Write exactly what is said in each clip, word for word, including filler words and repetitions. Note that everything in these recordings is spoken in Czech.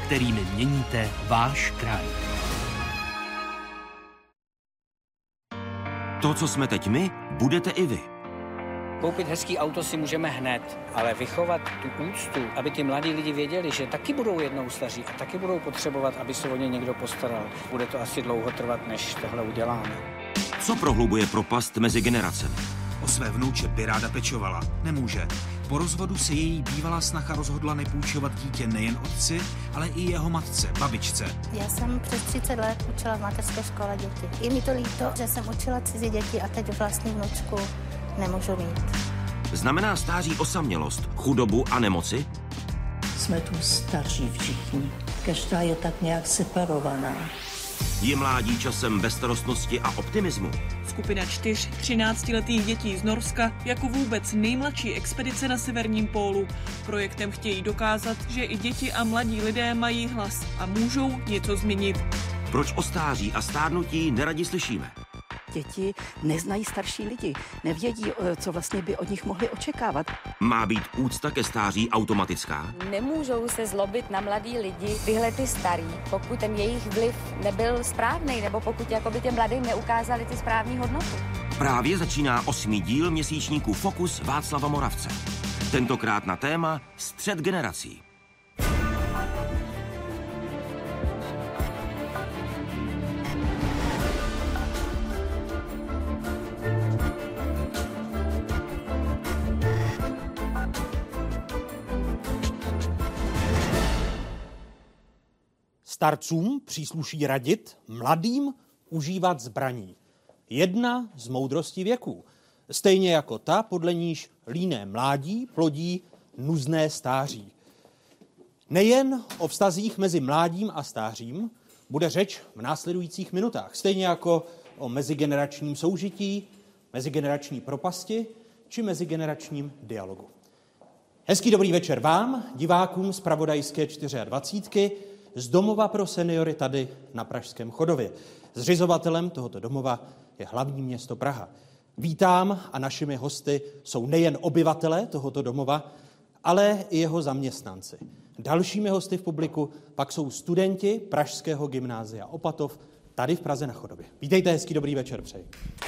kterými měníte váš kraj. To, co jsme teď my, budete i vy. Koupit hezký auto si můžeme hned, ale vychovat tu úctu, aby ty mladí lidi věděli, že taky budou jednou staří a taky budou potřebovat, aby se o ně někdo postaral. Bude to asi dlouho trvat, než tohle uděláme. Co prohlubuje propast mezi generacemi? O své vnouče by ráda pečovala. Nemůže. Po rozvodu se její bývalá snacha rozhodla nepůjčovat dítě nejen otci, ale i jeho matce, babičce. Já jsem přes třicet let učila v mateřské škole děti. Je mi to líto, že jsem učila cizí děti a teď vlastní vnučku nemůžu mít. Znamená stáří osamělost, chudobu a nemoci? Jsme tu starší všichni. Každá je tak nějak separovaná. Je mládí časem bezstarostnosti a optimismu? Skupina čtyř třináctiletých dětí z Norska jako vůbec nejmladší expedice na severním pólu. Projektem chtějí dokázat, že i děti a mladí lidé mají hlas a můžou něco změnit. Proč o stáří a stárnutí neradi slyšíme? Děti neznají starší lidi, nevědí, co vlastně by od nich mohli očekávat. Má být úcta ke stáří automatická? Nemůžou se zlobit na mladý lidi, tyhle ty starý, pokud ten jejich vliv nebyl správný, nebo pokud jakoby těm mladým neukázali ty správné hodnoty. Právě začíná osmý díl měsíčníku Fokus Václava Moravce. Tentokrát na téma střet generací. Starcům přísluší radit, mladým užívat zbraní. Jedna z moudrostí věků. Stejně jako ta, podle níž líné mládí plodí nuzné stáří. Nejen o vztazích mezi mládím a stářím bude řeč v následujících minutách. Stejně jako o mezigeneračním soužití, mezigenerační propasti či mezigeneračním dialogu. Hezký dobrý večer vám, divákům z Pravodajské dvacítky čtyři, z domova pro seniory tady na Pražském Chodově. Zřizovatelem tohoto domova je hlavní město Praha. Vítám a našimi hosty jsou nejen obyvatelé tohoto domova, ale i jeho zaměstnanci. Dalšími hosty v publiku pak jsou studenti Pražského gymnázia Opatov tady v Praze na Chodově. Vítejte, hezký dobrý večer přeji.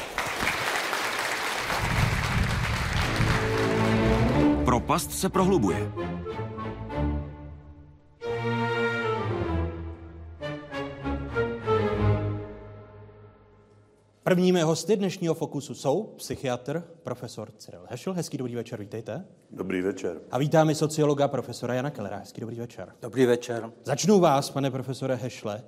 Propast se prohlubuje. Prvními hosty dnešního Fokusu jsou psychiatr profesor Cyril Hešl. Hezký dobrý večer, vítejte. Dobrý večer. A vítáme sociologa profesora Jana Kellera. Hezký dobrý večer. Dobrý večer. Začnu vás, pane profesore Hešle.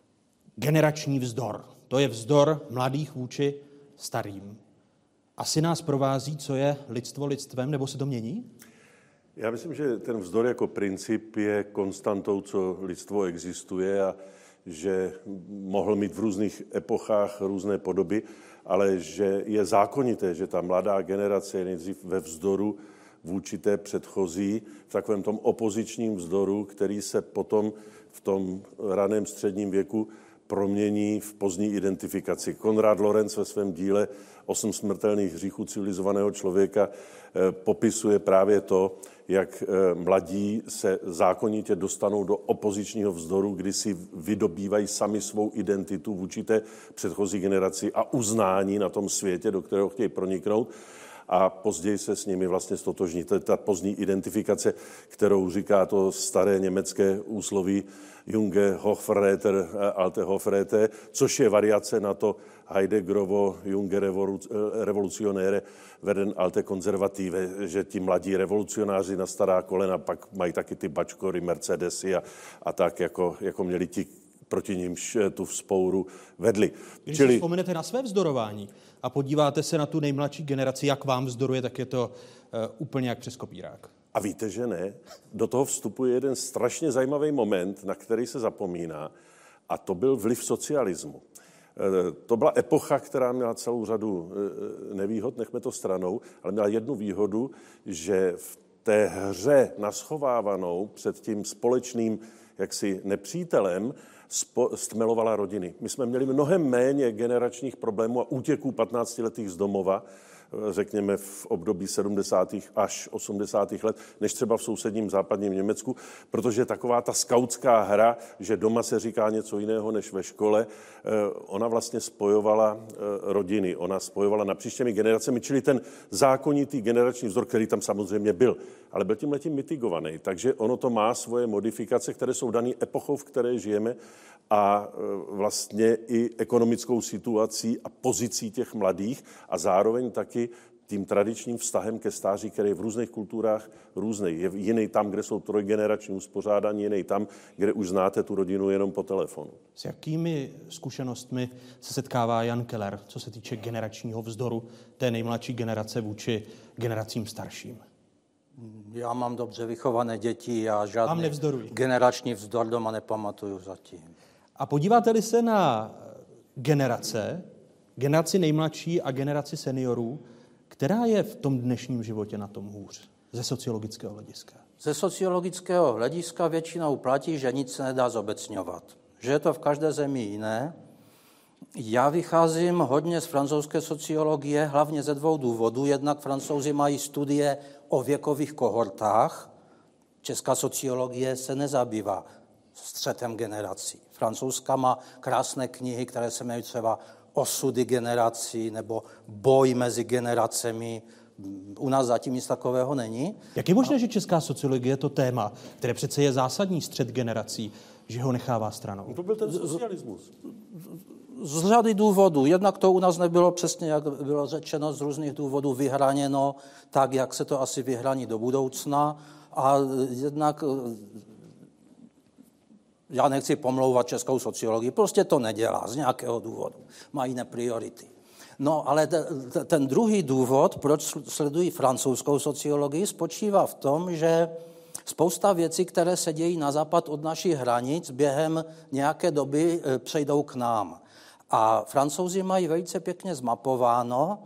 Generační vzdor. To je vzdor mladých vůči starým. Asi nás provází, co je lidstvo lidstvem, nebo se to mění? Já myslím, že ten vzdor jako princip je konstantou, co lidstvo existuje a že mohl mít v různých epochách různé podoby, ale že je zákonité, že ta mladá generace je nejdřív ve vzdoru vůči té předchozí, v takovém tom opozičním vzdoru, který se potom v tom raném středním věku promění v pozdní identifikaci. Konrad Lorenz ve svém díle Osm smrtelných hříchů civilizovaného člověka popisuje právě to, jak mladí se zákonitě dostanou do opozičního vzdoru, kdy si vydobývají sami svou identitu vůči té předchozí generaci a uznání na tom světě, do kterého chtějí proniknout, a později se s nimi vlastně stotožní. To je ta pozdní identifikace, kterou říká to staré německé úsloví Junge Hofräter, Alte Hofräte, což je variace na to Heideggerovo Junge Revolutionäre werden Alte Konzervative, že ti mladí revolucionáři na stará kolena pak mají taky ty bačkory, Mercedesy a, a tak, jako, jako měli ti, proti nímž tu vzpouru vedli. Když Čili... si vzpomenete na své vzdorování a podíváte se na tu nejmladší generaci, jak vám vzdoruje, tak je to uh, úplně jak přes kopírák. A víte, že ne? Do toho vstupuje jeden strašně zajímavý moment, na který se zapomíná, a to byl vliv socialismu. To byla epocha, která měla celou řadu nevýhod, nechme to stranou, ale měla jednu výhodu, že v té hře naschovávanou před tím společným jaksi nepřítelem stmelovala rodiny. My jsme měli mnohem méně generačních problémů a útěků patnáctiletých z domova řekněme v období sedmdesátých až osmdesátých let, než třeba v sousedním západním Německu, protože taková ta skautská hra, že doma se říká něco jiného než ve škole, ona vlastně spojovala rodiny, ona spojovala napříč těmi generacemi, čili ten zákonitý generační vzdor, který tam samozřejmě byl, ale byl tímhletím mitigovaný. Takže ono to má svoje modifikace, které jsou dané epochou, v které žijeme a vlastně i ekonomickou situací a pozicí těch mladých a zároveň taky tím tradičním vztahem ke stáří, který je v různých kulturách různý. Je jiný tam, kde jsou trojgenerační uspořádání, jiný tam, kde už znáte tu rodinu jenom po telefonu. S jakými zkušenostmi se setkává Jan Keller, co se týče generačního vzdoru té nejmladší generace vůči generacím starším? Já mám dobře vychované děti, já žádný generační vzdor doma nepamatuju zatím. A podíváte-li se na generace, generaci nejmladší a generaci seniorů, která je v tom dnešním životě na tom hůř ze sociologického hlediska? Ze sociologického hlediska většinou platí, že nic se nedá zobecňovat. Že je to v každé zemi jiné. Já vycházím hodně z francouzské sociologie, hlavně ze dvou důvodů. Jednak Francouzi mají studie o věkových kohortách. Česká sociologie se nezabývá střetem generací. Francouzská má krásné knihy, které se jmenují třeba Osudy generací nebo Boj mezi generacemi. U nás zatím nic takového není. Jak je možné, že česká sociologie to téma, které přece je zásadní střet generací, že ho nechává stranou? To byl ten socialismus. Z řady důvodů. Jednak to u nás nebylo přesně, jak bylo řečeno, z různých důvodů vyhraněno tak, jak se to asi vyhraní do budoucna. A jednak já nechci pomlouvat českou sociologii, prostě to nedělá z nějakého důvodu. Má jiné priority. No, ale te, te, ten druhý důvod, proč sledují francouzskou sociologii, spočívá v tom, že spousta věcí, které se dějí na západ od našich hranic, během nějaké doby e, přejdou k nám. A Francouzi mají velice pěkně zmapováno,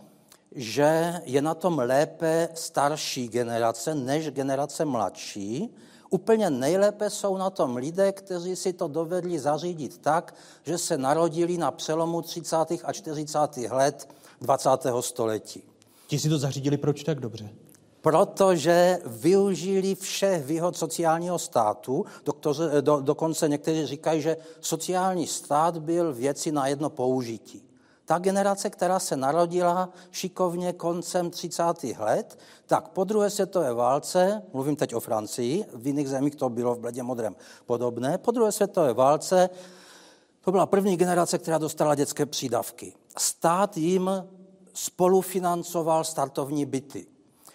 že je na tom lépe starší generace než generace mladší. Úplně nejlépe jsou na tom lidé, kteří si to dovedli zařídit tak, že se narodili na přelomu třicátých a čtyřicátých let dvacátého století. Ti si to zařídili proč tak dobře? Protože využili všech výhod sociálního státu, doktoře, do, dokonce někteří říkají, že sociální stát byl věci na jedno použití. Ta generace, která se narodila šikovně koncem třicátých let, tak po druhé světové válce, mluvím teď o Francii, v jiných zemích to bylo v bledě modrém podobné, po druhé světové válce to byla první generace, která dostala dětské přídavky. Stát jim spolufinancoval startovní byty.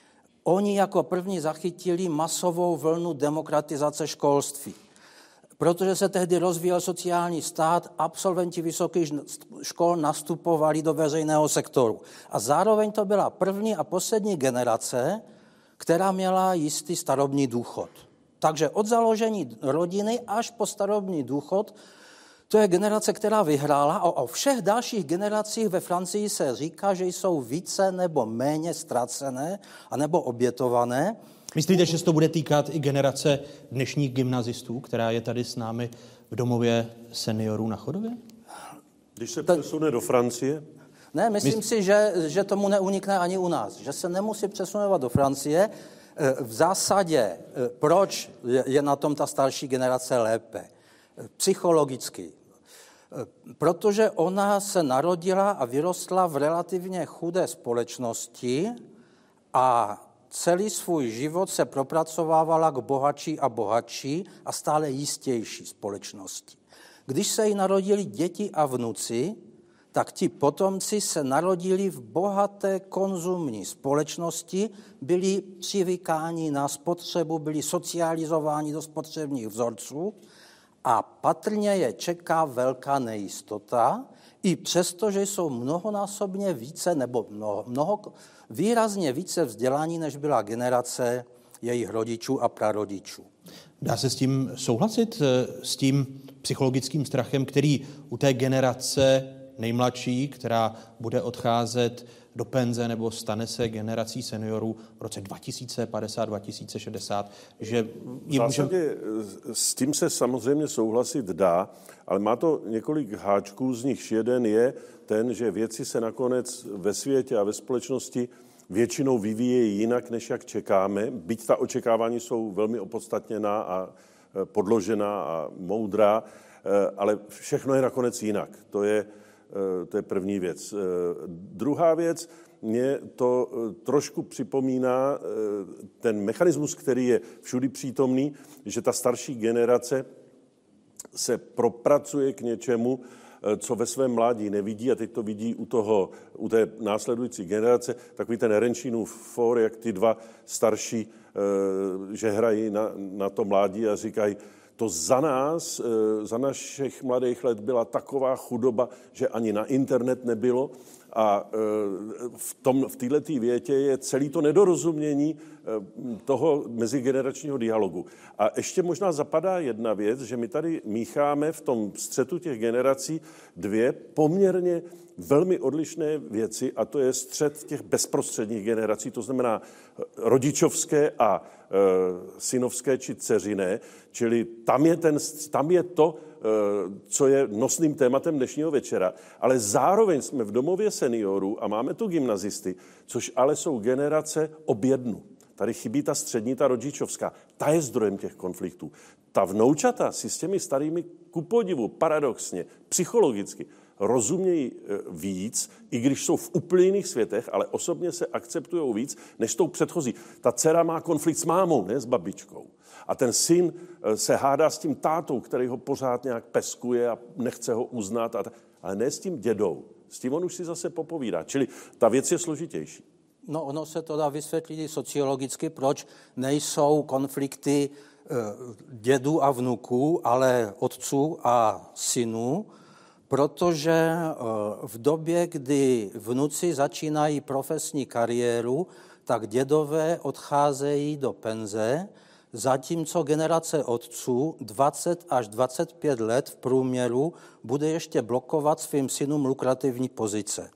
Oni jako první zachytili masovou vlnu demokratizace školství. Protože se tehdy rozvíjel sociální stát, absolventi vysokých škol nastupovali do veřejného sektoru. A zároveň to byla první a poslední generace, která měla jistý starobní důchod. Takže od založení rodiny až po starobní důchod, to je generace, která vyhrála. A o všech dalších generacích ve Francii se říká, že jsou více nebo méně ztracené anebo obětované. Myslíte, že se to bude týkat i generace dnešních gymnazistů, která je tady s námi v domově seniorů na Chodově? Když se přesune do Francie? Ne, myslím My... si, že, že tomu neunikne ani u nás. Že se nemusí přesunovat do Francie. V zásadě, proč je na tom ta starší generace lépe? Psychologicky. Protože ona se narodila a vyrostla v relativně chudé společnosti a celý svůj život se propracovávala k bohatší a bohatší a stále jistější společnosti. Když se jí narodili děti a vnuci, tak ti potomci se narodili v bohaté konzumní společnosti, byli přivykáni na spotřebu, byli socializováni do spotřebních vzorců a patrně je čeká velká nejistota, i přesto, že jsou mnohonásobně více nebo mnoho, mnoho výrazně více vzdělání, než byla generace jejich rodičů a prarodičů. Dá se s tím souhlasit, s tím psychologickým strachem, který u té generace nejmladší, která bude odcházet do penze nebo stane se generací seniorů v roce dva tisíce padesát, dva tisíce šedesát, že v zásadě může... s tím se samozřejmě souhlasit dá, ale má to několik háčků, z nichž jeden je ten, že věci se nakonec ve světě a ve společnosti většinou vyvíjejí jinak, než jak čekáme, byť ta očekávání jsou velmi opodstatněná a podložená a moudrá, ale všechno je nakonec jinak. To je, to je první věc. Druhá věc, mě to trošku připomíná ten mechanismus, který je všudy přítomný, že ta starší generace se propracuje k něčemu, co ve svém mládí nevidí, a teď to vidí u, toho, u té následující generace, takový ten Renčínův for, jak ty dva starší, že hrají na, na to mládí a říkají, to za nás, za našich mladých let byla taková chudoba, že ani na internet nebylo. A v, tom, v této větě je celé to nedorozumění toho mezigeneračního dialogu. A ještě možná zapadá jedna věc, že my tady mícháme v tom střetu těch generací dvě poměrně velmi odlišné věci, a to je střet těch bezprostředních generací, to znamená rodičovské a e, synovské či dceřiné, čili tam je, ten, tam je to, e, co je nosným tématem dnešního večera, ale zároveň jsme v domově seniorů a máme tu gymnazisty, což ale jsou generace objednu. Tady chybí ta střední, ta rodičovská. Ta je zdrojem těch konfliktů. Ta vnoučata si s těmi starými ku podivu paradoxně, psychologicky rozumějí víc, i když jsou v úplně jiných světech, ale osobně se akceptují víc, než tou předchozí. Ta dcera má konflikt s mámou, ne s babičkou. A ten syn se hádá s tím tátou, který ho pořád nějak peskuje a nechce ho uznat, a t- ale ne s tím dědou. S tím on už si zase popovídá. Čili ta věc je složitější. No, ono se to dá vysvětlit sociologicky, proč nejsou konflikty e, dědů a vnuků, ale otců a synů, protože e, v době, kdy vnuci začínají profesní kariéru, tak dědové odcházejí do penze, zatímco generace otců dvacet až dvacet pět let v průměru bude ještě blokovat svým synům lukrativní pozice.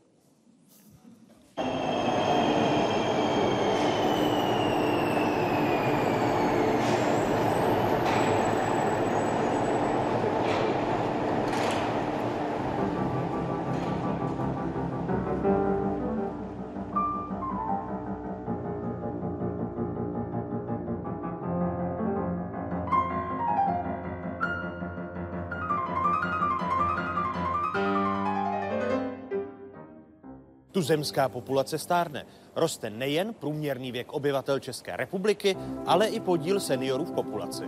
Tuzemská populace stárne. Roste nejen průměrný věk obyvatel České republiky, ale i podíl seniorů v populaci.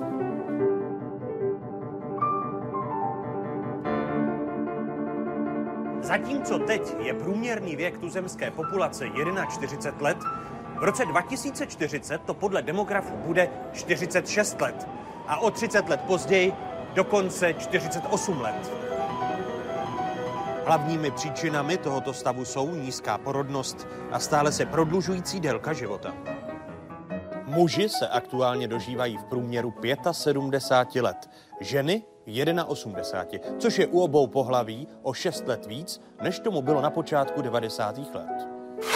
Zatímco teď je průměrný věk tuzemské populace čtyřicet jedna let, v roce dva tisíce čtyřicet to podle demografů bude čtyřicet šest let a o třicet let později dokonce čtyřicet osm let. Hlavními příčinami tohoto stavu jsou nízká porodnost a stále se prodlužující délka života. Muži se aktuálně dožívají v průměru sedmdesát pět let, ženy osmdesát jedna, což je u obou pohlaví o šest let víc, než tomu bylo na počátku devadesátých let.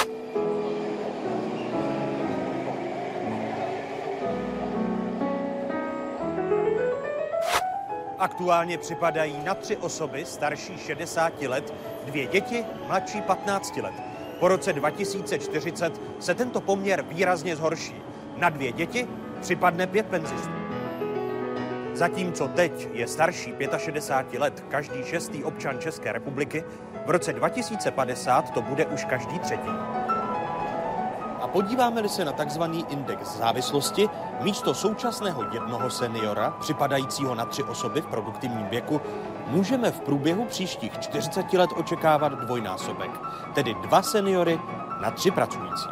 Aktuálně připadají na tři osoby starší šedesáti let dvě děti mladší patnácti let. Po roce dva tisíce čtyřicet se tento poměr výrazně zhorší. Na dvě děti připadne pět penzistů. Zatímco teď je starší šedesáti pěti let každý šestý občan České republiky, v roce dva tisíce padesát to bude už každý třetí. A podíváme-li se na takzvaný index závislosti, místo současného jednoho seniora, připadajícího na tři osoby v produktivním věku, můžeme v průběhu příštích čtyřiceti let očekávat dvojnásobek, tedy dva seniory na tři pracující.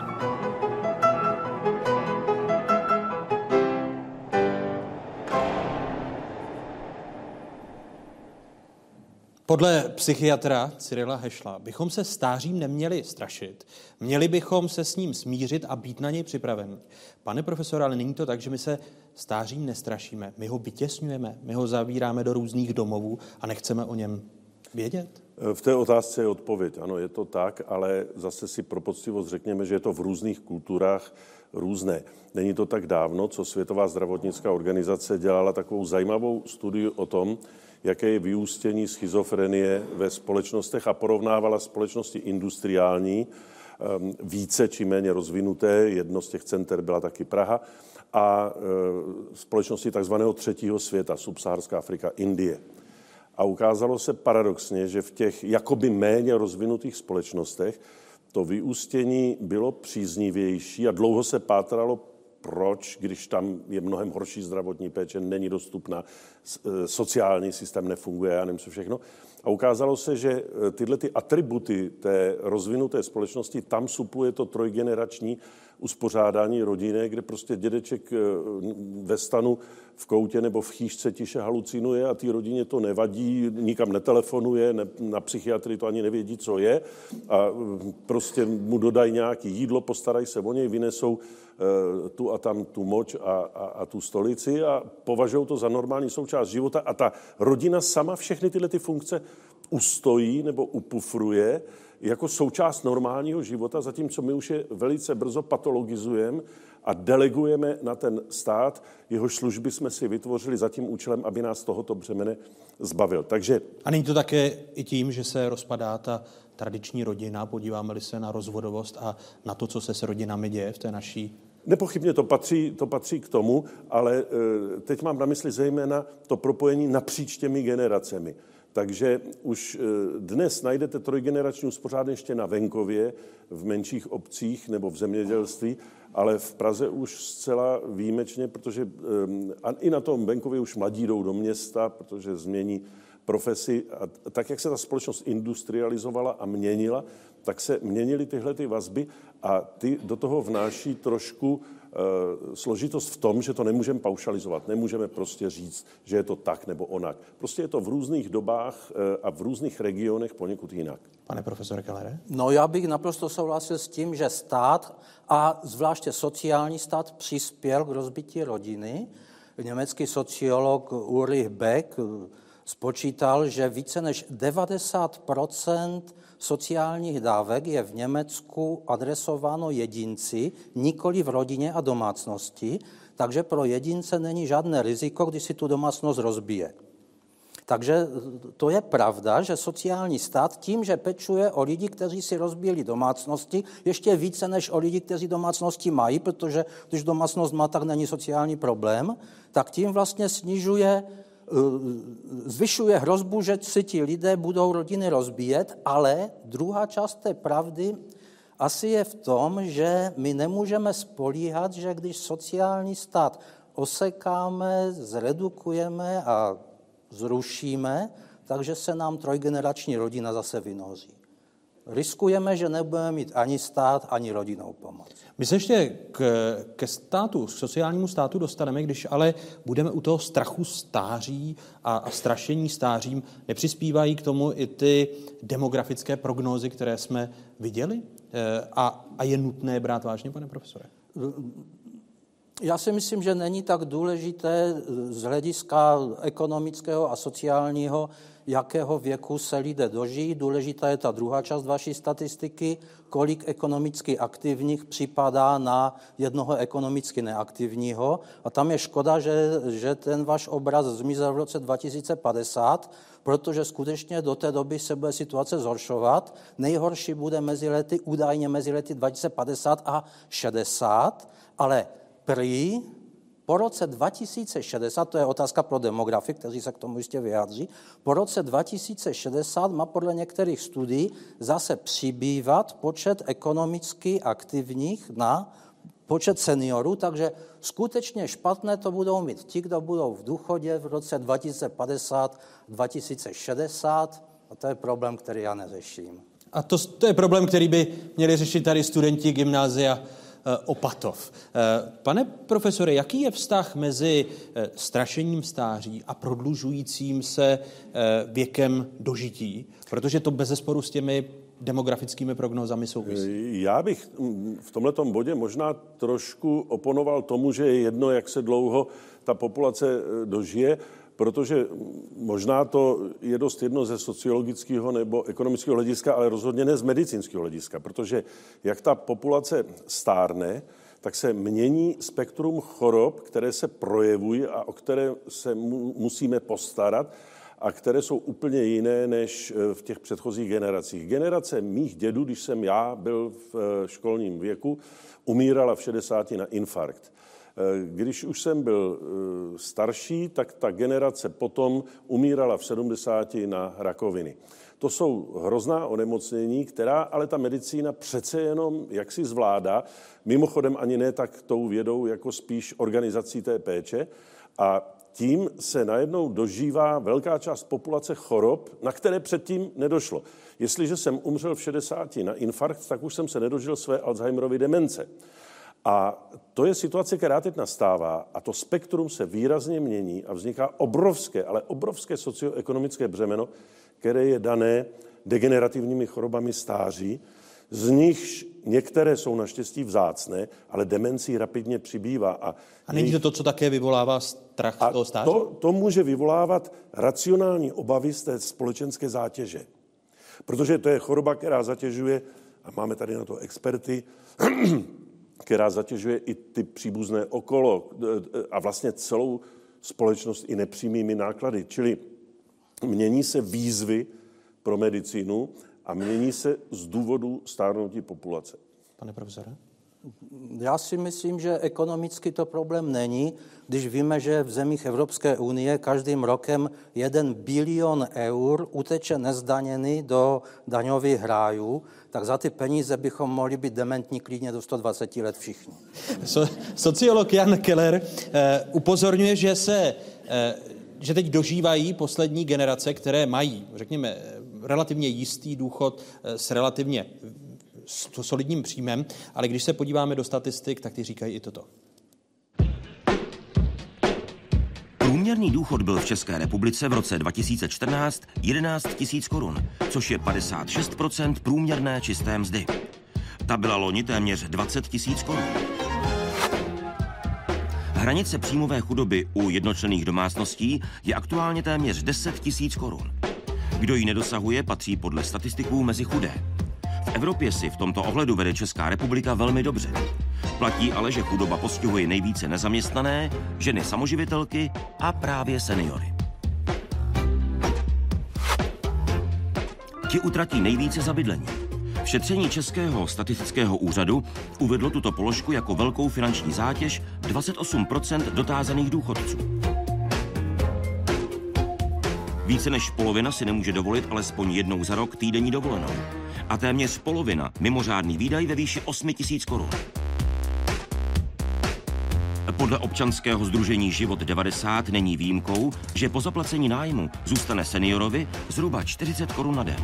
Podle psychiatra Cyrila Hešla bychom se stářím neměli strašit, měli bychom se s ním smířit a být na něj připraveni. Pane profesore, ale není to tak, že my se stářím nestrašíme, my ho vytěsňujeme, my ho zavíráme do různých domovů a nechceme o něm vědět? V té otázce je odpověď. Ano, je to tak, ale zase si pro poctivost řekněme, že je to v různých kulturách různé. Není to tak dávno, co Světová zdravotnická organizace dělala takovou zajímavou studii o tom, jaké je vyústění schizofrenie ve společnostech a porovnávala společnosti industriální, více či méně rozvinuté, jedno z těch center byla taky Praha, a společnosti takzvaného třetího světa, subsaharská Afrika, Indie. A ukázalo se paradoxně, že v těch jakoby méně rozvinutých společnostech to vyústění bylo příznivější a dlouho se pátralo, proč, když tam je mnohem horší zdravotní péče, není dostupná, sociální systém nefunguje, já nevím co všechno. A ukázalo se, že tyhle ty atributy té rozvinuté společnosti, tam supluje to trojgenerační uspořádání rodiny, kde prostě dědeček ve stanu v koutě nebo v chýšce tiše halucinuje a té rodině to nevadí, nikam netelefonuje, ne, na psychiatrii to ani nevědí, co je a prostě mu dodají nějaké jídlo, postarají se o něj, vynesou uh, tu a tam tu moč a, a, a tu stolici a považují to za normální součást života a ta rodina sama všechny tyhle ty funkce ustojí nebo upufruje jako součást normálního života, zatímco my už je velice brzo patologizujeme a delegujeme na ten stát, jehož služby jsme si vytvořili za tím účelem, aby nás tohoto břemene zbavil. Takže... A není to také i tím, že se rozpadá ta tradiční rodina, podíváme-li se na rozvodovost a na to, co se s rodinami děje v té naší... Nepochybně to patří, to patří k tomu, ale teď mám na mysli zejména to propojení napříč těmi generacemi. Takže už dnes najdete trojgenerační uspořádání ještě na venkově, v menších obcích nebo v zemědělství, ale v Praze už zcela výjimečně, protože a i na tom venkově už mladí jdou do města, protože změní profesi. A tak, jak se ta společnost industrializovala a měnila, tak se měnily tyhle ty vazby a ty do toho vnáší trošku e, složitost v tom, že to nemůžeme paušalizovat. Nemůžeme prostě říct, že je to tak nebo onak. Prostě je to v různých dobách e, a v různých regionech poněkud jinak. Pane profesore Kellere? No já bych naprosto souhlasil s tím, že stát a zvláště sociální stát přispěl k rozbití rodiny. Německý sociolog Ulrich Beck spočítal, že více než devadesát procent sociálních dávek je v Německu adresováno jedinci, nikoli v rodině a domácnosti, takže pro jedince není žádné riziko, když si tu domácnost rozbije. Takže to je pravda, že sociální stát tím, že pečuje o lidi, kteří si rozbíjeli domácnosti, ještě více než o lidi, kteří domácnosti mají, protože když domácnost má, tak není sociální problém, tak tím vlastně snižuje zvyšuje hrozbu, že si ti lidé budou rodiny rozbíjet, ale druhá část té pravdy asi je v tom, že my nemůžeme spolíhat, že když sociální stát osekáme, zredukujeme a zrušíme, takže se nám trojgenerační rodina zase vynoří. Riskujeme, že nebudeme mít ani stát, ani rodinnou pomoc. My se ještě k, ke státu, k sociálnímu státu dostaneme, když ale budeme u toho strachu stáří a, a strašení stářím, nepřispívají k tomu i ty demografické prognózy, které jsme viděli? A, a je nutné brát vážně, pane profesore? Já si myslím, že není tak důležité z hlediska ekonomického a sociálního, jakého věku se lidé dožijí. Důležitá je ta druhá část vaší statistiky, kolik ekonomicky aktivních připadá na jednoho ekonomicky neaktivního. A tam je škoda, že, že ten váš obraz zmizel v roce dva tisíce padesát, protože skutečně do té doby se bude situace zhoršovat. Nejhorší bude mezi lety, údajně mezi lety dva tisíce padesát a šedesát, ale prý po roce dva tisíce šedesát, to je otázka pro demografy, kteří se k tomu jistě vyjádří, po roce dva tisíce šedesát má podle některých studií zase přibývat počet ekonomicky aktivních na počet seniorů, takže skutečně špatné to budou mít ti, kdo budou v důchodě v roce dva tisíce padesát, dva tisíce šedesát, a to je problém, který já neřeším. A to, to je problém, který by měli řešit tady studenti gymnázia Opatov. Pane profesore, jaký je vztah mezi strašením stáří a prodlužujícím se věkem dožití? Protože to bezesporu s těmi demografickými prognózami souvisí. Já bych v tomhletom bodě možná trošku oponoval tomu, že je jedno, jak se dlouho ta populace dožije, protože možná to je dost jedno ze sociologického nebo ekonomického hlediska, ale rozhodně ne z medicínského hlediska, protože jak ta populace stárne, tak se mění spektrum chorob, které se projevují a o které se mu, musíme postarat a které jsou úplně jiné než v těch předchozích generacích. Generace mých dědů, když jsem já byl v školním věku, umírala v šedesáti na infarkt. Když už jsem byl starší, tak ta generace potom umírala v sedmdesáti na rakoviny. To jsou hrozná onemocnění, která ale ta medicína přece jenom jaksi zvládá. Mimochodem ani ne tak tou vědou, jako spíš organizací té péče. A tím se najednou dožívá velká část populace chorob, na které předtím nedošlo. Jestliže jsem umřel v šedesáti na infarkt, tak už jsem se nedožil své Alzheimerovy demence. A to je situace, která teď nastává a to spektrum se výrazně mění a vzniká obrovské, ale obrovské socioekonomické břemeno, které je dané degenerativními chorobami stáří, z nichž některé jsou naštěstí vzácné, ale demencí rapidně přibývá. A, a není to to, co také vyvolává strach z toho stáří? To, to může vyvolávat racionální obavy z té společenské zátěže. Protože to je choroba, která zatěžuje, a máme tady na to experty, která zatěžuje i ty příbuzné okolo a vlastně celou společnost i nepřímými náklady. Čili mění se výzvy pro medicínu a mění se z důvodu stárnutí populace. Pane profesore? Já si myslím, že ekonomicky to problém není, když víme, že v zemích Evropské unie každým rokem jeden bilion eur uteče nezdaněný do daňových rájů, tak za ty peníze bychom mohli být dementní klidně do sto dvacet let všichni. So, sociolog Jan Keller eh, upozorňuje, že se eh, že teď dožívají poslední generace, které mají, řekněme, relativně jistý důchod eh, s relativně solidním příjmem, ale když se podíváme do statistik, tak ty říkají i toto. Průměrný důchod byl v České republice v roce dva tisíce čtrnáct jedenáct tisíc korun, což je padesát šest procent průměrné čisté mzdy. Ta byla loni téměř dvacet tisíc korun. Hranice příjmové chudoby u jednočlenných domácností je aktuálně téměř deset tisíc korun. Kdo ji nedosahuje, patří podle statistiků mezi chudé. V Evropě si v tomto ohledu vede Česká republika velmi dobře. Platí ale, že chudoba postihuje nejvíce nezaměstnané, ženy samoživitelky a právě seniory. Ti utratí nejvíce za bydlení. V šetření Českého statistického úřadu uvedlo tuto položku jako velkou finanční zátěž dvacet osm procent dotázaných důchodců. Více než polovina si nemůže dovolit alespoň jednou za rok týdenní dovolenou. A téměř polovina mimořádný výdaj ve výši osm tisíc korun. Podle občanského sdružení Život devadesát není výjimkou, že po zaplacení nájmu zůstane seniorovi zhruba čtyřicet korun na den.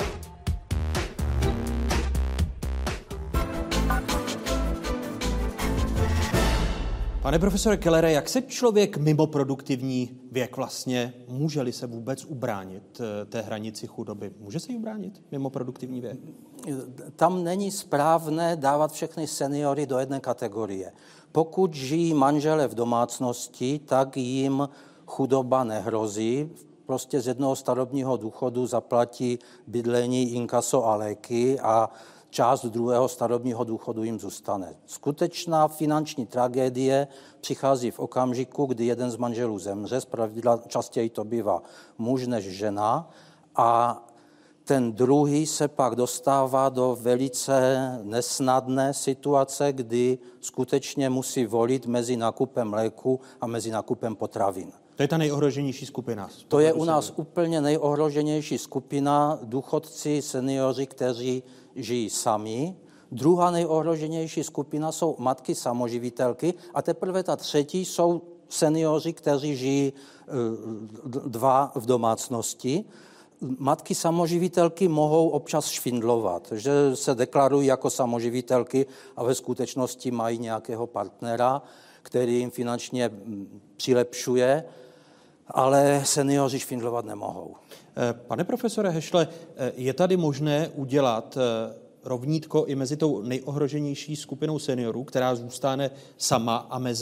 Pane profesore Kellere, jak se člověk mimo produktivní věk vlastně, může-li se vůbec ubránit té hranici chudoby? Může se jí ubránit mimo produktivní věk? Tam není správné dávat všechny seniory do jedné kategorie. Pokud žijí manžele v domácnosti, tak jim chudoba nehrozí. Prostě z jednoho starobního důchodu zaplatí bydlení, inkaso a léky a část druhého starobního důchodu jim zůstane. Skutečná finanční tragédie přichází v okamžiku, kdy jeden z manželů zemře, zpravidla častěji to bývá muž než žena, a ten druhý se pak dostává do velice nesnadné situace, kdy skutečně musí volit mezi nákupem léku a mezi nákupem potravin. To je ta nejohroženější skupina. To je u nás úplně nejohroženější skupina, důchodci, seniori, kteří žijí sami. Druhá nejohroženější skupina jsou matky samoživitelky a teprve ta třetí jsou seniori, kteří žijí dva v domácnosti. Matky samoživitelky mohou občas švindlovat, že se deklarují jako samoživitelky a ve skutečnosti mají nějakého partnera, který jim finančně přilepšuje, ale seniori švindlovat nemohou. Pane profesore Hešle, je tady možné udělat rovnítko i mezi tou nejohroženější skupinou seniorů, která zůstane sama, a mezi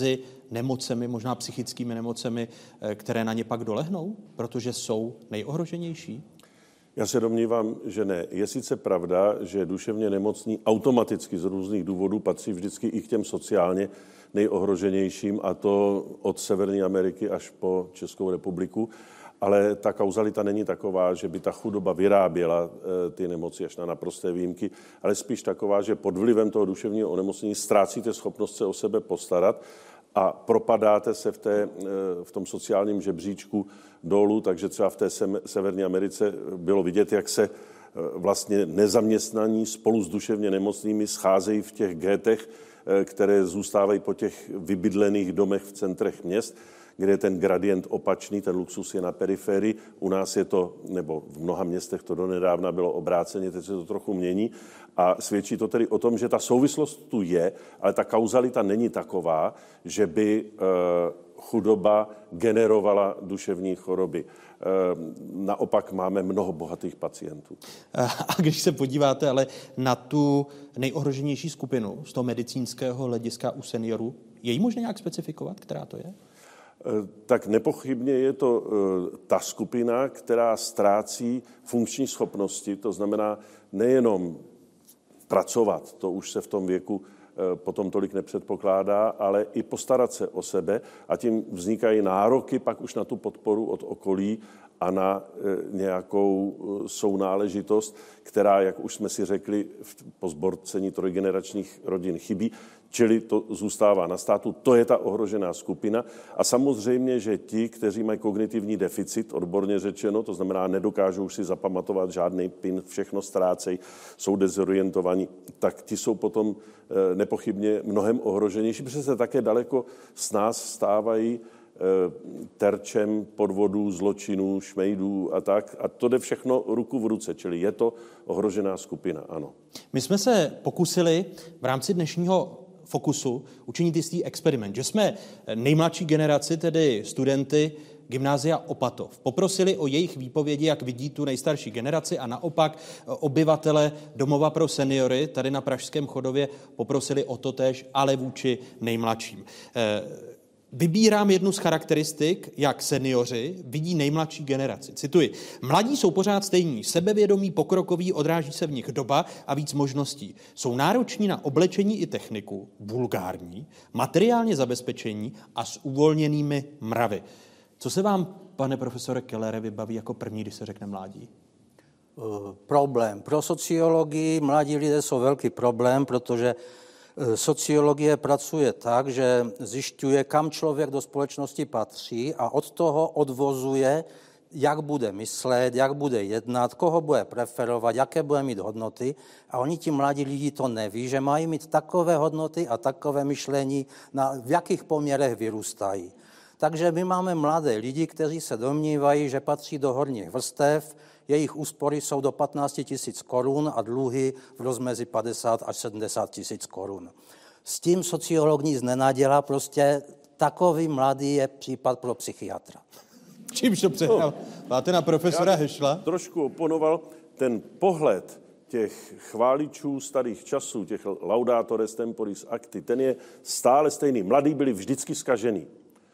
nemocemi, možná psychickými nemocemi, které na ně pak dolehnou, protože jsou nejohroženější? Já se domnívám, že ne. Je sice pravda, že duševně nemocní automaticky z různých důvodů patří vždycky i k těm sociálně nejohroženějším, a to od Severní Ameriky až po Českou republiku, ale ta kauzalita není taková, že by ta chudoba vyráběla ty nemoci až na naprosté výjimky, ale spíš taková, že pod vlivem toho duševního onemocnění ztrácíte schopnost se o sebe postarat a propadáte se v, té, v tom sociálním žebříčku dolů, takže třeba v té Severní Americe bylo vidět, jak se vlastně nezaměstnaní spolu s duševně nemocnými scházejí v těch gétech, které zůstávají po těch vybydlených domech v centrech měst, kde je ten gradient opačný, ten luxus je na periferii. U nás je to, nebo v mnoha městech to donedávna bylo obráceně, teď se to trochu mění. A svědčí to tedy o tom, že ta souvislost tu je, ale ta kauzalita není taková, že by e, chudoba generovala duševní choroby. E, naopak máme mnoho bohatých pacientů. A když se podíváte ale na tu nejohroženější skupinu z toho medicínského hlediska u seniorů, je jí možné nějak specifikovat, která to je? Tak nepochybně je to ta skupina, která ztrácí funkční schopnosti, to znamená nejenom pracovat, to už se v tom věku potom tolik nepředpokládá, ale i postarat se o sebe, a tím vznikají nároky pak už na tu podporu od okolí a na nějakou sounáležitost, která, jak už jsme si řekli, po zborcení trojgeneračních rodin chybí, čili to zůstává na státu, to je ta ohrožená skupina. A samozřejmě, že ti, kteří mají kognitivní deficit, odborně řečeno, to znamená, nedokážou už si zapamatovat žádný pin, všechno ztrácejí, jsou dezorientovaní, tak ti jsou potom nepochybně mnohem ohroženější, protože se také daleko s nás stávají terčem podvodů, zločinů, šmejdů a tak. A to jde všechno ruku v ruce, čili je to ohrožená skupina, ano. My jsme se pokusili v rámci dnešního Fokusu učinit jistý experiment, že jsme nejmladší generaci, tedy studenty Gymnázia Opatov, poprosili o jejich výpovědi, jak vidí tu nejstarší generaci, a naopak obyvatele Domova pro seniory tady na Pražském Chodově poprosili o to též, ale vůči nejmladším. Vybírám jednu z charakteristik, jak seniori vidí nejmladší generaci. Cituji. Mladí jsou pořád stejní, sebevědomí, pokrokoví, odráží se v nich doba a víc možností. Jsou nároční na oblečení i techniku, vulgární, materiálně zabezpečení a s uvolněnými mravy. Co se vám, pane profesore Kellere, vybaví jako první, když se řekne mládí? Uh, problém. Pro sociologii mladí lidé jsou velký problém, protože sociologie pracuje tak, že zjišťuje, kam člověk do společnosti patří, a od toho odvozuje, jak bude myslet, jak bude jednat, koho bude preferovat, jaké bude mít hodnoty. A oni, ti mladí lidi, to neví, že mají mít takové hodnoty a takové myšlení, na, v jakých poměrech vyrůstají. Takže my máme mladé lidi, kteří se domnívají, že patří do horních vrstev, jejich úspory jsou do patnáct tisíc korun a dluhy v rozmezí padesát až sedmdesát tisíc korun. S tím sociolog nic nenadělá, prostě takový mladý je případ pro psychiatra. Čímž to přehnal? Máte na profesora Hešla? Trošku oponoval ten pohled těch chváličů starých časů, těch laudatores temporis acti, ten je stále stejný. Mladí byli vždycky zkažený.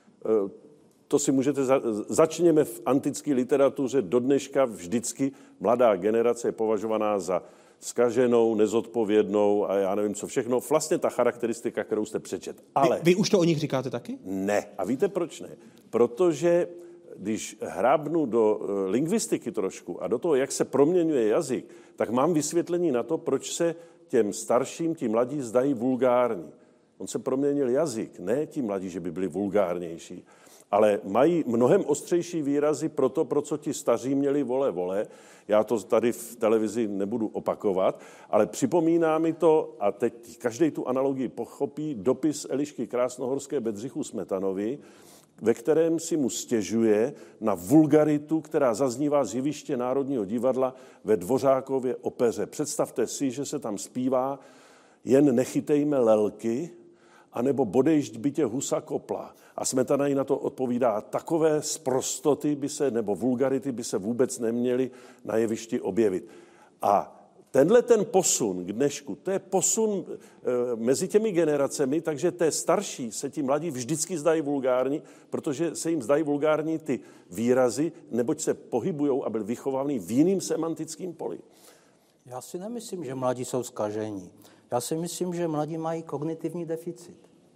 To si můžete... Za... Začněme v antické literatuře. Do dneška vždycky mladá generace je považovaná za zkaženou, nezodpovědnou a já nevím co všechno. Vlastně ta charakteristika, kterou jste přečet. Ale... Vy, vy už to o nich říkáte taky? Ne. A víte proč ne? Protože když hrábnu do lingvistiky trošku a do toho, jak se proměňuje jazyk, tak mám vysvětlení na to, proč se těm starším, ti mladí zdají vulgární. On se proměnil jazyk, ne ti mladí, že by byli vulgárnější, ale mají mnohem ostřejší výrazy pro to, pro co ti staří měli vole, vole. Já to tady v televizi nebudu opakovat, ale připomíná mi to, a teď každý tu analogii pochopí, dopis Elišky Krásnohorské Bedřichu Smetanovi, ve kterém si mu stěžuje na vulgaritu, která zaznívá z jeviště Národního divadla ve Dvořákově opeře. Představte si, že se tam zpívá jen nechytejme lelky, anebo bodejšť by tě husa kopla. A Smetana jí na to odpovídá, takové sprostoty by se, nebo vulgarity by se vůbec neměly na jevišti objevit. A tenhle ten posun k dnešku, to je posun e, mezi těmi generacemi, takže té starší se ti mladí vždycky zdají vulgární, protože se jim zdají vulgární ty výrazy, neboť se pohybujou a byli vychovávaný v jiným semantickým poli. Já si nemyslím, že mladí jsou zkažení. Já si myslím, že mladí mají kognitivní deficit.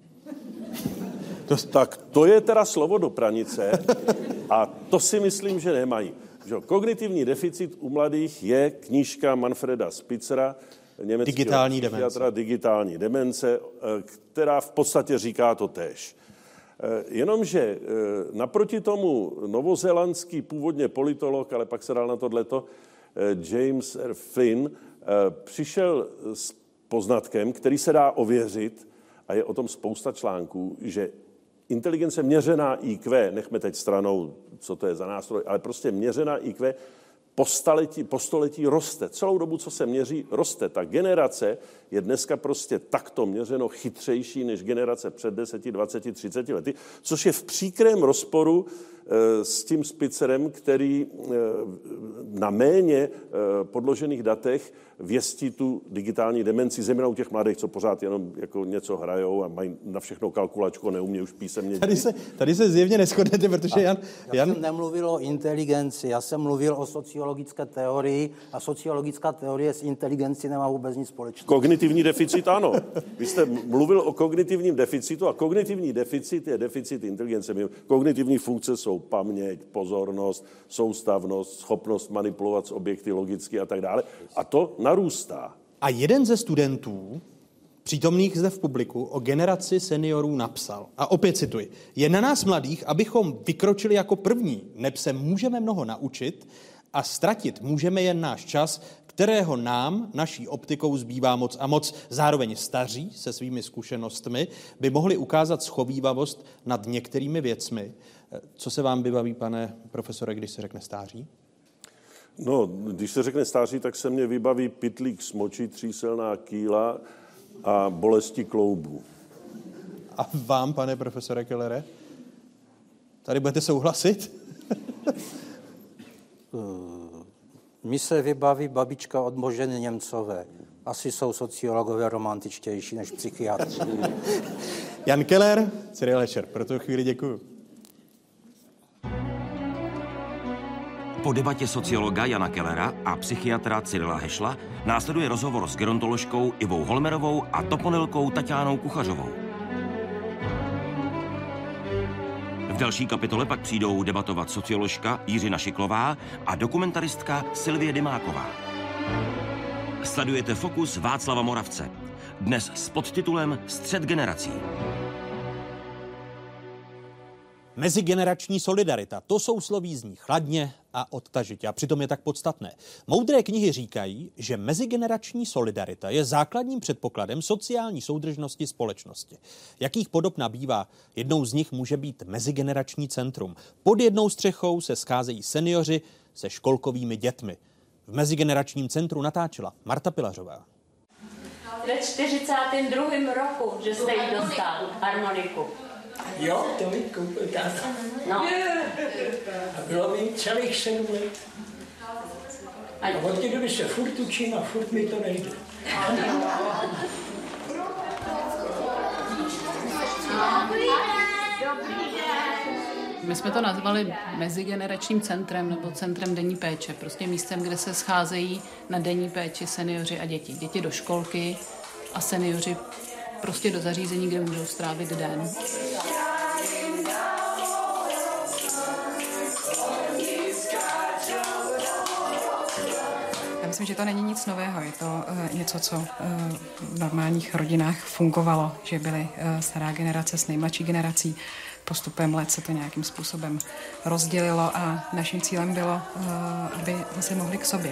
To, tak to je teda slovo do pranice a to si myslím, že nemají. Že kognitivní deficit u mladých je knížka Manfreda Spitzera, německého digitální psychiatra, demence. digitální demence, která v podstatě říká to též. Jenomže naproti tomu novozélandský původně politolog, ale pak se dal na tohleto, James R. Flynn, přišel s poznatkem, který se dá ověřit, a je o tom spousta článků, že inteligence měřená í kvé, nechme teď stranou, co to je za nástroj, ale prostě měřená í kvé po století, po století roste. Celou dobu, co se měří, roste. Ta generace je dneska prostě takto měřeno chytřejší než generace před deseti, dvaceti, třiceti lety, což je v příkrém rozporu e, s tím Spitzerem, který e, na méně e, podložených datech věstí tu digitální demenci, zejména u těch mladých, co pořád jenom jako něco hrajou a mají na všechno kalkulačku, neumějí už písemně. Tady se, tady se zjevně neshodnete, protože Jan... Já Jan... jsem nemluvil o inteligenci, já jsem mluvil o sociologické teorii a sociologická teorie s inteligencí nemá vůbec nic společného. Kognitivní deficit, ano. Vy jste mluvil o kognitivním deficitu a kognitivní deficit je deficit inteligence. Kognitivní funkce jsou paměť, pozornost, soustavnost, schopnost manipulovat s objekty logicky a tak dále. A to narůstá. A jeden ze studentů, přítomných zde v publiku, o generaci seniorů napsal, a opět cituji, je na nás mladých, abychom vykročili jako první, neb se můžeme mnoho naučit a ztratit můžeme jen náš čas, kterého nám, naší optikou, zbývá moc a moc. Zároveň staří se svými zkušenostmi by mohli ukázat schovívavost nad některými věcmi. Co se vám vybaví, pane profesore, když se řekne stáří? No, když se řekne stáří, tak se mně vybaví pytlík smočí, tříselná kýla a bolesti kloubů. A vám, pane profesore Kellere? Tady budete souhlasit? Mi se vybaví babička od Boženy Němcové. Asi jsou sociologové romantičtější než psychiatři. Jan Keller, Cyril Hešer. Pro tu chvíli děkuju. Po debatě sociologa Jana Kellera a psychiatra Cyrila Hešla následuje rozhovor s gerontoložkou Ivou Holmerovou a toponilkou Taťánou Kuchařovou. V další kapitole pak přijdou debatovat socioložka Jiřina Šiklová a dokumentaristka Silvie Dymáková. Sledujete Fokus Václava Moravce. Dnes s podtitulem Střet generací. Mezigenerační solidarita, to sousloví zní chladně a odtažitě a přitom je tak podstatné. Moudré knihy říkají, že mezigenerační solidarita je základním předpokladem sociální soudržnosti společnosti. Jakých podob nabývá? Jednou z nich může být mezigenerační centrum. Pod jednou střechou se scházejí seniori se školkovými dětmi. V mezigeneračním centru natáčela Marta Pilařová. Ve čtyřicátém druhém roku, že jste jí dostal harmoniku. Jo, to mi koupil táta. No. A bylo mi celých sedm let. A od té doby se furt učím a furt mi to nejde. My jsme to nazvali mezigeneračním centrem nebo centrem denní péče. Prostě místem, kde se scházejí na denní péči seniori a děti. Děti do školky a seniori prostě do zařízení, kde můžou strávit den. Já myslím, že to není nic nového. Je to uh, něco, co uh, v normálních rodinách fungovalo, že byly uh, stará generace s nejmladší generací. Postupem let se to nějakým způsobem rozdělilo a naším cílem bylo, uh, aby se mohli k sobě.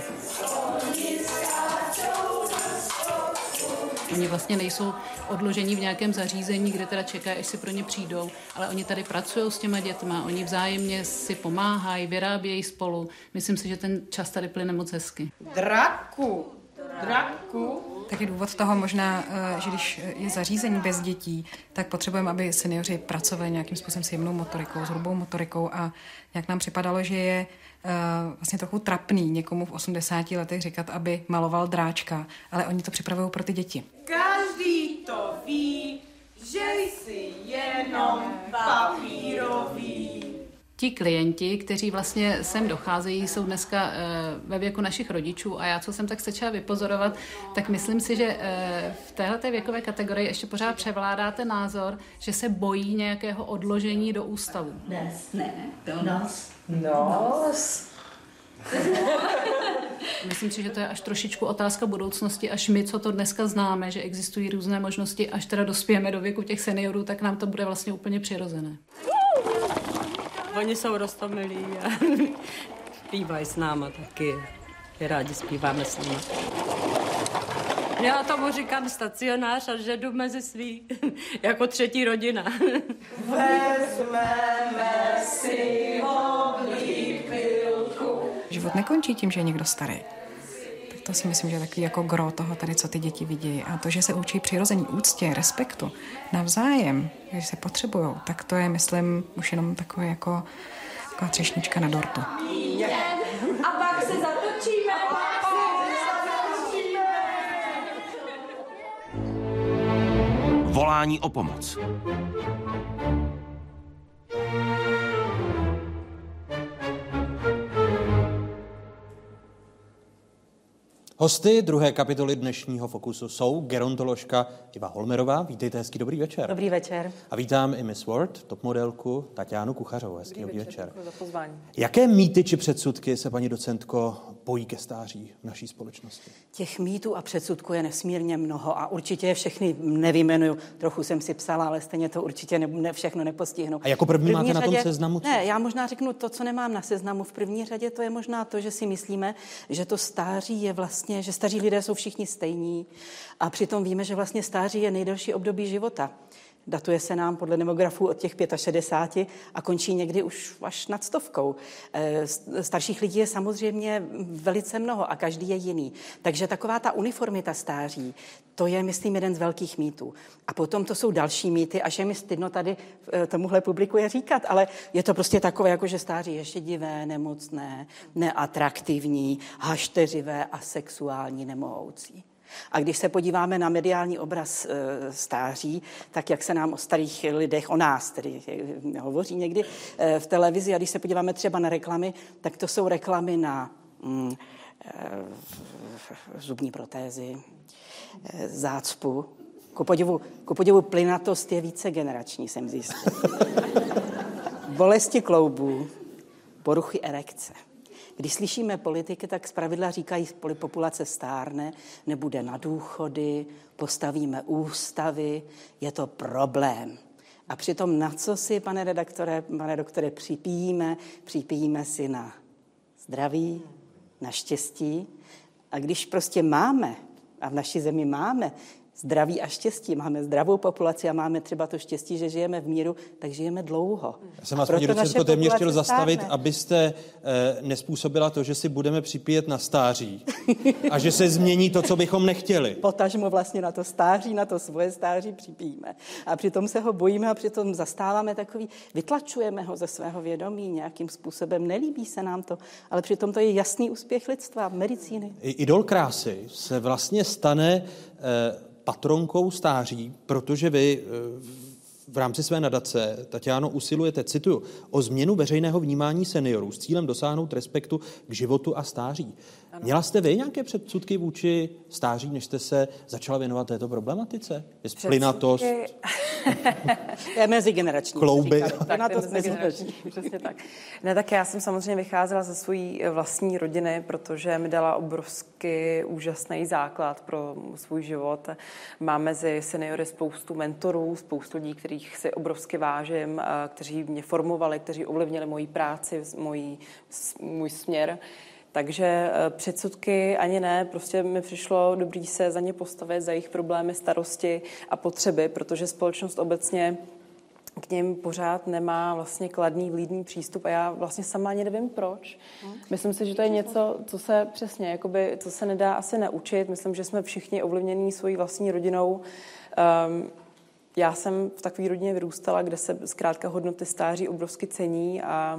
Oni vlastně nejsou odložení v nějakém zařízení, kde teda čekají, až si pro ně přijdou, ale oni tady pracují s těma dětma, oni vzájemně si pomáhají, vyrábějí spolu. Myslím si, že ten čas tady plyne moc hezky. Draku, draku, taky důvod toho možná, že když je zařízení bez dětí, tak potřebujeme, aby seniori pracovali nějakým způsobem s jemnou motorikou, s hrubou motorikou a jak nám připadalo, že je uh, vlastně trochu trapný někomu v osmdesáti letech říkat, aby maloval dráčka, ale oni to připravují pro ty děti. Každý to ví, že jsi jenom papírový. Ti klienti, kteří vlastně sem docházejí, jsou dneska ve věku našich rodičů a já, co jsem tak začala vypozorovat, tak myslím si, že v téhleté věkové kategorii ještě pořád převládá ten názor, že se bojí nějakého odložení do ústavu. Dnes, ne, do nás. Nos. Myslím si, že to je až trošičku otázka budoucnosti, až my, co to dneska známe, že existují různé možnosti, až teda dospějeme do věku těch seniorů, tak nám to bude vlastně úplně přirozené. Oni jsou roztomilí a zpívají s náma taky. Rádi zpíváme s nimi. Já tomu říkám stacionář a že jdu mezi svý, jako třetí rodina. Vezmeme si oblípilku. Život nekončí tím, že je někdo starý. Tak to si myslím, že je takový jako gro toho tady, co ty děti vidí. A to, že se učí přirození úctě, respektu navzájem, že se potřebujou, tak to je, myslím, už jenom takové jako taková třešnička na dortu. A pak se zatočíme, pak se zatočíme. Volání o pomoc. Hosty druhé kapitoly dnešního Fokusu jsou gerontoložka Iva Holmerová. Vítejte, hezký dobrý večer. Dobrý večer. A vítám i Miss World, top modelku Tatianu Kuchařovou. Hezký dobrý, dobrý večer. Děkuji za pozvání. Jaké mýty či předsudky se, paní docentko, bojí ke stáří v naší společnosti? Těch mýtů a předsudků je nesmírně mnoho a určitě je všechny nevyjmenuju. Trochu jsem si psala, ale stejně to určitě ne, ne všechno nepostihnu. A jako první, první máte řadě, na tom seznamu? Co? Ne, já možná řeknu to, co nemám na seznamu. V první řadě to je možná to, že si myslíme, že to stáří je vlastně, že staří lidé jsou všichni stejní a přitom víme, že vlastně stáří je nejdelší období života. Datuje se nám podle demografů od těch šedesáti pěti a končí někdy už až nad stovkou. Starších lidí je samozřejmě velice mnoho a každý je jiný. Takže taková ta uniformita stáří, to je, myslím, jeden z velkých mýtů. A potom to jsou další mýty, až je mi stydno tady tomuhle publiku je říkat, ale je to prostě takové, jako že stáří je šedivé, nemocné, neatraktivní, hašteřivé a sexuální, nemohoucí. A když se podíváme na mediální obraz e, stáří, tak jak se nám o starých lidech, o nás tedy e, hovoří někdy e, v televizi, a když se podíváme třeba na reklamy, tak to jsou reklamy na mm, e, zubní protézy, e, zácpu. Ku podivu, ku podivu plynatost je více generační, jsem zjistil. Bolesti kloubů, poruchy erekce. Když slyšíme politiky, tak zpravidla říkají, že populace stárne, nebude na důchody, postavíme ústavy, je to problém. A přitom na co si, pane redaktore, pane doktore, připijíme? Připijíme si na zdraví, na štěstí. A když prostě máme, a v naší zemi máme, zdraví a štěstí, máme zdravou populaci a máme třeba to štěstí, že žijeme v míru, tak žijeme dlouho. Já jsem vás, paní docentko, téměř chtěl zastavit, abyste e, nespůsobila to, že si budeme připíjet na stáří a že se změní to, co bychom nechtěli. Potažmo vlastně na to stáří, na to svoje stáří připijíme. A přitom se ho bojíme a přitom zastáváme takový, vytlačujeme ho ze svého vědomí nějakým způsobem, nelíbí se nám to, ale přitom to je jasný úspěch lidstva, medicíny. Idol krásy se vlastně stane e, patronkou stáří, protože vy v rámci své nadace, Tatiano, usilujete, cituju, o změnu veřejného vnímání seniorů s cílem dosáhnout respektu k životu a stáří. Ano. Měla jste vy nějaké předsudky vůči stáří, než jste se začala věnovat této problematice? Je plynatost? Je mezigenerační. Klouby. Plynatost mezigenerační. Přesně tak. Ne, tak já jsem samozřejmě vycházela ze své vlastní rodiny, protože mi dala obrovský úžasný základ pro svůj život. Mám mezi seniory spoustu mentorů, spoustu lidí, kterých si obrovsky vážím, kteří mě formovali, kteří ovlivnili moji práci, můj, můj směr. Takže předsudky ani ne, prostě mi přišlo dobrý se za ně postavit, za jejich problémy, starosti a potřeby, protože společnost obecně k něm pořád nemá vlastně kladný, vlídný přístup a já vlastně sama ani nevím proč. Myslím si, že to je něco, co se přesně, jakoby, co se nedá asi naučit. Myslím, že jsme všichni ovlivnění svojí vlastní rodinou. Um, já jsem v takové rodině vyrůstala, kde se zkrátka hodnoty stáří obrovsky cení a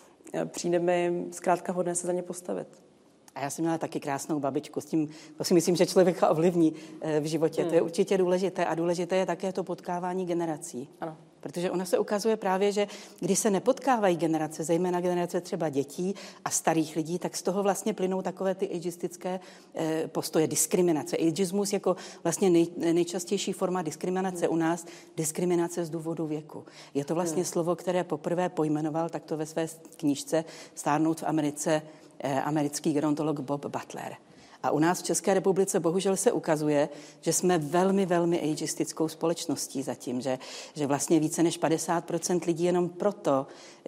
přijde mi zkrátka hodné se za ně postavit. A já jsem měla taky krásnou babičku, s tím to si myslím, že člověka ovlivní v životě. Hmm. To je určitě důležité a důležité je také to potkávání generací. Ano. Protože ona se ukazuje právě, že když se nepotkávají generace, zejména generace třeba dětí a starých lidí, tak z toho vlastně plynou takové ty ageistické eh, postoje, diskriminace. Ageismus jako vlastně nej, nejčastější forma diskriminace u nás, diskriminace z důvodu věku. Je to vlastně hmm. slovo, které poprvé pojmenoval takto ve své knížce Stárnout v Americe eh, americký gerontolog Bob Butler. A u nás v České republice bohužel se ukazuje, že jsme velmi, velmi ageistickou společností zatím, že, že vlastně více než padesát procent lidí jenom proto,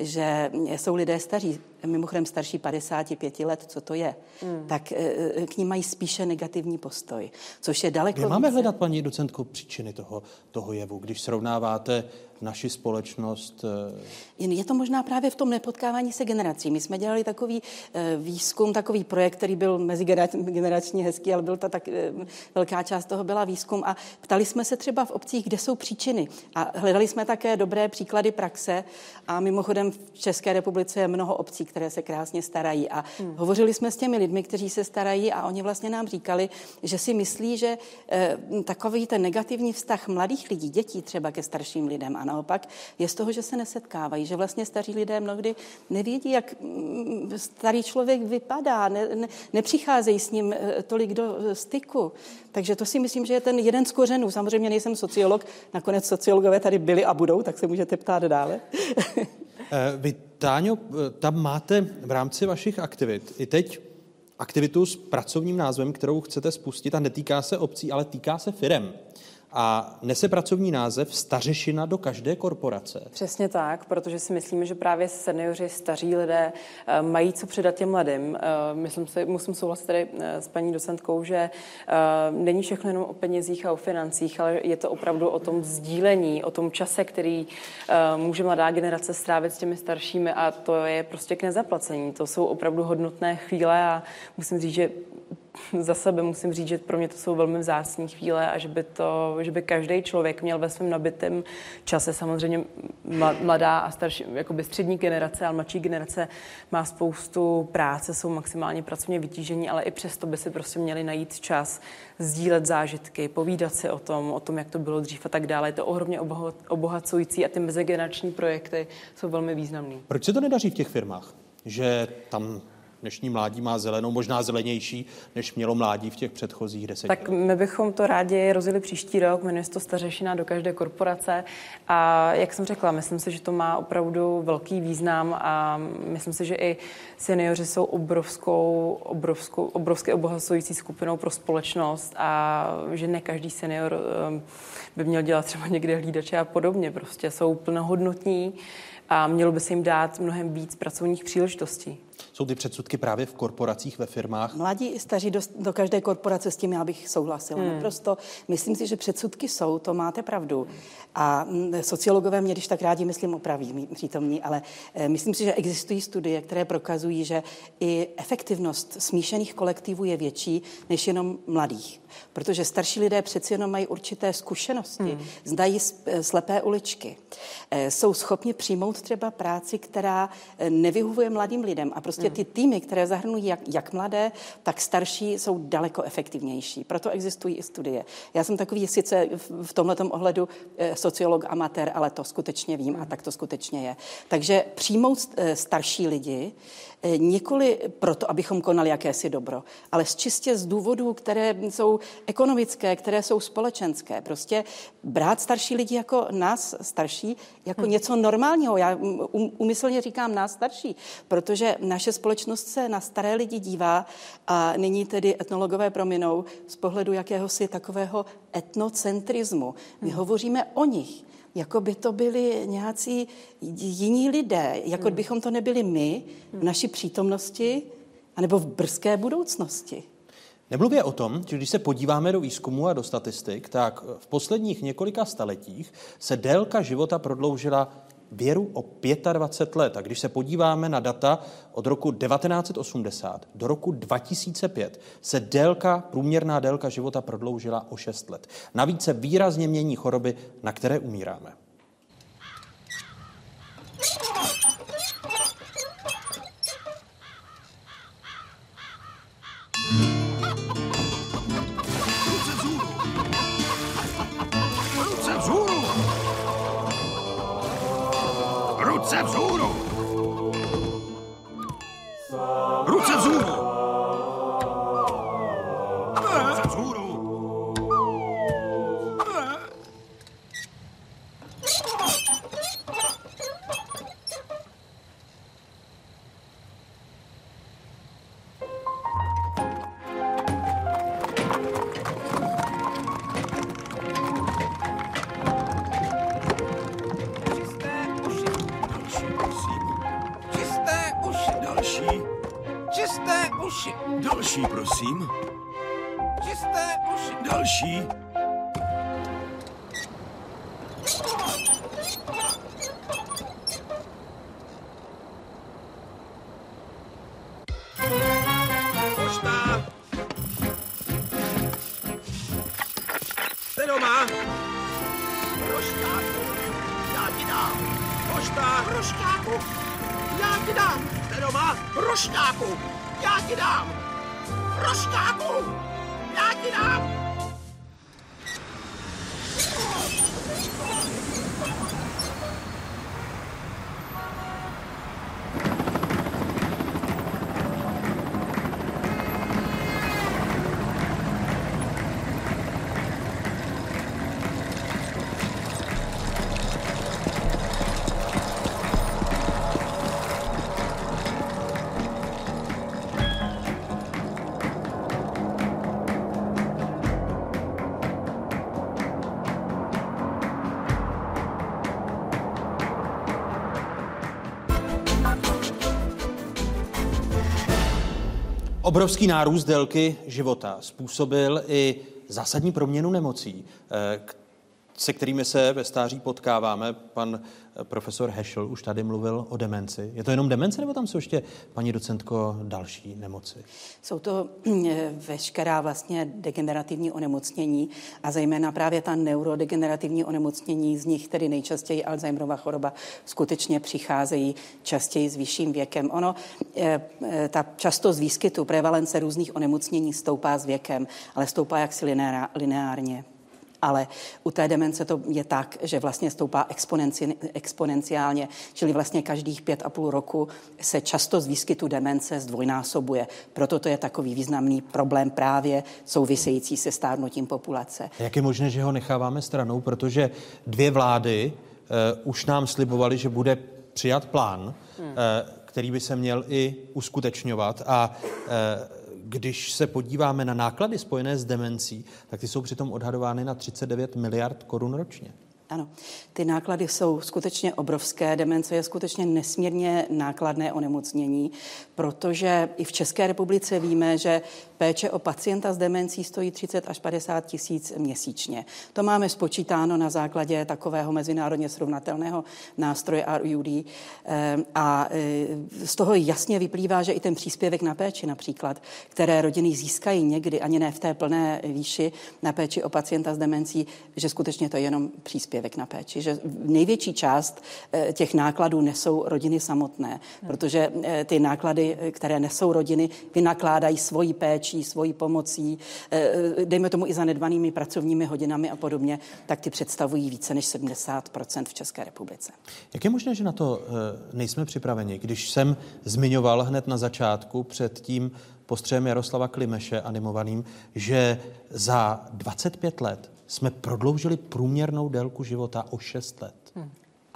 že jsou lidé staří, mimochodem starší padesáti pěti let, co to je, hmm. tak k ním mají spíše negativní postoj, což je daleko Kde máme více... hledat, paní docentko, příčiny toho, toho jevu, když srovnáváte naši společnost? Je to možná právě v tom nepotkávání se generací. My jsme dělali takový výzkum, takový projekt, který byl mezigeneračně hezký, ale byl to tak, velká část toho byla výzkum a ptali jsme se třeba v obcích, kde jsou příčiny. A hledali jsme také dobré příklady praxe a mimochodem v České republice je mnoho obcí, které se krásně starají. A hmm. hovořili jsme s těmi lidmi, kteří se starají a oni vlastně nám říkali, že si myslí, že eh, takový ten negativní vztah mladých lidí, dětí třeba ke starším lidem a naopak je z toho, že se nesetkávají, že vlastně staří lidé mnohdy nevědí, jak starý člověk vypadá, ne, ne, nepřicházejí s ním tolik do styku. Takže to si myslím, že je ten jeden z kořenů. Samozřejmě nejsem sociolog, nakonec sociologové tady byli a budou, tak se můžete ptát dále. Vy, Táňo, tam máte v rámci vašich aktivit i teď aktivitu s pracovním názvem, kterou chcete spustit a netýká se obcí, ale týká se firem. A nese pracovní název Stařešina do každé korporace. Přesně tak, protože si myslíme, že právě seniori, staří lidé mají co předat těm mladým. Myslím si, musím souhlasit tady s paní docentkou, že není všechno jenom o penězích a o financích, ale je to opravdu o tom sdílení, o tom čase, který může mladá generace strávit s těmi staršími a to je prostě k nezaplacení. To jsou opravdu hodnotné chvíle a musím říct, že za sebe musím říct, že pro mě to jsou velmi vzácné chvíle a že by, to, že by každý člověk měl ve svém nabitém čase, samozřejmě mladá a starší, jakoby střední generace, ale mladší generace má spoustu práce, jsou maximálně pracovně vytížení, ale i přesto by si prostě měli najít čas, sdílet zážitky, povídat si o tom, o tom, jak to bylo dřív a tak dále. Je to ohromně obohacující a ty mezigenerační projekty jsou velmi významné. Proč se to nedaří v těch firmách? Že tam dnešní mládí má zelenou, možná zelenější, než mělo mládí v těch předchozích deseti. Tak my bychom to rádi rozjeli příští rok, jmenuje se to Stařešina do každé korporace a jak jsem řekla, myslím si, že to má opravdu velký význam a myslím si, že i seniori jsou obrovskou, obrovskou, obrovsky obohacující skupinou pro společnost a že ne každý senior by měl dělat třeba někde hlídače a podobně, prostě jsou plnohodnotní a mělo by se jim dát mnohem víc pracovních příležitostí. Jsou ty předsudky právě v korporacích, ve firmách? Mladí i staří do, do každé korporace, s tím já bych souhlasila. Hmm. Naprosto. Myslím si, že předsudky jsou, to máte pravdu. A sociologové mě, když tak rádi, myslím, opraví přítomní, ale e, myslím si, že existují studie, které prokazují, že i efektivnost smíšených kolektivů je větší než jenom mladých. Protože starší lidé přeci jenom mají určité zkušenosti, hmm. znají slepé uličky, e, jsou schopni přijmout třeba práci, která nevyhovuje mladým lidem a prostě ty týmy, které zahrnují jak, jak mladé, tak starší, jsou daleko efektivnější. Proto existují i studie. Já jsem takový sice v, v tomhletom ohledu e, sociolog amatér, ale to skutečně vím a tak to skutečně je. Takže přijmout e, starší lidi e, nikoli proto, abychom konali jakési dobro, ale čistě z důvodů, které jsou ekonomické, které jsou společenské. Prostě brát starší lidi jako nás starší, jako hmm. něco normálního. Já um, umyslně říkám nás starší, protože naše společnost se na staré lidi dívá a nyní tedy etnologové prominou z pohledu jakéhosi takového etnocentrismu. My hmm. hovoříme o nich, jako by to byli nějací jiní lidé, jako hmm. bychom to nebyli my v naší přítomnosti anebo v brzké budoucnosti. Nemluvě o tom, že když se podíváme do výzkumu a do statistik, tak v posledních několika staletích se délka života prodloužila věru o dvacet pět let. A když se podíváme na data od roku devatenáct set osmdesát do roku dva tisíce pět, se délka, průměrná délka života prodloužila o šest let. Navíc se výrazně mění choroby, na které umíráme. Ruce vzhůru! Ruce vzhůru! Ruce vzhůru! Další, prosím. Čisté uši. Další. Pošta. Jste doma? Rošťáku. Já ti dám. Pošta. Rošťáku. Já ti dám. Jste doma? Rošťáku. Já ti dám. Rošťáku! Já ti dám! Obrovský nárůst délky života způsobil i zásadní proměnu nemocí, se kterými se ve stáří potkáváme. Pan profesor Heschel už tady mluvil o demenci. Je to jenom demence, nebo tam jsou ještě, paní docentko, další nemoci? Jsou to veškerá vlastně degenerativní onemocnění a zejména právě ta neurodegenerativní onemocnění, z nich tedy nejčastěji Alzheimerova choroba, skutečně přicházejí častěji s vyšším věkem. Ono, ta častost výskytu, prevalence různých onemocnění stoupá s věkem, ale stoupá jaksi lineárně. Ale u té demence to je tak, že vlastně stoupá exponenci, exponenciálně, čili vlastně každých pět a půl roku se často z výskytu demence zdvojnásobuje. Proto to je takový významný problém právě související se stárnutím populace. Jak je možné, že ho necháváme stranou, protože dvě vlády uh, už nám slibovaly, že bude přijat plán, hmm. uh, který by se měl i uskutečňovat a uh, když se podíváme na náklady spojené s demencí, tak ty jsou přitom odhadovány na třicet devět miliard korun ročně. Ano, ty náklady jsou skutečně obrovské. Demence je skutečně nesmírně nákladné onemocnění, protože i v České republice víme, že péče o pacienta s demencí stojí třicet až padesát tisíc měsíčně. To máme spočítáno na základě takového mezinárodně srovnatelného nástroje R U D a z toho jasně vyplývá, že i ten příspěvek na péči například, které rodiny získají někdy, ani ne v té plné výši, na péči o pacienta s demencí, že skutečně to je jenom příspěvek na péči, že největší část těch nákladů nesou rodiny samotné, protože ty náklady, které nesou rodiny, vynakládají svoji péčí, svojí pomocí, dejme tomu i zanedbanými pracovními hodinami a podobně, tak ty představují více než sedmdesát procent v České republice. Jak je možné, že na to nejsme připraveni? Když jsem zmiňoval hned na začátku před tím postřehem Jaroslava Klimeše animovaným, že za dvacet pět let jsme prodloužili průměrnou délku života o šest let. Hmm. Ano,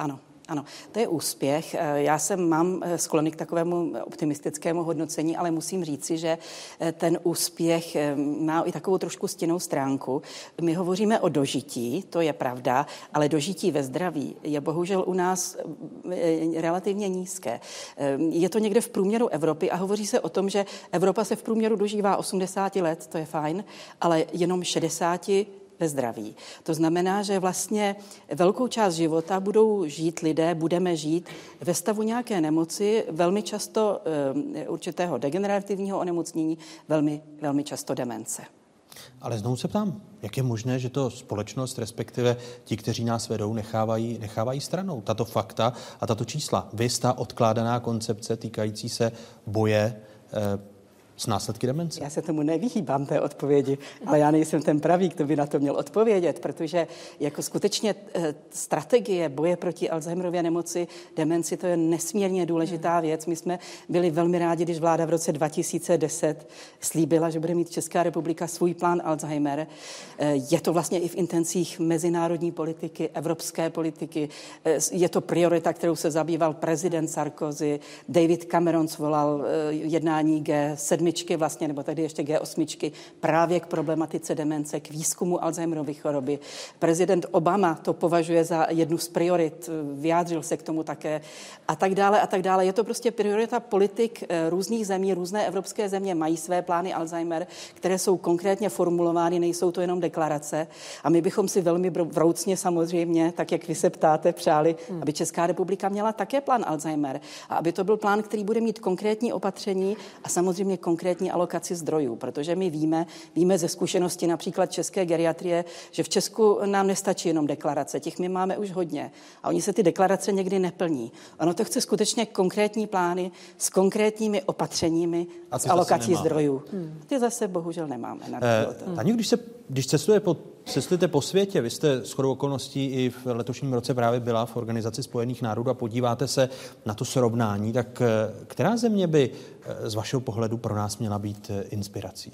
Ano, to je úspěch. Já jsem mám sklony k takovému optimistickému hodnocení, ale musím říci, že ten úspěch má i takovou trošku stinnou stránku. My hovoříme o dožití, to je pravda, ale dožití ve zdraví je bohužel u nás relativně nízké. Je to někde v průměru Evropy a hovoří se o tom, že Evropa se v průměru dožívá osmdesát let, to je fajn, ale jenom šedesát ve zdraví. To znamená, že vlastně velkou část života budou žít lidé, budeme žít ve stavu nějaké nemoci, velmi často e, určitého degenerativního onemocnění, velmi, velmi často demence. Ale znovu se ptám, jak je možné, že to společnost, respektive ti, kteří nás vedou, nechávají, nechávají stranou tato fakta a tato čísla. Vy ta odkládaná koncepce týkající se boje e, s následky demence. Já se tomu nevyhýbám té odpovědi, ale já nejsem ten pravý, kdo by na to měl odpovědět, protože jako skutečně strategie boje proti Alzheimerově nemoci, demenci, to je nesmírně důležitá věc. My jsme byli velmi rádi, když vláda v roce dva tisíce deset slíbila, že bude mít Česká republika svůj plán Alzheimer. Je to vlastně i v intencích mezinárodní politiky, evropské politiky. Je to priorita, kterou se zabýval prezident Sarkozy. David Cameron svolal jednání G sedm, vlastně, nebo tady ještě G osm, právě k problematice demence, k výzkumu Alzheimerovy choroby. Prezident Obama to považuje za jednu z priorit, vyjádřil se k tomu také a tak dále a tak dále. Je to prostě priorita politik různých zemí, různé evropské země mají své plány Alzheimer, které jsou konkrétně formulovány, nejsou to jenom deklarace a my bychom si velmi vroucně samozřejmě, tak jak vy se ptáte, přáli, hmm. aby Česká republika měla také plán Alzheimer a aby to byl plán, který bude mít konkrétní opatření a samozřejmě konkrétní alokaci zdrojů, protože my víme, víme ze zkušenosti například české geriatrie, že v Česku nám nestačí jenom deklarace, těch my máme už hodně a oni se ty deklarace někdy neplní. Ono to chce skutečně konkrétní plány s konkrétními opatřeními a s alokací zdrojů. Hmm. Ty zase bohužel nemáme. Eh, Taňo, když se když cestuje po, cestujete po světě, vy jste shodou okolností i v letošním roce právě byla v Organizaci spojených národů a podíváte se na to srovnání, tak která země by z vašeho pohledu pro nás měla být inspirací?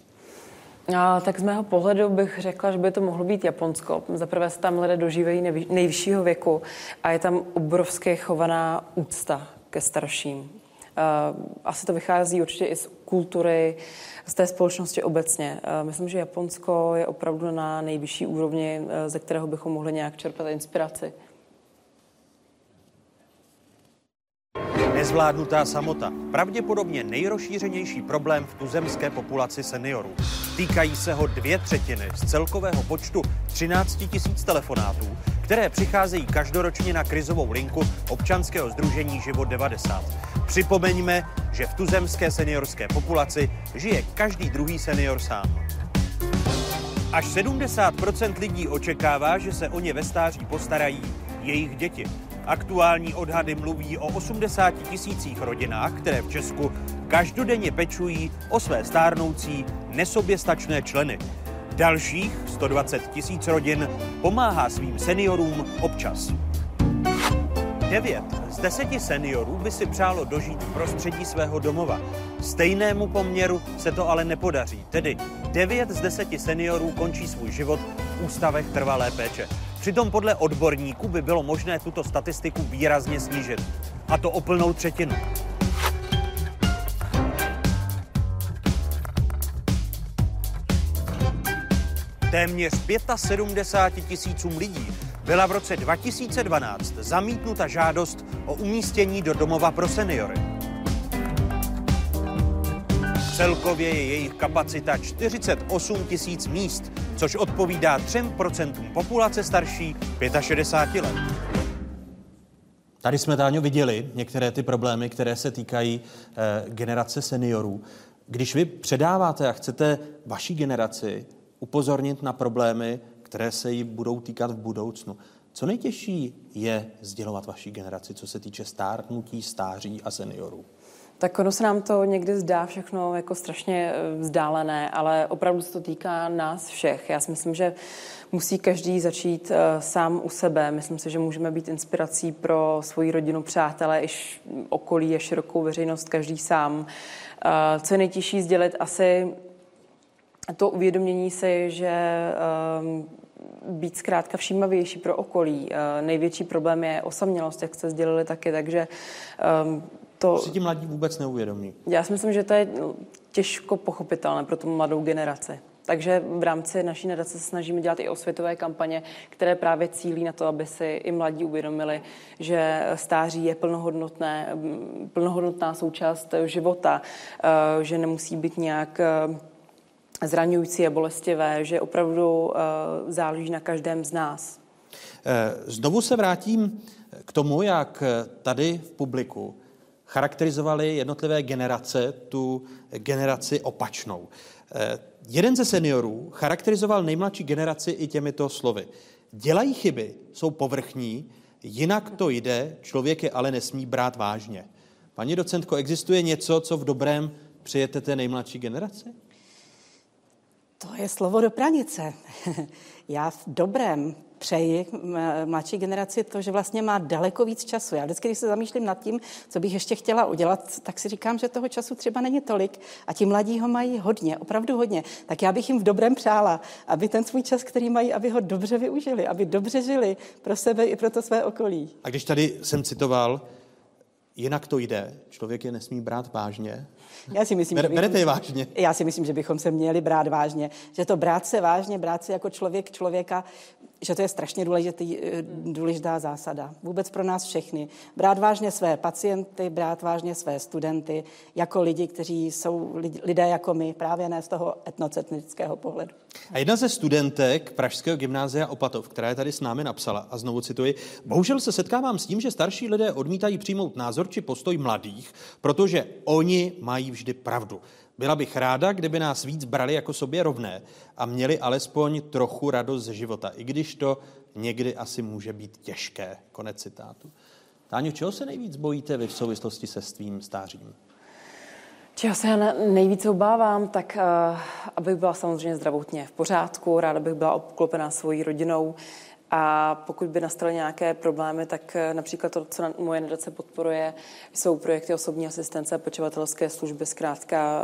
A, tak z mého pohledu bych řekla, že by to mohlo být Japonsko. Zaprvé se tam lidé dožívají nejvyššího věku a je tam obrovské chovaná úcta ke starším. Asi to vychází určitě i z kultury, z té společnosti obecně. Myslím, že Japonsko je opravdu na nejvyšší úrovni, ze kterého bychom mohli nějak čerpat inspiraci. Nezvládnutá samota. Pravděpodobně nejrozšířenější problém v tuzemské populaci seniorů. Týkají se ho dvě třetiny z celkového počtu třináct tisíc telefonátů, které přicházejí každoročně na krizovou linku občanského sdružení Život devadesát. Připomeňme, že v tuzemské seniorské populaci žije každý druhý senior sám. Až sedmdesát procent lidí očekává, že se o ně ve stáří postarají jejich děti. Aktuální odhady mluví o osmdesáti tisících rodinách, které v Česku každodenně pečují o své stárnoucí, nesoběstačné členy. Dalších sto dvacet tisíc rodin pomáhá svým seniorům občas. Devět z deseti seniorů by si přálo dožít v prostředí svého domova. Stejnému poměru se to ale nepodaří, tedy devět z deseti seniorů končí svůj život v ústavech trvalé péče. Přitom podle odborníků by bylo možné tuto statistiku výrazně snížit. A to o plnou třetinu. Téměř sedmdesáti pěti tisícům lidí byla v roce dva tisíce dvanáct zamítnuta žádost o umístění do domova pro seniory. Celkově je jejich kapacita čtyřicet osm tisíc míst, což odpovídá třem procentům populace starší šedesáti pěti let. Tady jsme, Táňo, viděli některé ty problémy, které se týkají eh, generace seniorů. Když vy předáváte a chcete vaší generaci upozornit na problémy, které se jí budou týkat v budoucnu, co nejtěžší je sdělovat vaší generaci, co se týče stárnutí, stáří a seniorů? Tak ono se nám to někdy zdá všechno jako strašně vzdálené, ale opravdu se to týká nás všech. Já si myslím, že musí každý začít uh, sám u sebe. Myslím si, že můžeme být inspirací pro svoji rodinu, přátelé, i okolí a širokou veřejnost, každý sám. Uh, co je nejtěžší sdělit asi to uvědomění si, že uh, být zkrátka všímavější pro okolí. Největší problém je osamělost, jak jste sdělili taky, takže to... Si ti mladí vůbec neuvědomí. Já si myslím, že to je těžko pochopitelné pro tu mladou generaci. Takže v rámci naší nadace se snažíme dělat i osvětové kampaně, které právě cílí na to, aby si i mladí uvědomili, že stáří je plnohodnotné, plnohodnotná součást života, že nemusí být nějak zraňující a bolestivé, že opravdu záleží na každém z nás. Znovu se vrátím k tomu, jak tady v publiku charakterizovali jednotlivé generace tu generaci opačnou. Jeden ze seniorů charakterizoval nejmladší generaci i těmito slovy. Dělají chyby, jsou povrchní, jinak to jde, člověk je ale nesmí brát vážně. Paní docentko, existuje něco, co v dobrém přijete té nejmladší generaci? To je slovo do pranice. Já v dobrém přeji mladší generaci to, že vlastně má daleko víc času. Já vždycky, když se zamýšlím nad tím, co bych ještě chtěla udělat, tak si říkám, že toho času třeba není tolik a ti mladí ho mají hodně, opravdu hodně. Tak já bych jim v dobrém přála, aby ten svůj čas, který mají, aby ho dobře využili, aby dobře žili pro sebe i pro to své okolí. A když tady jsem citoval, jinak to jde, člověk je nesmí brát vážně. Já si myslím, Ber, že bychom, berete je vážně? Já si myslím, že bychom se měli brát vážně. Že to brát se vážně, brát se jako člověk člověka, že to je strašně důležitý, důležitá zásada. Vůbec pro nás všechny. Brát vážně své pacienty, brát vážně své studenty, jako lidi, kteří jsou lidé jako my, právě ne z toho etnocentrického pohledu. A jedna ze studentek Pražského gymnázia Opatov, která je tady s námi napsala, a znovu cituji, bohužel se setkávám s tím, že starší lidé odmítají přijmout názor či postoj mladých, protože oni mají vždy pravdu. Byla bych ráda, kdyby nás víc brali jako sobě rovné a měli alespoň trochu radost ze života, i když to někdy asi může být těžké. Konec citátu. Táňo, čeho se nejvíc bojíte vy v souvislosti se svým stářím? Čeho se já nejvíce obávám, tak uh, abych byla samozřejmě zdravotně v pořádku, ráda bych byla obklopená svojí rodinou. A pokud by nastaly nějaké problémy, tak například to, co moje nadace podporuje, jsou projekty osobní asistence a pečovatelské služby, zkrátka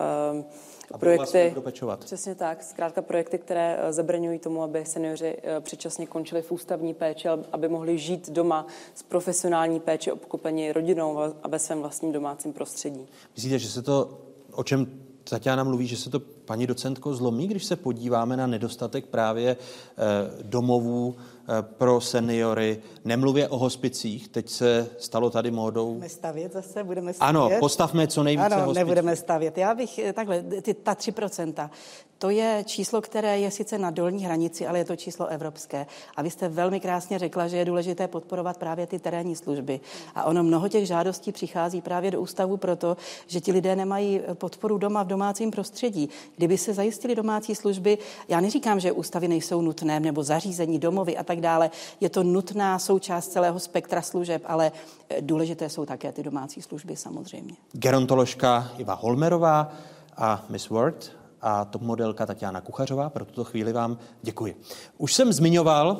a projekty. Pečovat. Přesně tak, zkrátka projekty, které zabraňují tomu, aby seniori předčasně končili v ústavní péči, aby mohli žít doma s profesionální péči, obklopeni rodinou a ve svém vlastním domácím prostředí. Myslíte, že se to, o čem Tatiana mluví, že se to, paní docentko, zlomí, když se podíváme na nedostatek právě eh, domovů eh, pro seniory, nemluvě o hospicích, teď se stalo tady módou. Budeme stavět zase, budeme stavět. Ano, postavme co nejvíce ano, hospiců. Nebudeme stavět. Já bych, takhle, ty, ta tři procenta, to je číslo, které je sice na dolní hranici, ale je to číslo evropské. A vy jste velmi krásně řekla, že je důležité podporovat právě ty terénní služby. A ono mnoho těch žádostí přichází právě do ústavu proto, že ti lidé nemají podporu doma v domácím prostředí. Kdyby se zajistili domácí služby, já neříkám, že ústavy nejsou nutné, nebo zařízení, domovy a tak dále, je to nutná součást celého spektra služeb, ale důležité jsou také ty domácí služby samozřejmě. Gerontoložka Iva Holmerová a Miss World a top modelka Tatiana Kuchařová. Pro tuto chvíli vám děkuji. Už jsem zmiňoval,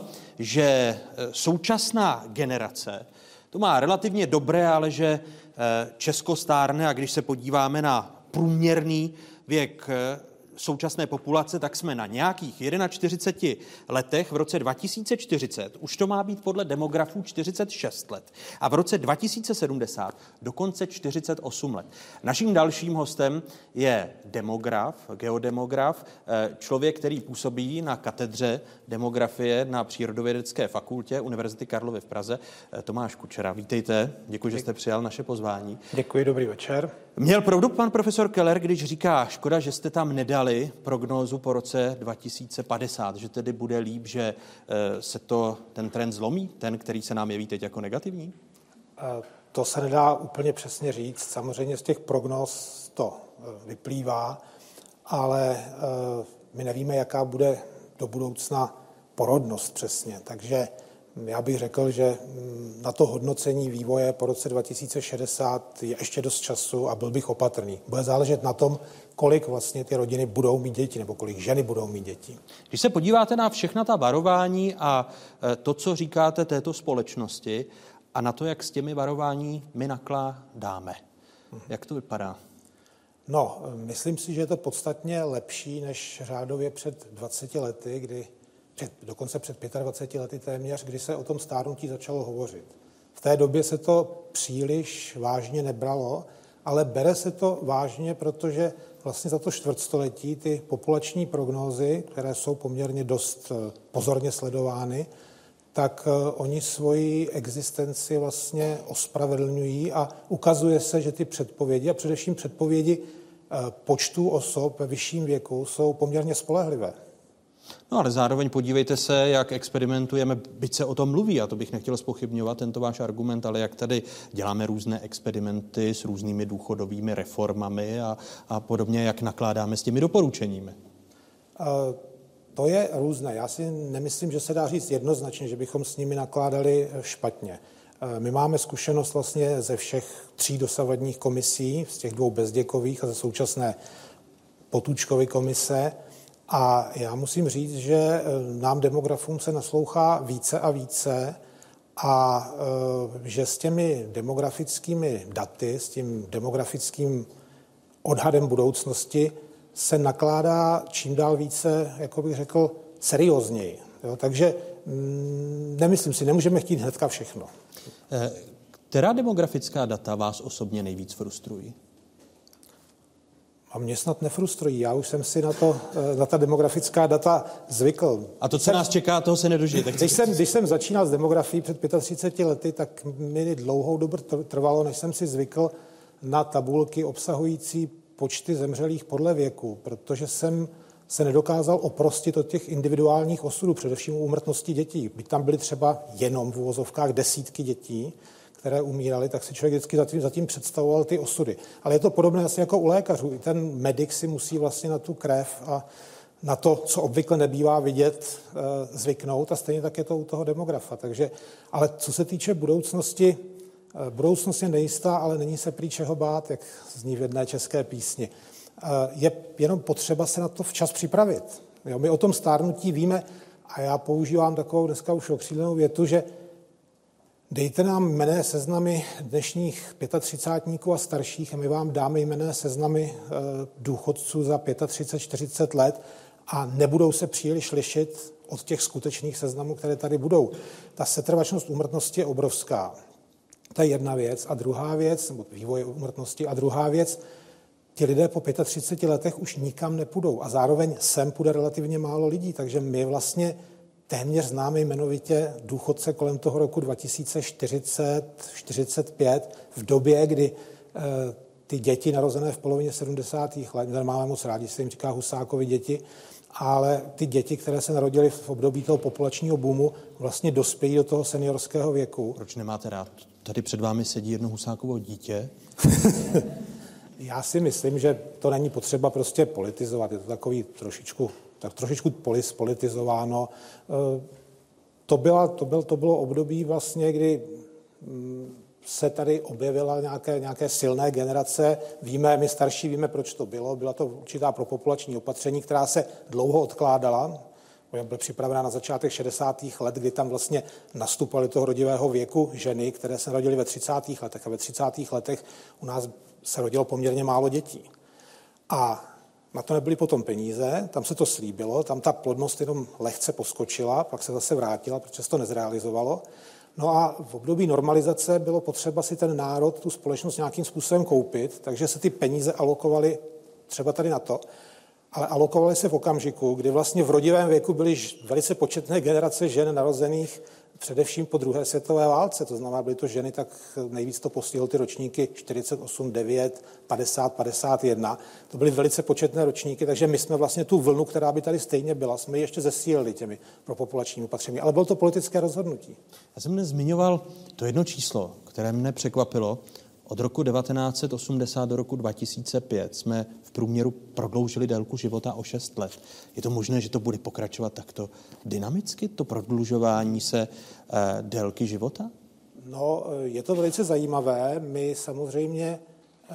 že současná generace to má relativně dobré, ale že Česko stárne a když se podíváme na průměrný věk současné populace, tak jsme na nějakých čtyřiceti jednadvaceti letech. V roce dva tisíce čtyřicet už to má být podle demografů čtyřicet šest let a v roce dva tisíce sedmdesát dokonce čtyřicet osm let. Naším dalším hostem je demograf, geodemograf, člověk, který působí na katedře demografie na Přírodovědecké fakultě Univerzity Karlovy v Praze, Tomáš Kučera. Vítejte, děkuji, že jste přijal naše pozvání. Děkuji, dobrý večer. Měl pravdu pan profesor Keller, když říká, škoda, že jste tam nedali prognózu po roce dva tisíce padesát, že tedy bude líp, že se to, ten trend zlomí, ten, který se nám jeví teď jako negativní? To se nedá úplně přesně říct. Samozřejmě z těch prognóz to vyplývá, ale my nevíme, jaká bude do budoucna porodnost přesně. Takže já bych řekl, že na to hodnocení vývoje po roce dva tisíce šedesát je ještě dost času a byl bych opatrný. Bude záležet na tom, kolik vlastně ty rodiny budou mít děti nebo kolik ženy budou mít děti. Když se podíváte na všechna ta varování a to, co říkáte této společnosti a na to, jak s těmi varování my nakládáme, hmm. jak to vypadá? No, myslím si, že je to podstatně lepší než řádově před dvaceti lety, kdy před, dokonce před dvaceti pěti lety téměř, kdy se o tom stárnutí začalo hovořit. V té době se to příliš vážně nebralo, ale bere se to vážně, protože vlastně za to čtvrtstoletí ty populační prognózy, které jsou poměrně dost pozorně sledovány, tak oni svoji existenci vlastně ospravedlňují a ukazuje se, že ty předpovědi a především předpovědi počtu osob ve vyšším věku jsou poměrně spolehlivé. No ale zároveň podívejte se, jak experimentujeme, byť se o tom mluví, a to bych nechtěl zpochybňovat tento váš argument, ale jak tady děláme různé experimenty s různými důchodovými reformami a, a podobně, jak nakládáme s těmi doporučeními. Uh, to je různé. Já si nemyslím, že se dá říct jednoznačně, že bychom s nimi nakládali špatně. Uh, my máme zkušenost vlastně ze všech tří dosavadních komisí, z těch dvou Bezděkových a ze současné Potůčkovy komise. A já musím říct, že nám demografům se naslouchá více a více a že s těmi demografickými daty, s tím demografickým odhadem budoucnosti se nakládá čím dál více, jako bych řekl, seriózněji. Jo, takže nemyslím si, nemůžeme chtít hnedka všechno. Která demografická data vás osobně nejvíc frustrují? A mě snad nefrustrují. Já už jsem si na, to, na ta demografická data zvykl. A to, co nás čeká, toho se nedožije. Tak když, jsem, když jsem začínal s demografií před třiceti pěti lety, tak mi dlouhou dobu trvalo, než jsem si zvykl na tabulky obsahující počty zemřelých podle věku, protože jsem se nedokázal oprostit od těch individuálních osudů, především u úmrtnosti dětí. Byť tam byly třeba jenom v uvozovkách desítky dětí, které umíraly, tak si člověk vždycky zatím, zatím představoval ty osudy. Ale je to podobné asi jako u lékařů. I ten medic si musí vlastně na tu krev a na to, co obvykle nebývá vidět, zvyknout a stejně tak je to u toho demografa. Takže, ale co se týče budoucnosti, budoucnost je nejistá, ale není se prý čeho bát, jak zní v jedné české písni. Je jenom potřeba se na to včas připravit. Jo, my o tom stárnutí víme a já používám takovou dneska už okřídlenou větu, že dejte nám jmenné seznamy dnešních třicátníků a starších a my vám dáme jmenné seznamy důchodců za třicet pět čtyřicet let a nebudou se příliš lišit od těch skutečných seznamů, které tady budou. Ta setrvačnost úmrtnosti je obrovská. To je jedna věc. A druhá věc, nebo vývoj úmrtnosti, a druhá věc, ti lidé po třiceti pěti letech už nikam nepůjdou a zároveň sem půjde relativně málo lidí, takže my vlastně téměř známe jmenovitě důchodce kolem toho roku dva tisíce čtyřicet čtyřicet pět, v době, kdy e, ty děti narozené v polovině sedmdesátých let, my máme moc rádi, se jim říká Husákovi děti, ale ty děti, které se narodily v období toho populačního boomu, vlastně dospějí do toho seniorského věku. Proč nemáte rád? Tady před vámi sedí jedno Husákovo dítě. Já si myslím, že to není potřeba prostě politizovat. Je to takový trošičku tak trošičku polis politizováno. To, byla, to, byl, to bylo období vlastně, kdy se tady objevila nějaké, nějaké silné generace. Víme, my starší víme, proč to bylo. Byla to určitá propopulační opatření, která se dlouho odkládala. Byla připravena na začátek šedesátých let, kdy tam vlastně nastupovaly toho rodivého věku ženy, které se narodily ve třicátých letech. A ve třicátých letech u nás se rodilo poměrně málo dětí. A na to nebyly potom peníze, tam se to slíbilo, tam ta plodnost jenom lehce poskočila, pak se zase vrátila, protože se to nezrealizovalo. No a v období normalizace bylo potřeba si ten národ, tu společnost nějakým způsobem koupit, takže se ty peníze alokovaly třeba tady na to, ale alokovaly se v okamžiku, kdy vlastně v rodivém věku byly velice početné generace žen narozených především po druhé světové válce, to znamená, byly to ženy, tak nejvíc to postihlo ty ročníky čtyřicet osm, devět, padesát, padesát jedna. To byly velice početné ročníky, takže my jsme vlastně tu vlnu, která by tady stejně byla, jsme ji ještě zesílili těmi propopulačními opatřeními, ale bylo to politické rozhodnutí. Já jsem dnes zmiňoval to jedno číslo, které mne překvapilo. Od roku devatenáct set osmdesát do roku dva tisíce pět jsme v průměru prodloužili délku života o šest let. Je to možné, že to bude pokračovat takto dynamicky, to prodlužování se eh, délky života? No, je to velice zajímavé. My samozřejmě eh,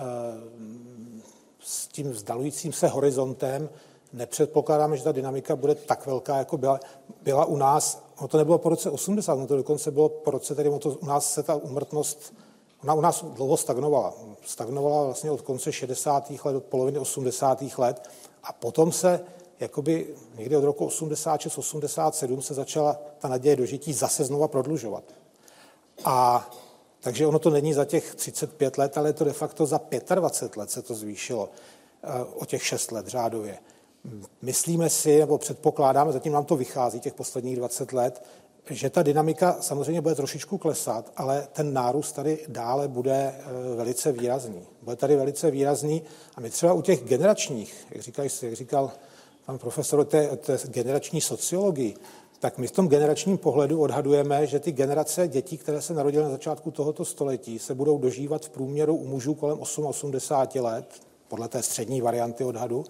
s tím vzdalujícím se horizontem nepředpokládáme, že ta dynamika bude tak velká, jako byla, byla u nás. No to nebylo po roce osmdesát, no to dokonce bylo po roce, tedy to, u nás se ta úmrtnost Ona u nás dlouho stagnovala. Stagnovala vlastně od konce šedesátých let, od poloviny osmdesátých let a potom se jakoby někdy od roku osmdesát šest osmdesát sedm se začala ta naděje dožití zase znova prodlužovat. A takže ono to není za těch třicet pět let, ale je to de facto za dvacet pět let se to zvýšilo o těch šest let řádově. Myslíme si, nebo předpokládáme, zatím nám to vychází těch posledních dvacet let, že ta dynamika samozřejmě bude trošičku klesat, ale ten nárůst tady dále bude velice výrazný. Bude tady velice výrazný a my třeba u těch generačních, jak, říkal, jak říkal pan profesor, té, té generační sociologii, tak my v tom generačním pohledu odhadujeme, že ty generace dětí, které se narodily na začátku tohoto století, se budou dožívat v průměru u mužů kolem osmdesát osm let, podle té střední varianty odhadu,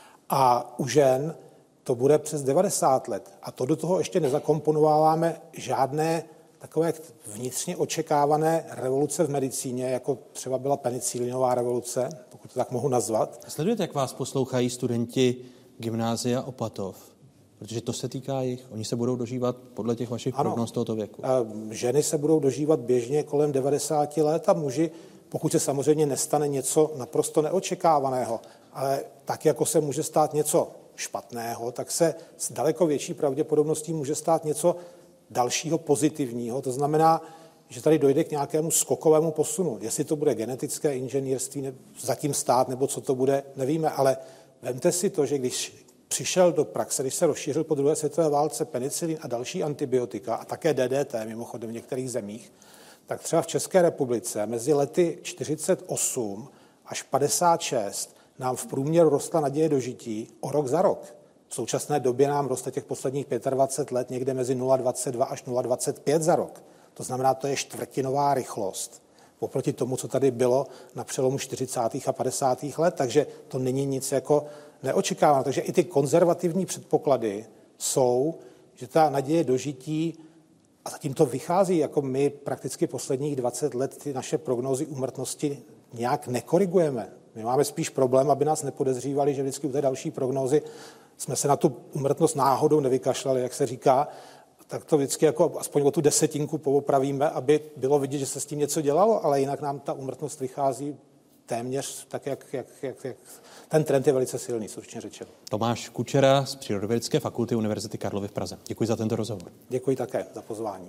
a u žen to bude přes devadesát let. A to do toho ještě nezakomponováváme žádné takové vnitřně očekávané revoluce v medicíně, jako třeba byla penicilinová revoluce, pokud to tak mohu nazvat. Sledujete, jak vás poslouchají studenti gymnázia Opatov? Protože to se týká jich. Oni se budou dožívat podle těch vašich prognóz tohoto věku. Ženy se budou dožívat běžně kolem devadesát let a muži, pokud se samozřejmě nestane něco naprosto neočekávaného, ale tak, jako se může stát něco špatného, tak se s daleko větší pravděpodobností může stát něco dalšího pozitivního. To znamená, že tady dojde k nějakému skokovému posunu. Jestli to bude genetické inženýrství, zatím stát, nebo co to bude, nevíme, ale vemte si to, že když přišel do praxe, když se rozšířil po druhé světové válce penicilin a další antibiotika a také D D T, mimochodem v některých zemích, tak třeba v České republice mezi lety čtyřicet osm až padesát šest nám v průměru rostla naděje dožití o rok za rok. V současné době nám roste těch posledních dvacet pět let někde mezi nula celá dvacet dva až nula celá dvacet pět za rok. To znamená, to je čtvrtinová rychlost oproti tomu, co tady bylo na přelomu čtyřicátých a padesátých let, takže to není nic jako neočekávané. Takže i ty konzervativní předpoklady jsou, že ta naděje dožití, a zatím to vychází, jako my prakticky posledních dvacet let ty naše prognózy úmrtnosti nějak nekorigujeme. My máme spíš problém, aby nás nepodezřívali, že vždycky u té další prognózy jsme se na tu úmrtnost náhodou nevykašlali, jak se říká, tak to vždycky jako aspoň o tu desetinku poopravíme, aby bylo vidět, že se s tím něco dělalo, ale jinak nám ta úmrtnost vychází téměř tak, jak, jak, jak, jak ten trend je velice silný, slušně řečeno. Tomáš Kučera z Přírodovědecké fakulty Univerzity Karlovy v Praze. Děkuji za tento rozhovor. Děkuji také za pozvání.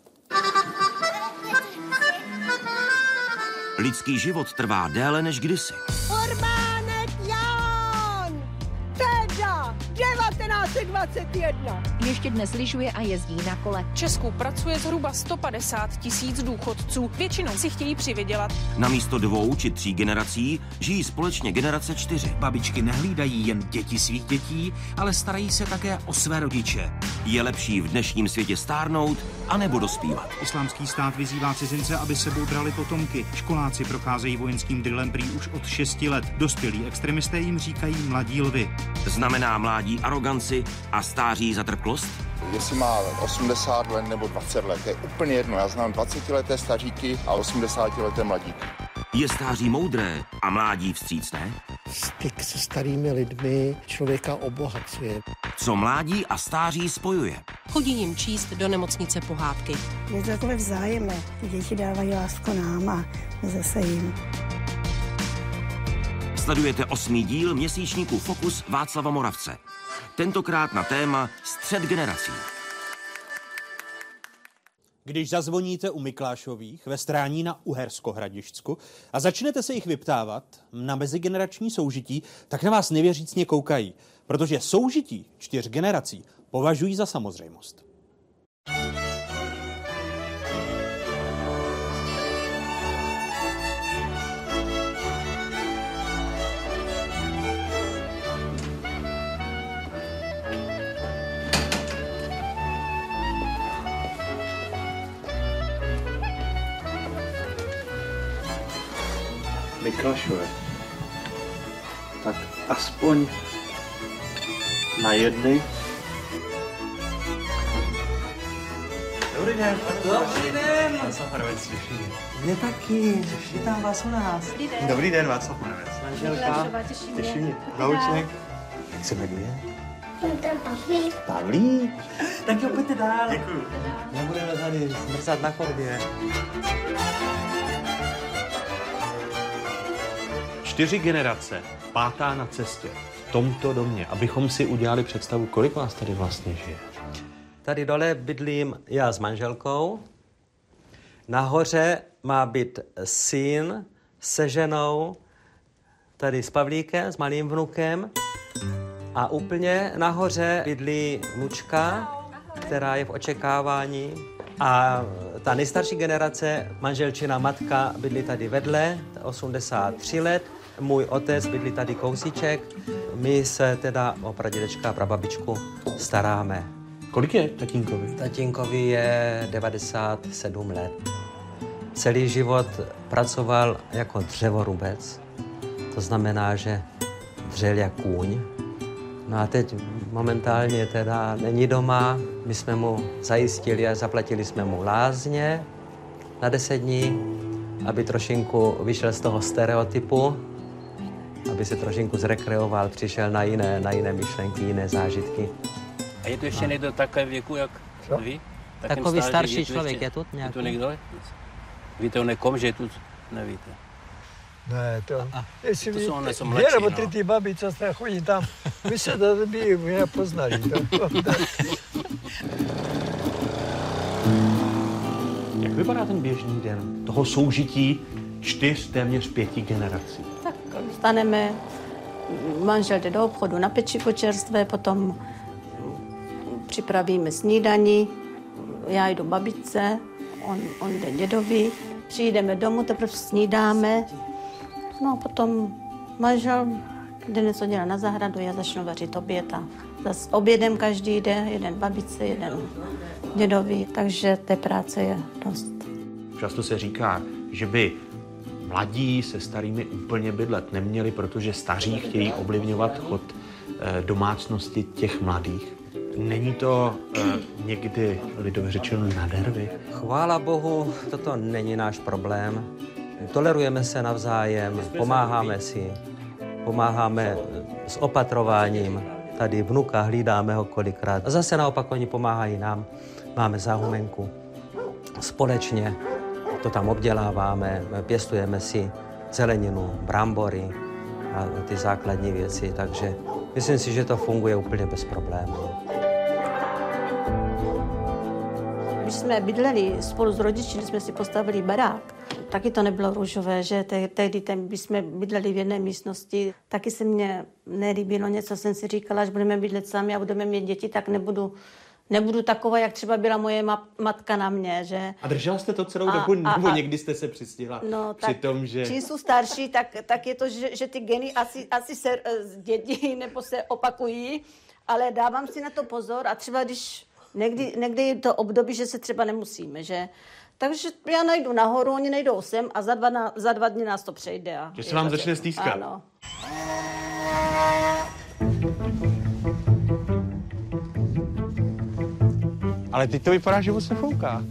Lidský život trvá déle než kdysi. Orbánek Jan! Teda devatenáct set dvacet jedna. Ještě dnes lyžuje a jezdí na kole. V Česku pracuje zhruba sto padesát tisíc důchodců. Většinou si chtějí přivydělat. Na místo dvou či tří generací žijí společně generace čtyři. Babičky nehlídají jen děti svých dětí, ale starají se také o své rodiče. Je lepší v dnešním světě stárnout anebo dospívat. Islámský stát vyzývá cizince, aby sebou brali potomky. Školáci procházejí vojenským drillem prý už od šesti let. Dospělí extremisté jim říkají mladí lvy. Znamená mládí aroganci a stáří zatrpklost? Jestli má osmdesát let nebo dvacet let, je úplně jedno. Já znám dvacetileté staříky a osmdesátileté mladíky. Je stáří moudré a mládí vstřícné? Styk se starými lidmi člověka obohacuje. Co mládí a stáří spojuje? Chodí jim číst do nemocnice pohádky. Je to takové vzájemné. Děti dávají lásku nám a my zase jim. Sledujete osmý díl měsíčníku Fokus Václava Moravce. Tentokrát na téma střet generací. Když zazvoníte u Miklášových ve Strání na Uhersko-Hradišťsku a začnete se jich vyptávat na mezigenerační soužití, tak na vás nevěřícně koukají, protože soužití čtyř generací považují za samozřejmost. Miklášové, tak aspoň na jedny. Dobrý den. Dobrý den. Václav Moravec, těším. Mě taky, vítám vás u nás. Dobrý den. Dobrý den, Václav Moravec. Manželka, těším. Nauček. Jak se jmenuje? Ten Pavlík. Pavlík. Tak jo, pojďte dál. Děkuju. Nebudeme tady smrzat na chodbě. Čtyři generace, pátá na cestě, v tomto domě, abychom si udělali představu, kolik vás tady vlastně žije. Tady dole bydlím já s manželkou. Nahoře má být syn se ženou, tady s Pavlíkem, s malým vnukem. A úplně nahoře bydlí vnučka, která je v očekávání. A ta nejstarší generace, manželčina matka, bydlí tady vedle, osmdesát tři let. Můj otec bydlí tady kousíček. My se teda o pradědečka a prababičku staráme. Kolik je tatínkovi? Tatínkovi je devadesát sedm let. Celý život pracoval jako dřevorubec. To znamená, že dřel jak kůň. No a teď momentálně teda není doma. My jsme mu zajistili a zaplatili jsme mu lázně na deset dní, aby trošinku vyšel z toho stereotypu, aby se trošinku zrekreoval, přišel na jiné, na jiné myšlenky, jiné zážitky. A je to ještě někdo takové věku, jak vy? Takový starší člověk je tu nějaký? Je tu někdo? Víte o nekom, že je tu? Nevíte. Ne, to... A, a, jestli to vy, jsou one, jsou mladší, dvě nebo no. tři ty babi, co jste chodí tam, my se to by nepoznali. To, to. Jak vypadá ten běžný den toho soužití čtyř, téměř pěti generací? Tak vstaneme, manžel jde do obchodu na pečivo čerstvé, potom připravíme snídani, já jdu babičce, on, on jde dědovi, přijdeme domů, teprve snídáme, no a potom manžel jde něco dělat na zahradu, já začnu vařit oběd a zase obědem každý jde, jeden babičce, jeden dědovi, takže té práce je dost. Často se říká, že by mladí se starými úplně bydlet neměli, protože staří chtějí ovlivňovat chod domácnosti těch mladých. Není to eh, někdy lidově řečeno na nervy? Chvála Bohu, toto není náš problém. Tolerujeme se navzájem, pomáháme si, pomáháme s opatrováním. Tady vnuka hlídáme ho kolikrát. A zase naopak oni pomáhají nám. Máme záhumenku. Společně to tam obděláváme, pěstujeme si zeleninu, brambory a ty základní věci, takže myslím si, že to funguje úplně bez problémů. Když jsme bydleli spolu s rodiči, když jsme si postavili barák, taky to nebylo růžové, že tehdy když jsme bydleli v jedné místnosti, taky se mně nelíbilo něco, jsem si říkala, až budeme bydlet sami a budeme mít děti, tak nebudu, nebudu taková, jak třeba byla moje ma- matka na mě, že... A držela jste to celou a, dobu, a, nebo a, někdy jste se přistihla no, při tom, že... Čím jsou starší, tak, tak je to, že, že ty geny asi, asi se dědí nebo se opakují, ale dávám si na to pozor a třeba když někdy, někdy je to období, že se třeba nemusíme, že... Takže já najdu nahoru, oni nejdou sem a za dva, na, za dva dny nás to přejde. A že se vám začne stýskat. Ano. Ale teď to vypadá, že se fouká.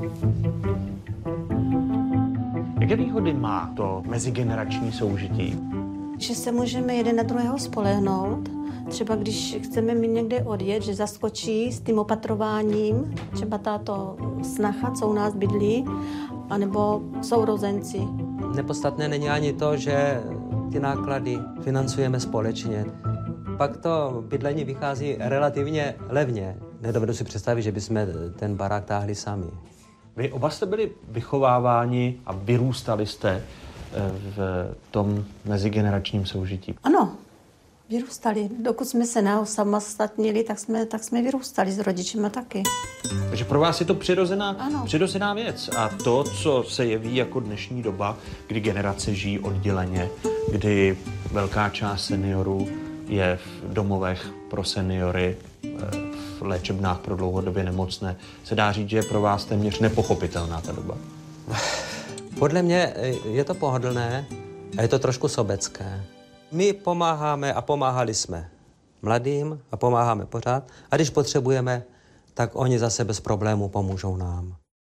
Jaké výhody má to mezigenerační soužití? Že se můžeme jeden na druhého spolehnout. Třeba když chceme mít někde odjet, že zaskočí s tím opatrováním, třeba táto snacha, co u nás bydlí, anebo sourozenci. Nepodstatné není ani to, že ty náklady financujeme společně. Pak to bydlení vychází relativně levně. Nedovedu si představit, že bychom ten barák táhli sami. Vy oba jste byli vychováváni a vyrůstali jste v tom mezigeneračním soužití. Ano, vyrůstali. Dokud jsme se neosamostatnili, tak jsme, tak jsme vyrůstali s rodičima taky. Takže pro vás je to přirozená, ano. přirozená věc. A to, co se jeví jako dnešní doba, kdy generace žijí odděleně, kdy velká část seniorů je v domovech pro seniory, v léčebnách pro dlouhodobě nemocné, se dá říct, že je pro vás téměř nepochopitelná ta doba. Podle mě je to pohodlné a je to trošku sobecké. My pomáháme a pomáhali jsme mladým a pomáháme pořád. A když potřebujeme, tak oni zase bez problémů pomůžou nám.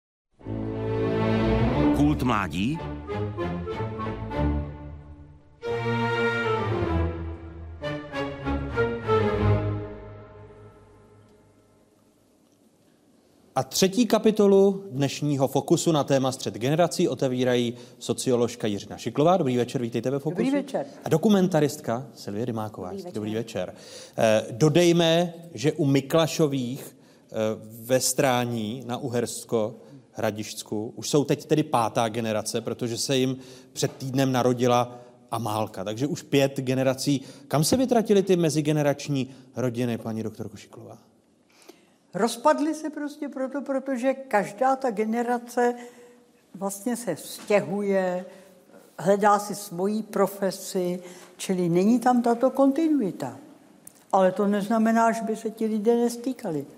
Kult mládí? A třetí kapitolu dnešního Fokusu na téma střet generací otevírají socioložka Jiřina Šiklová. Dobrý večer, vítejte ve Fokusu. Dobrý večer. A dokumentaristka Silvie Rymáková. Dobrý večer. Dobrý večer. Eh, dodejme, že u Miklašových eh, ve Strání na Uhersko Hradišťsku už jsou teď tedy pátá generace, protože se jim před týdnem narodila Amálka. Takže už pět generací. Kam se vytratily ty mezigenerační rodiny, paní doktorko Šiklová? Rozpadly se prostě proto, protože každá ta generace vlastně se stěhuje, hledá si svoji profesi, čili není tam tato kontinuita. Ale to neznamená, že by se ti lidé nestýkali.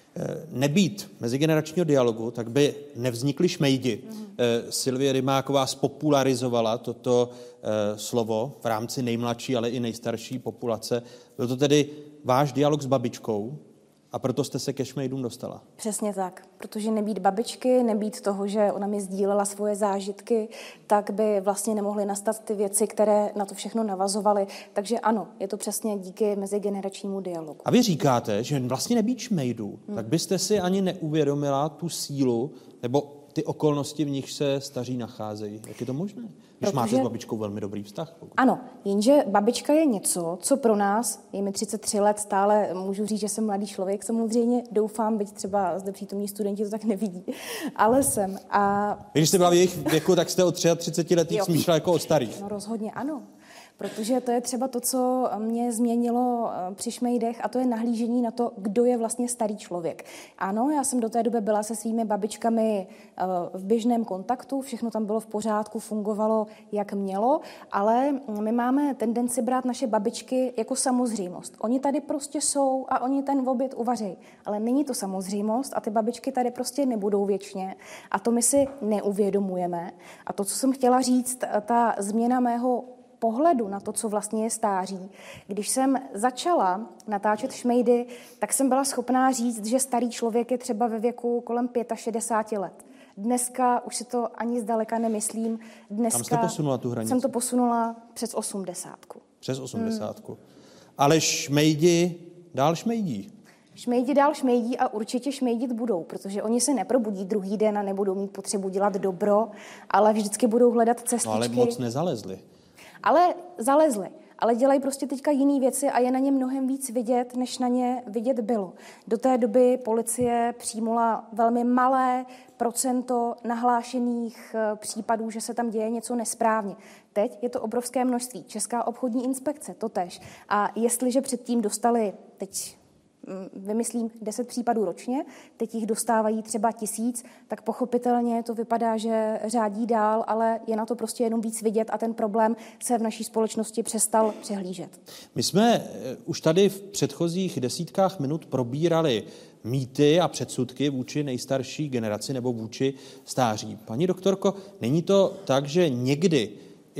Nebýt mezigeneračního dialogu, tak by nevznikly šmejdi. Mm. Silvie Rymáková spopularizovala toto slovo v rámci nejmladší, ale i nejstarší populace. Byl to tedy váš dialog s babičkou a proto jste se ke šmejdům dostala. Přesně tak, protože nebýt babičky, nebýt toho, že ona mi sdílela svoje zážitky, tak by vlastně nemohly nastat ty věci, které na to všechno navazovaly. Takže ano, je to přesně díky mezigeneračnímu dialogu. A vy říkáte, že vlastně nebýt šmejdů, hmm. tak byste si ani neuvědomila tu sílu nebo ty okolnosti, v nich se staří nacházejí. Jak je to možné? Když Protože... máte s babičkou velmi dobrý vztah. Pokud... Ano, jenže babička je něco, co pro nás, je mi třicet tři let, stále můžu říct, že jsem mladý člověk, samozřejmě doufám, byť třeba zde přítomní studenti to tak nevidí, ale jsem. A... Když jste byla v jejich věku, tak jste o třicet tři letých smýšlela jako o starých. No rozhodně ano. Protože to je třeba to, co mě změnilo při šmejdech, a to je nahlížení na to, kdo je vlastně starý člověk. Ano, já jsem do té doby byla se svými babičkami v běžném kontaktu, všechno tam bylo v pořádku, fungovalo, jak mělo, ale my máme tendenci brát naše babičky jako samozřejmost. Oni tady prostě jsou a oni ten oběd uvaří, ale není to samozřejmost a ty babičky tady prostě nebudou věčně a to my si neuvědomujeme. A to, co jsem chtěla říct, ta změna mého pohledu na to, co vlastně je stáří. Když jsem začala natáčet šmejdy, tak jsem byla schopná říct, že starý člověk je třeba ve věku kolem šedesáti pěti let. Dneska už si to ani zdaleka nemyslím. Dneska Tam jste posunula tu hranici? Jsem to posunula přes osmdesátku. Přes osmdesátku. Hmm. Ale šmejdi dál šmejdí. Šmejdi dál šmejdí a určitě šmejdit budou, protože oni se neprobudí druhý den a nebudou mít potřebu dělat dobro, ale vždycky budou hledat cestičky. No ale moc nezalezli. Ale zalezli, ale dělají prostě teďka jiné věci a je na ně mnohem víc vidět, než na ně vidět bylo. Do té doby policie přijmula velmi malé procento nahlášených případů, že se tam děje něco nesprávně. Teď je to obrovské množství. Česká obchodní inspekce, totéž. A jestliže předtím dostali, teď vymyslím, deset případů ročně, teď jich dostávají třeba tisíc, tak pochopitelně to vypadá, že řádí dál, ale je na to prostě jenom víc vidět a ten problém se v naší společnosti přestal přehlížet. My jsme už tady v předchozích desítkách minut probírali mýty a předsudky vůči nejstarší generaci nebo vůči stáří. Paní doktorko, není to tak, že někdy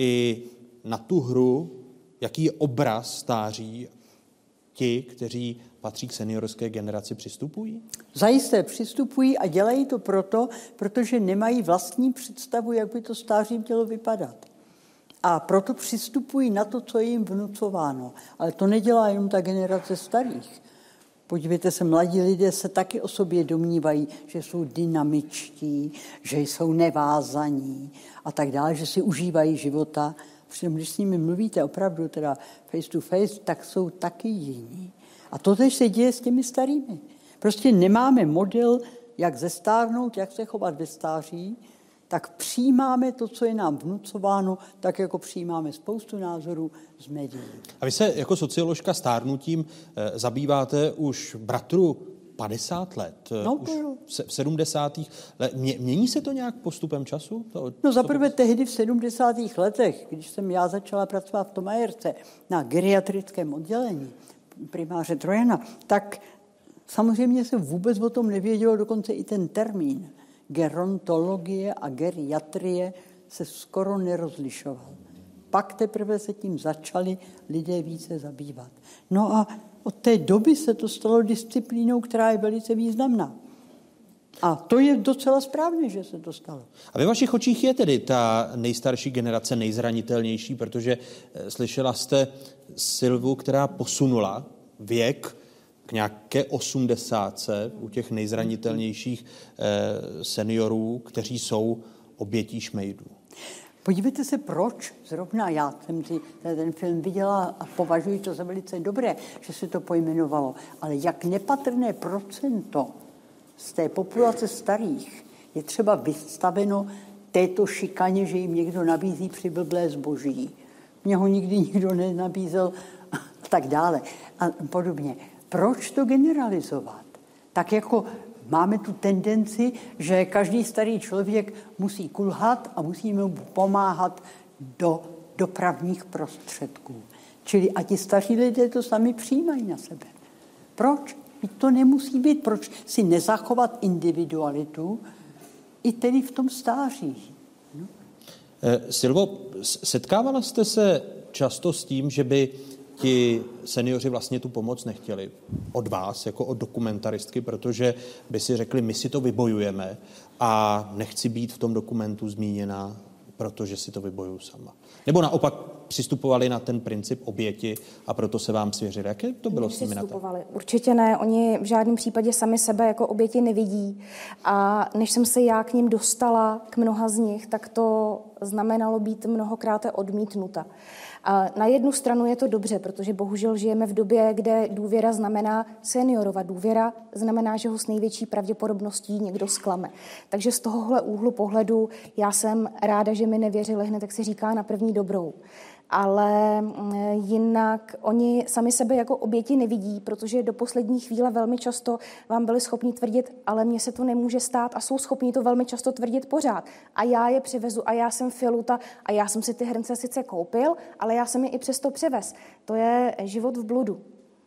i na tu hru, jaký je obraz stáří, ti, kteří patří k seniorské generaci, přistupují? Zajisté přistupují a dělají to proto, protože nemají vlastní představu, jak by to stáří mělo vypadat. A proto přistupují na to, co je jim vnucováno. Ale to nedělá jenom ta generace starých. Podívejte se, mladí lidé se taky o sobě domnívají, že jsou dynamičtí, že jsou nevázaní a tak dále, že si užívají života. Přitom, když s nimi mluvíte opravdu teda face to face, tak jsou taky jiní. A to tež se děje s těmi starými. Prostě nemáme model, jak zestárnout, jak se chovat ve stáří, tak přijímáme to, co je nám vnucováno, tak jako přijímáme spoustu názorů z médií. A vy se jako socioložka stárnutím eh, zabýváte už bratru padesát let, no, už v sedmdesátých let. Mění se to nějak postupem času? To, no zaprvé tehdy v sedmdesátých letech, když jsem já začala pracovat v Tomajerce na geriatrickém oddělení primáře Trojana, tak samozřejmě se vůbec o tom nevědělo, dokonce i ten termín gerontologie a geriatrie se skoro nerozlišoval. Pak teprve se tím začali lidé více zabývat. No a od té doby se to stalo disciplínou, která je velice významná. A to je docela správně, že se to stalo. A ve vašich očích je tedy ta nejstarší generace nejzranitelnější, protože slyšela jste Silvu, která posunula věk, k nějaké osmdesátce u těch nejzranitelnějších eh, seniorů, kteří jsou obětí šmejdů. Podívejte se, proč zrovna já jsem si ten film viděla a považuji to za velice dobré, že se to pojmenovalo. Ale jak nepatrné procento z té populace starých je třeba vystaveno této šikaně, že jim někdo nabízí přiblblé zboží. Mně ho nikdy nikdo nenabízel a tak dále a podobně. Proč to generalizovat? Tak jako máme tu tendenci, že každý starý člověk musí kulhat a musíme mu pomáhat do dopravních prostředků. Čili a ti staří lidé to sami přijímají na sebe. Proč? To nemusí být. Proč si nezachovat individualitu i tedy v tom stáří? No. Eh, Silvo, setkávala jste se často s tím, že by ti seniori vlastně tu pomoc nechtěli od vás, jako od dokumentaristky, protože by si řekli, my si to vybojujeme a nechci být v tom dokumentu zmíněna, protože si to vybojuju sama. Nebo naopak přistupovali na ten princip oběti a proto se vám svěřili. Jaké to bylo s nimi na to? Určitě ne, oni v žádném případě sami sebe jako oběti nevidí. A než jsem se já k ním dostala, k mnoha z nich, tak to znamenalo být mnohokrát odmítnuta. A na jednu stranu je to dobře, protože bohužel žijeme v době, kde důvěra znamená seniorova důvěra, znamená, že ho s největší pravděpodobností někdo zklame. Takže z tohohle úhlu pohledu já jsem ráda, že mi nevěřili hned, jak se říká, na první dobrou. Ale jinak oni sami sebe jako oběti nevidí, protože do poslední chvíle velmi často vám byli schopni tvrdit, ale mně se to nemůže stát a jsou schopni to velmi často tvrdit pořád. A já je přivezu a já jsem filuta a já jsem si ty hrnce sice koupil, ale já jsem je i přesto přivez. To je život v bludu.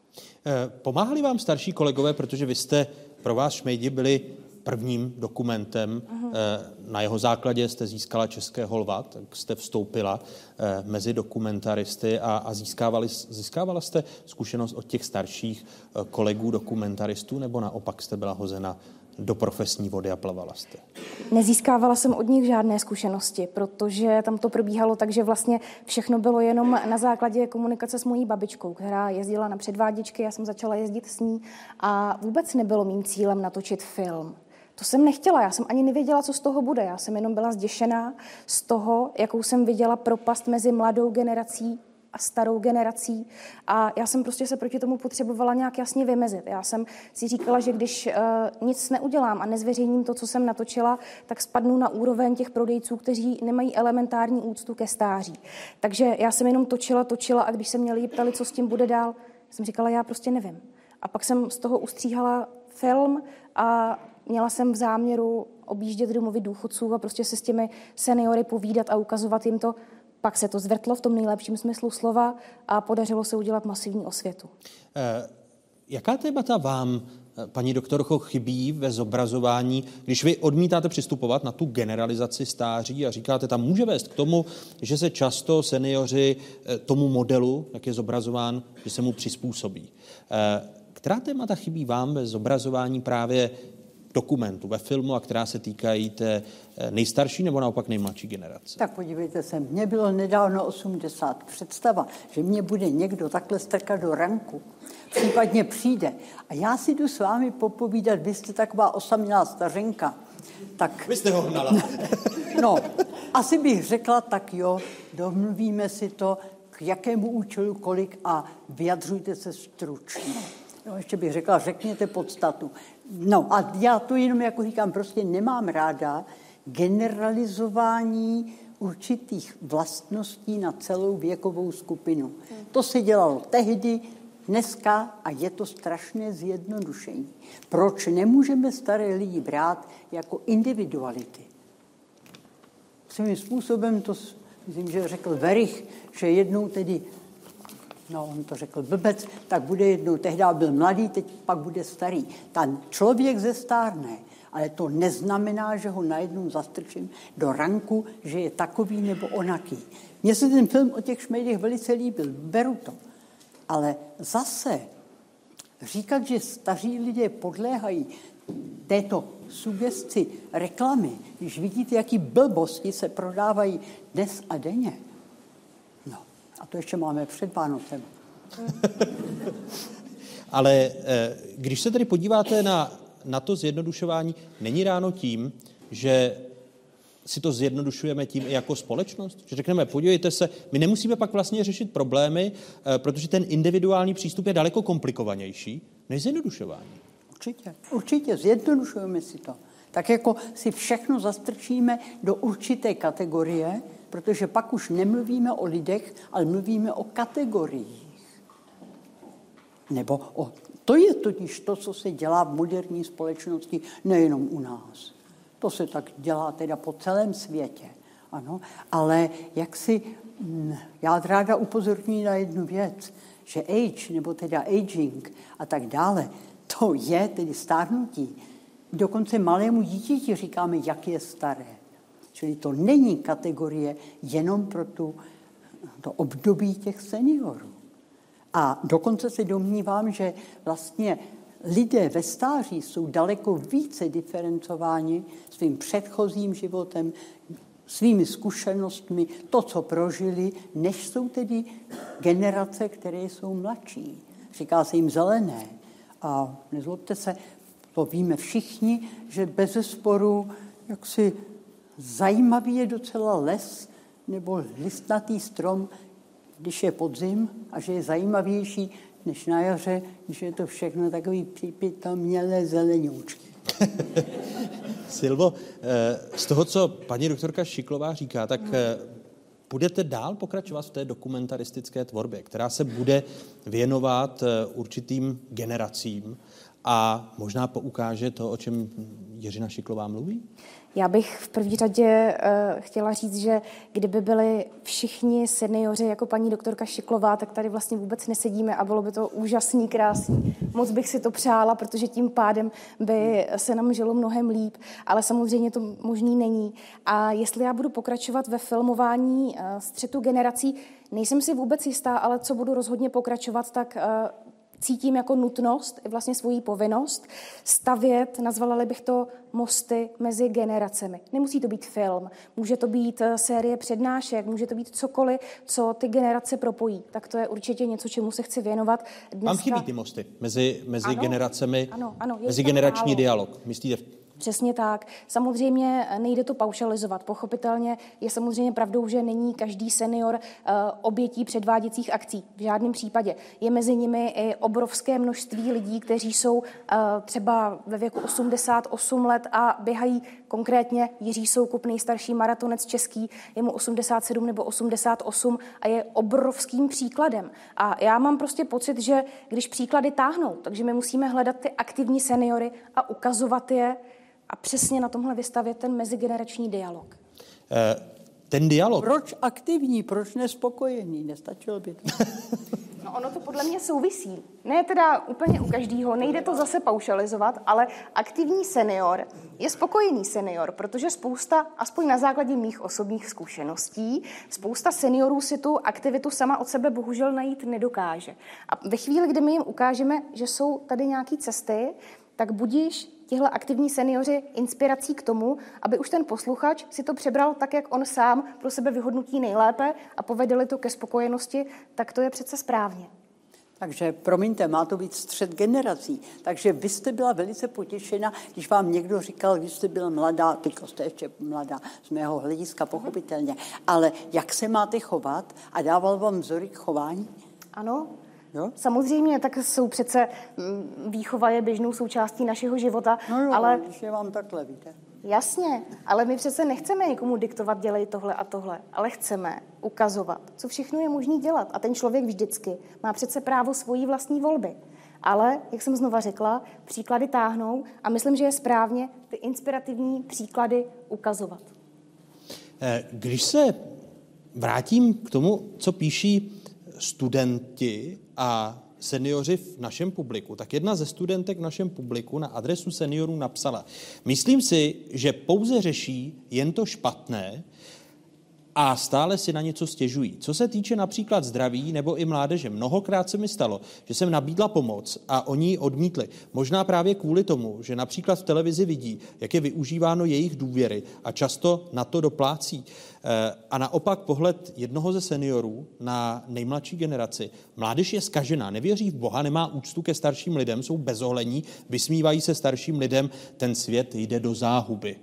Pomáhali vám starší kolegové, protože vy jste, pro vás šmejdi byli prvním dokumentem. Uh-huh. Na jeho základě jste získala Českého lva, tak jste vstoupila mezi dokumentaristy a, a získávali, získávala jste zkušenost od těch starších kolegů dokumentaristů, nebo naopak jste byla hozena do profesní vody a plavala jste? Nezískávala jsem od nich žádné zkušenosti, protože tam to probíhalo tak, že vlastně všechno bylo jenom na základě komunikace s mojí babičkou, která jezdila na předváděčky, já jsem začala jezdit s ní a vůbec nebylo mým cílem natočit film. To jsem nechtěla, já jsem ani nevěděla, co z toho bude. Já jsem jenom byla zděšená z toho, jakou jsem viděla propast mezi mladou generací a starou generací. A já jsem prostě se proti tomu potřebovala nějak jasně vymezit. Já jsem si říkala, že když uh, nic neudělám a nezveřejním to, co jsem natočila, tak spadnu na úroveň těch prodejců, kteří nemají elementární úctu ke stáří. Takže já jsem jenom točila, točila a když se mě lidi ptali, co s tím bude dál, jsem říkala, já prostě nevím. A pak jsem z toho ustříhala film a měla jsem v záměru objíždět domovy důchodců a prostě se s těmi seniory povídat a ukazovat jim to. Pak se to zvrtlo v tom nejlepším smyslu slova a podařilo se udělat masivní osvětu. Eh, jaká témata vám, paní doktorko, chybí ve zobrazování, když vy odmítáte přistupovat na tu generalizaci stáří a říkáte, tam může vést k tomu, že se často seniori tomu modelu, jak je zobrazován, že se mu přizpůsobí. Eh, která témata chybí vám ve zobrazování právě dokumentu, ve filmu, a která se týkají té nejstarší nebo naopak nejmladší generace? Tak podívejte se, mně bylo nedávno osmdesát. Představa, že mě bude někdo takhle strkat do ranku, případně přijde a já si jdu s vámi popovídat, vy jste taková osamělá stařenka. Tak... Vy jste ho hnala. No, asi bych řekla, tak jo, domluvíme si to, k jakému účelu, kolik a vyjadřujte se stručně. No, ještě bych řekla, řekněte podstatu. No a já to jenom, jako říkám, prostě nemám ráda generalizování určitých vlastností na celou věkovou skupinu. To se dělalo tehdy, dneska a je to strašné zjednodušení. Proč nemůžeme staré lidi brát jako individuality? Svým způsobem to, myslím, že řekl Verich, že jednou tedy no, on to řekl blbec, tak bude jednou, tehdy byl mladý, teď pak bude starý. Ten člověk zestárne, ale to neznamená, že ho najednou zastrčím do ranku, že je takový nebo onaký. Mně se ten film o těch šmejdech velice líbil, beru to. Ale zase říkat, že staří lidé podléhají této sugesci reklamy, když vidíte, jaký blbosti se prodávají dnes a denně, a to ještě máme před Vánocem. Ale když se tedy podíváte na, na to zjednodušování, není dáno tím, že si to zjednodušujeme tím i jako společnost? Že řekneme, podívejte se, my nemusíme pak vlastně řešit problémy, protože ten individuální přístup je daleko komplikovanější než zjednodušování. Určitě, určitě, zjednodušujeme si to. Tak jako si všechno zastrčíme do určité kategorie, protože pak už nemluvíme o lidech, ale mluvíme o kategoriích. Nebo o, to je totiž to, co se dělá v moderní společnosti, nejenom u nás. To se tak dělá teda po celém světě. Ano, ale jak si, já ráda upozorňuji na jednu věc, že age, nebo teda aging a tak dále, to je tedy stárnutí. Dokonce malému dítěti říkáme, jak je staré. Čili to není kategorie jenom pro tu, to období těch seniorů. A dokonce se domnívám, že vlastně lidé ve stáří jsou daleko více diferencováni svým předchozím životem, svými zkušenostmi, to, co prožili, než jsou tedy generace, které jsou mladší. Říká se jim zelené. A nezlobte se, to víme všichni, že bezesporu jaksi zajímavý je docela les nebo listnatý strom, když je podzim, a že je zajímavější než na jaře, když je to všechno takový připitomělé zeleňoučky. Silvo, z toho, co paní doktorka Šiklová říká, tak budete dál pokračovat v té dokumentaristické tvorbě, která se bude věnovat určitým generacím a možná poukáže to, o čem Jiřina Šiklová mluví? Já bych v první řadě uh, chtěla říct, že kdyby byli všichni seniori jako paní doktorka Šiklová, tak tady vlastně vůbec nesedíme a bylo by to úžasný, krásný. Moc bych si to přála, protože tím pádem by se nám žilo mnohem líp, ale samozřejmě to možný není. A jestli já budu pokračovat ve filmování uh, střetu generací, nejsem si vůbec jistá, ale co budu rozhodně pokračovat, tak uh, cítím jako nutnost, i vlastně svoji povinnost, stavět, nazvala bych to, mosty mezi generacemi. Nemusí to být film, může to být série přednášek, může to být cokoliv, co ty generace propojí. Tak to je určitě něco, čemu se chci věnovat. Dneska... Vám chybí ty mosty mezi, mezi ano, generacemi, ano, ano, mezigenerační dialog. Myslíte? Přesně tak. Samozřejmě nejde to paušalizovat. Pochopitelně je samozřejmě pravdou, že není každý senior uh, obětí předváděcích akcí. V žádném případě. Je mezi nimi i obrovské množství lidí, kteří jsou uh, třeba ve věku osmdesát osm let a běhají konkrétně Jiří Soukup, nejstarší maratonec český, je mu osmdesát sedm nebo osmdesát osm a je obrovským příkladem. A já mám prostě pocit, že když příklady táhnou, takže my musíme hledat ty aktivní seniory a ukazovat je a přesně na tomhle vystavět ten mezigenerační dialog. Ten dialog. Proč aktivní, proč nespokojený? Nestačilo by to? No ono to podle mě souvisí. Ne teda úplně u každého, nejde to zase paušalizovat, ale aktivní senior je spokojený senior, protože spousta, aspoň na základě mých osobních zkušeností, spousta seniorů si tu aktivitu sama od sebe bohužel najít nedokáže. A ve chvíli, kdy my jim ukážeme, že jsou tady nějaké cesty, tak budíš tihle aktivní seniori inspirací k tomu, aby už ten posluchač si to přebral tak, jak on sám pro sebe vyhodnotí nejlépe a povedeli to ke spokojenosti, tak to je přece správně. Takže, promiňte, má to být střet generací. Takže vy jste byla velice potěšena, když vám někdo říkal, když jste byla mladá, teďko jste ještě mladá, z mého hlediska pochopitelně, ale jak se máte chovat a dával vám vzory k chování? Ano. Jo? Samozřejmě, tak jsou přece, výchova je běžnou součástí našeho života, no jo, ale... když je vám takhle, víte. Jasně, ale my přece nechceme někomu diktovat, dělej tohle a tohle, ale chceme ukazovat, co všechno je možné dělat. A ten člověk vždycky má přece právo svojí vlastní volby. Ale, jak jsem znova řekla, příklady táhnou a myslím, že je správně ty inspirativní příklady ukazovat. Když se vrátím k tomu, co píší studenti a seniori v našem publiku, tak jedna ze studentek v našem publiku na adresu seniorů napsala: myslím si, že pouze řeší jen to špatné a stále si na něco stěžují. Co se týče například zdraví nebo i mládeže, mnohokrát se mi stalo, že jsem nabídla pomoc a oni ji odmítli. Možná právě kvůli tomu, že například v televizi vidí, jak je využíváno jejich důvěry a často na to doplácí. A naopak pohled jednoho ze seniorů na nejmladší generaci. Mládež je zkažená, nevěří v Boha, nemá úctu ke starším lidem, jsou bezohlední, vysmívají se starším lidem, ten svět jde do záhuby.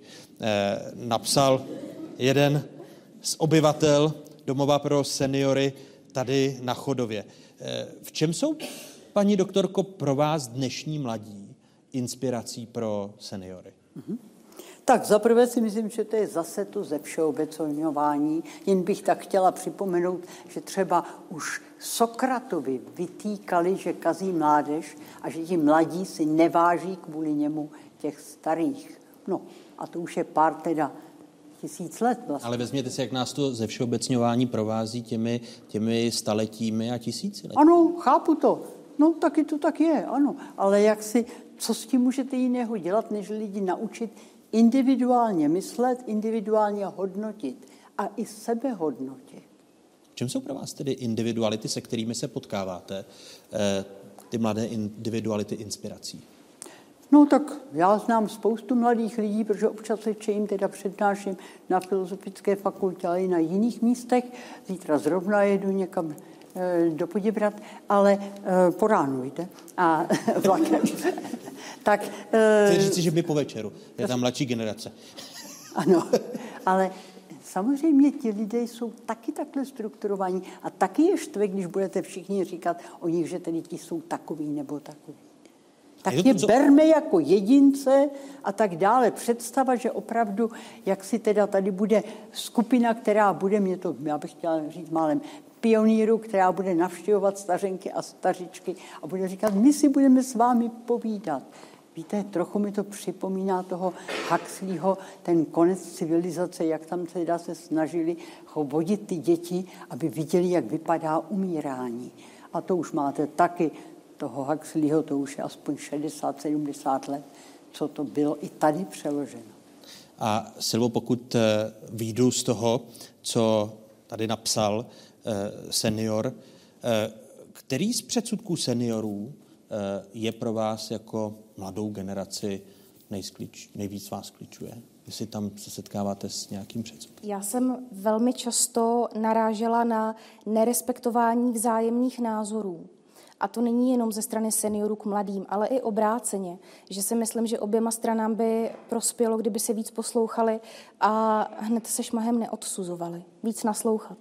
Napsal jeden z obyvatel domova pro seniory tady na Chodově. V čem jsou, paní doktorko, pro vás dnešní mladí inspirací pro seniory? Mm-hmm. Tak zaprvé si myslím, že to je zase to zevšeobecňování. Jen bych tak chtěla připomenout, že třeba už Sokratovi vytýkali, že kazí mládež a že ti mladí si neváží kvůli němu těch starých. No a to už je pár teda tisíc let vlastně. Ale vezměte si, jak nás to zevšeobecňování provází těmi, těmi staletími a tisíciletí. Ano, chápu to. No taky to tak je, ano. Ale jak si, co s tím můžete jiného dělat, než lidi naučit individuálně myslet, individuálně hodnotit a i sebehodnotit. V čem jsou pro vás tedy individuality, se kterými se potkáváte, ty mladé individuality inspirací? No tak já znám spoustu mladých lidí, protože občas se jim teda přednáším na Filozofické fakultě, ale i na jiných místech. Zítra zrovna jedu někam e, do Poděbrad, ale e, po ránu jde a vlakem. Tak, uh, Chci říci, že by po večeru. Je tam mladší generace. Ano, ale samozřejmě ti lidé jsou taky takhle strukturovaní a taky je štve, když budete všichni říkat o nich, že tedy ti jsou takový nebo takový. Tak je co... berme jako jedince a tak dále. Představa, že opravdu, jak si teda tady bude skupina, která bude, mě to, já bych chtěla říct málem, pionýrů, která bude navštěvovat stařenky a stařičky a bude říkat, my si budeme s vámi povídat. Víte, trochu mi to připomíná toho Huxleyho, ten konec civilizace, jak tam teda se snažili vodit ty děti, aby viděli, jak vypadá umírání. A to už máte taky toho Huxleyho, to už je aspoň šedesát sedmdesát let, co to bylo i tady přeloženo. A Silvo, pokud vyjdu z toho, co tady napsal senior, který z předsudků seniorů je pro vás jako mladou generaci nejsklič, nejvíc vás skličuje? Jestli tam se setkáváte s nějakým předsudkem? Já jsem velmi často narážela na nerespektování vzájemných názorů. A to není jenom ze strany seniorů k mladým, ale i obráceně. Že si myslím, že oběma stranám by prospělo, kdyby se víc poslouchali a hned se šmahem neodsuzovali. Víc naslouchat.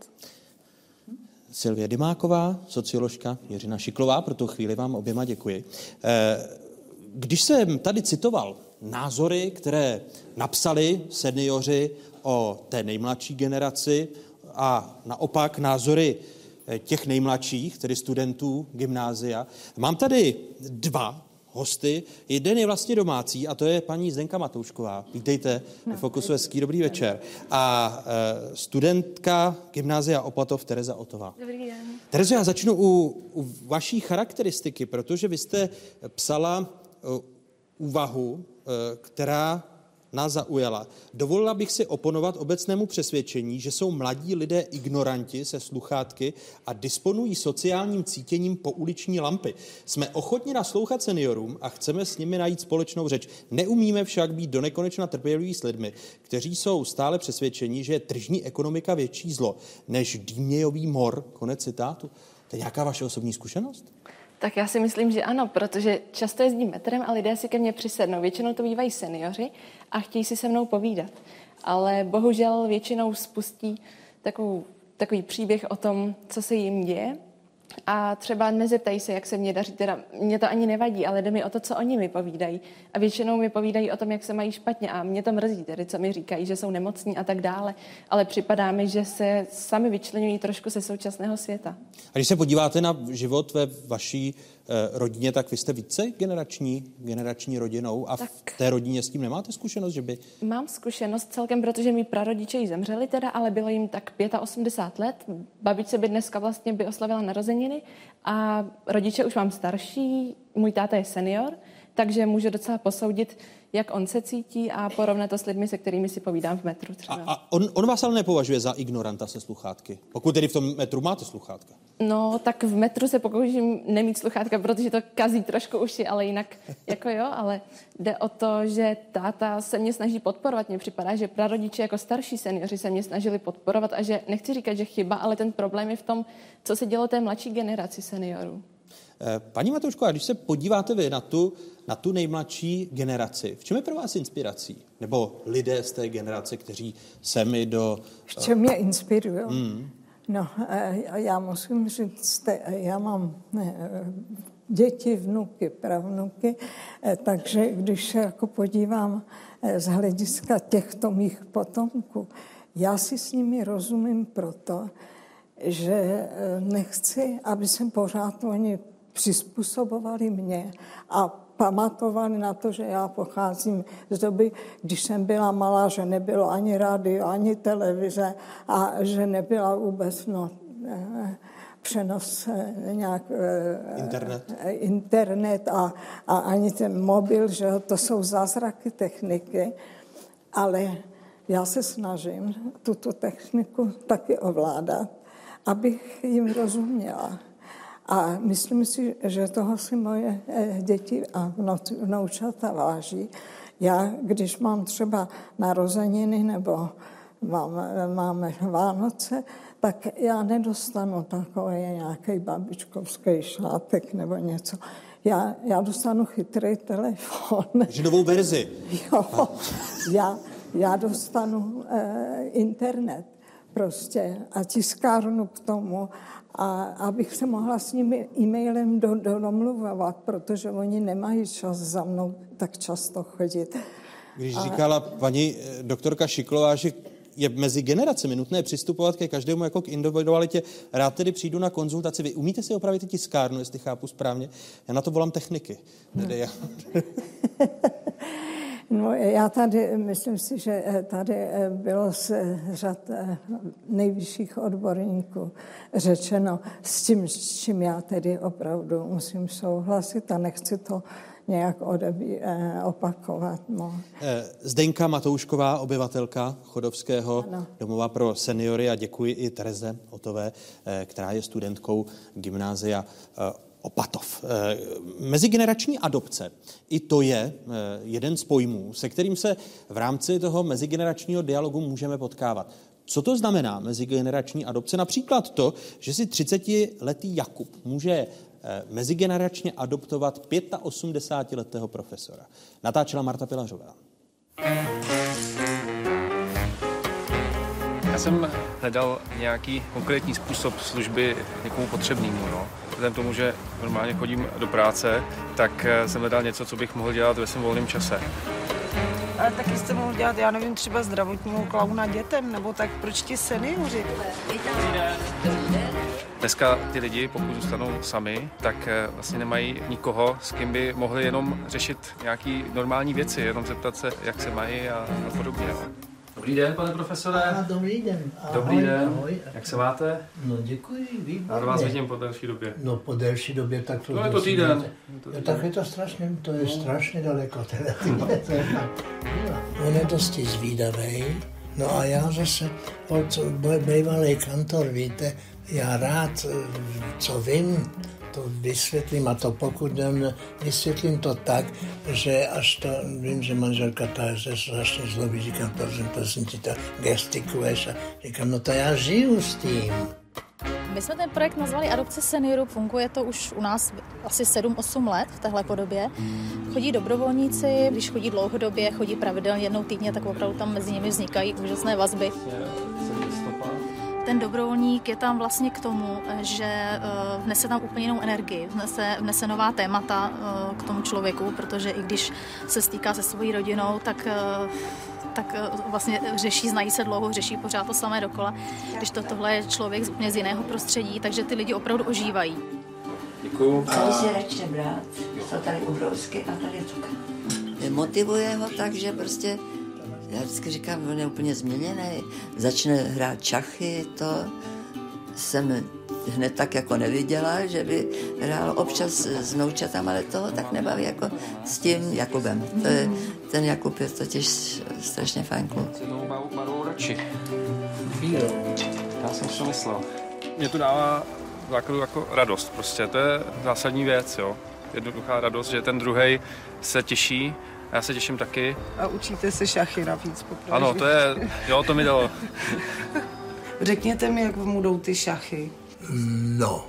Silvie Dymáková, socioložka, Jiřina Šiklová, pro tu chvíli vám oběma děkuji. Když jsem tady citoval názory, které napsali seniori o té nejmladší generaci a naopak názory těch nejmladších, tedy studentů gymnázia, mám tady dva hosty. Jeden je vlastně domácí a to je paní Zdenka Matoušková. Vítejte ve Fokusu, hezký dobrý večer. A e, studentka gymnázia Opatov Tereza Otová. Dobrý den. Terezo, já začnu u, u vaší charakteristiky, protože vy jste psala uh, úvahu, uh, která nás zaujala. Dovolila bych si oponovat obecnému přesvědčení, že jsou mladí lidé ignoranti se sluchátky a disponují sociálním cítěním po uliční lampy. Jsme ochotni naslouchat seniorům a chceme s nimi najít společnou řeč. Neumíme však být donekonečna trpěliví s lidmi, kteří jsou stále přesvědčeni, že je tržní ekonomika větší zlo než dýmějový mor. Konec citátu. To je nějaká vaše osobní zkušenost? Tak já si myslím, že ano, protože často jezdím metrem a lidé si ke mně přisednou. Většinou to bývají seniori a chtějí si se mnou povídat. Ale bohužel většinou spustí takovou, takový příběh o tom, co se jim děje. A třeba nezeptají se, jak se mě daří, teda mě to ani nevadí, ale jde mi o to, co oni mi povídají. A většinou mi povídají o tom, jak se mají špatně a mě to mrzí, tedy co mi říkají, že jsou nemocní a tak dále. Ale připadá mi, že se sami vyčleňují trošku ze současného světa. A když se podíváte na život ve vaší eh, rodině, tak vy jste více generační, generační rodinou a tak v té rodině s tím nemáte zkušenost, že by... Mám zkušenost celkem, protože mý prarodiče jí zemřeli teda, ale bylo jim tak osmdesát pět let. Babičce by dneska vlastně by oslavila narozeniny a rodiče už mám starší, můj táta je senior, takže můžu docela posoudit, jak on se cítí a porovnat to s lidmi, se kterými si povídám v metru třeba. A, a on, on vás ale nepovažuje za ignoranta se sluchátky, pokud tedy v tom metru máte sluchátka. No, tak v metru se pokouším nemít sluchátka, protože to kazí trošku uši, ale jinak jako jo, ale jde o to, že táta se mě snaží podporovat. Mně připadá, že prarodiče jako starší seniori se mě snažili podporovat a že nechci říkat, že chyba, ale ten problém je v tom, co se dělo té mladší generaci seniorů. Paní Matoušková, když se podíváte vy na tu, na tu nejmladší generaci, v čem je pro vás inspirací? Nebo lidé z té generace, kteří se mi do... V čem mě inspirují? Hmm. No, já musím říct, já mám děti, vnuky, pravnuky, takže když se jako podívám z hlediska těchto mých potomků, já si s nimi rozumím proto, že nechci, aby se pořád oni přizpůsobovali mě a pamatovali na to, že já pocházím z doby, když jsem byla malá, že nebylo ani rádio, ani televize a že nebyla vůbec no, přenos nějak... Internet. Internet a, a ani ten mobil, že to jsou zázraky techniky, ale já se snažím tuto techniku taky ovládat, abych jim rozuměla. A myslím si, že toho si moje děti a vnoučata váží. Já, když mám třeba narozeniny nebo mám, máme Vánoce, tak já nedostanu takový nějaký babičkovský šátek nebo něco. Já, já dostanu chytrý telefon. Takže novou verzi. Jo, já, já dostanu eh, internet prostě a tiskárnu k tomu, a abych se mohla s nimi e-mailem do, do, domluvovat, protože oni nemají čas za mnou tak často chodit. Když a... říkala paní doktorka Šiklová, že je mezi generacemi nutné přistupovat ke každému jako k individualitě, rád tedy přijdu na konzultaci. Vy umíte si opravit tiskárnu, jestli chápu správně? Já na to volám techniky. Tedy já. No, já tady, myslím si, že tady bylo z řad nejvyšších odborníků řečeno, s tím, s čím já tedy opravdu musím souhlasit a nechci to nějak odebí, opakovat. No. Zdenka Matoušková, obyvatelka Chodovského ano. domova pro seniory, a děkuji i Tereze Otové, která je studentkou gymnázia Opatov. Mezigenerační adopce, i to je jeden z pojmů, se kterým se v rámci toho mezigeneračního dialogu můžeme potkávat. Co to znamená mezigenerační adopce? Například to, že si třicetiletý Jakub může mezigeneračně adoptovat osmdesátiletého profesora. Natáčela Marta Pilařová. Já jsem hledal nějaký konkrétní způsob služby někomu potřebnému. No. Vzhledem k tomu, že normálně chodím do práce, tak jsem hledal něco, co bych mohl dělat ve svém volném čase. Ale taky jste mohl dělat, já nevím, třeba zdravotního klauna dětem, nebo tak proč ti seniori? Dneska ty lidi, pokud zůstanou sami, tak vlastně nemají nikoho, s kým by mohli jenom řešit nějaké normální věci, jenom zeptat se, jak se mají a, a podobně. No. Dobrý den, pane profesore. A, dobrý den. Ahoj, dobrý den. Ahoj. Jak se máte? No děkuji, výborně. Já vás vidím po delší době. No po delší době, tak to... No je to týden. Jo, tak je to strašně, to je strašně daleko teda. To je fakt. On je dosti zvídavej. No a já zase, co bývalý kantor, víte, já rád, co vím, to vysvětlím, a to pokud jdem, vysvětlím to tak, že až to, vím, že manželka ta se strašně zlobí, říkám, prosím, prosím ti to gestikuluješ a říkám, no to já žiju s tím. My jsme ten projekt nazvali Adopce seniorů, funguje to už u nás asi sedm osm let v téhle podobě. Chodí dobrovolníci, když chodí dlouhodobě, chodí pravidelně jednou týdně, tak opravdu tam mezi nimi vznikají úžasné vazby. Ten dobrovolník je tam vlastně k tomu, že vnese tam úplně jinou energii, vnese, vnese nová témata k tomu člověku, protože i když se stýká se svojí rodinou, tak, tak vlastně řeší, znají se dlouho, řeší pořád to samé dokola, když to tohle je člověk z úplně z jiného prostředí, takže ty lidi opravdu ožívají. Děkuju. Tady si začne brát, jsou tady obrovské a tady cukr. Motivuje ho tak, že prostě já vždycky říkám, on je úplně změněný, začne hrát čachy, to jsem hned tak jako neviděla, že by hrála občas s vnoučatama, ale toho tak nebaví jako s tím Jakubem. To je, ten Jakub je totiž strašně fajn kluk. Já jsem si to myslel. Mě to dává základu jako radost prostě, to je zásadní věc, jo. Jednoduchá radost, že ten druhej se těší, a já se těším taky. A učíte se šachy navíc popravdě. Ano, to je, jo, to mi dalo. Řekněte mi, jak mu jdou ty šachy. No,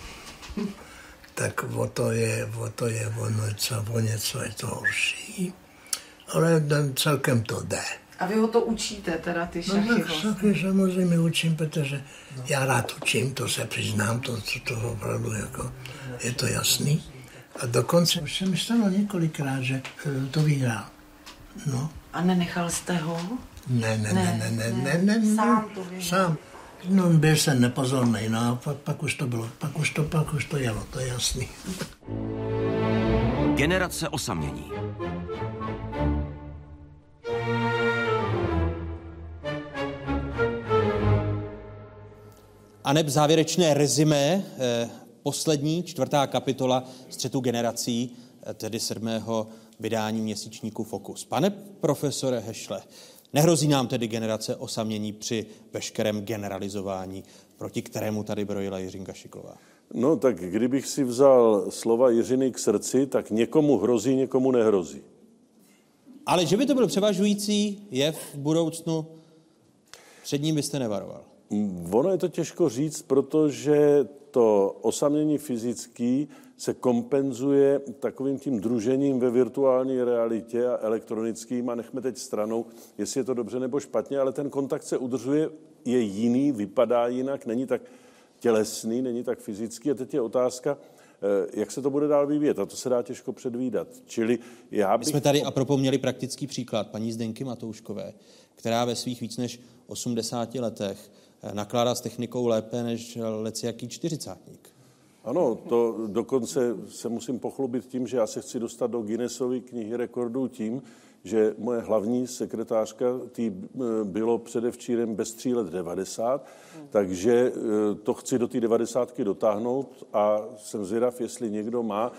tak o to je, o to je o něco, o něco je to horší, ale celkem to jde. A vy ho to učíte, teda ty šachy? No tak šachy samozřejmě učím, protože já rád učím, to se přiznám, to, to, to opravdu jako, je to jasný. A dokonce už se mi stalo několikrát, že to vyhrál. No. A nenechal jste ho? Ne, ne, ne, ne, ne, ne, ne, ne, Sám to vyhrál. Sám. No, byl jsem nepozorný, no a pak, pak už to bylo, pak už to, pak už to jelo, to je jasný. Generace osamění. A neb závěrečné rezimé, eh, poslední, čtvrtá kapitola Střetu generací, eh, tedy sedmého vydání měsíčníku Fokus. Pane profesore Hešle, nehrozí nám tedy generace osamění při veškerém generalizování, proti kterému tady brojila Jiřinka Šiklová? No tak kdybych si vzal slova Jiřiny k srdci, tak někomu hrozí, někomu nehrozí. Ale že by to byl převažující jev v budoucnu, před ním byste nevaroval. Ono je to těžko říct, protože to osamění fyzické se kompenzuje takovým tím družením ve virtuální realitě a elektronickým, a nechme teď stranou, jestli je to dobře nebo špatně, ale ten kontakt se udržuje, je jiný, vypadá jinak, není tak tělesný, není tak fyzický. A teď je otázka, jak se to bude dál vyvíjet. A to se dá těžko předvídat. Čili já bych... My jsme tady apropo měli praktický příklad paní Zdenky Matouškové, která ve svých víc než osmdesáti letech nakládá s technikou lépe než lecijaký čtyřicátník. Ano, to dokonce se musím pochlubit tím, že já se chci dostat do Guinnessovy knihy rekordů tím, že moje hlavní sekretářka, tý bylo předevčírem bez tří let devadesát, hmm. takže to chci do té devadesátky dotáhnout a jsem zvědav, jestli někdo má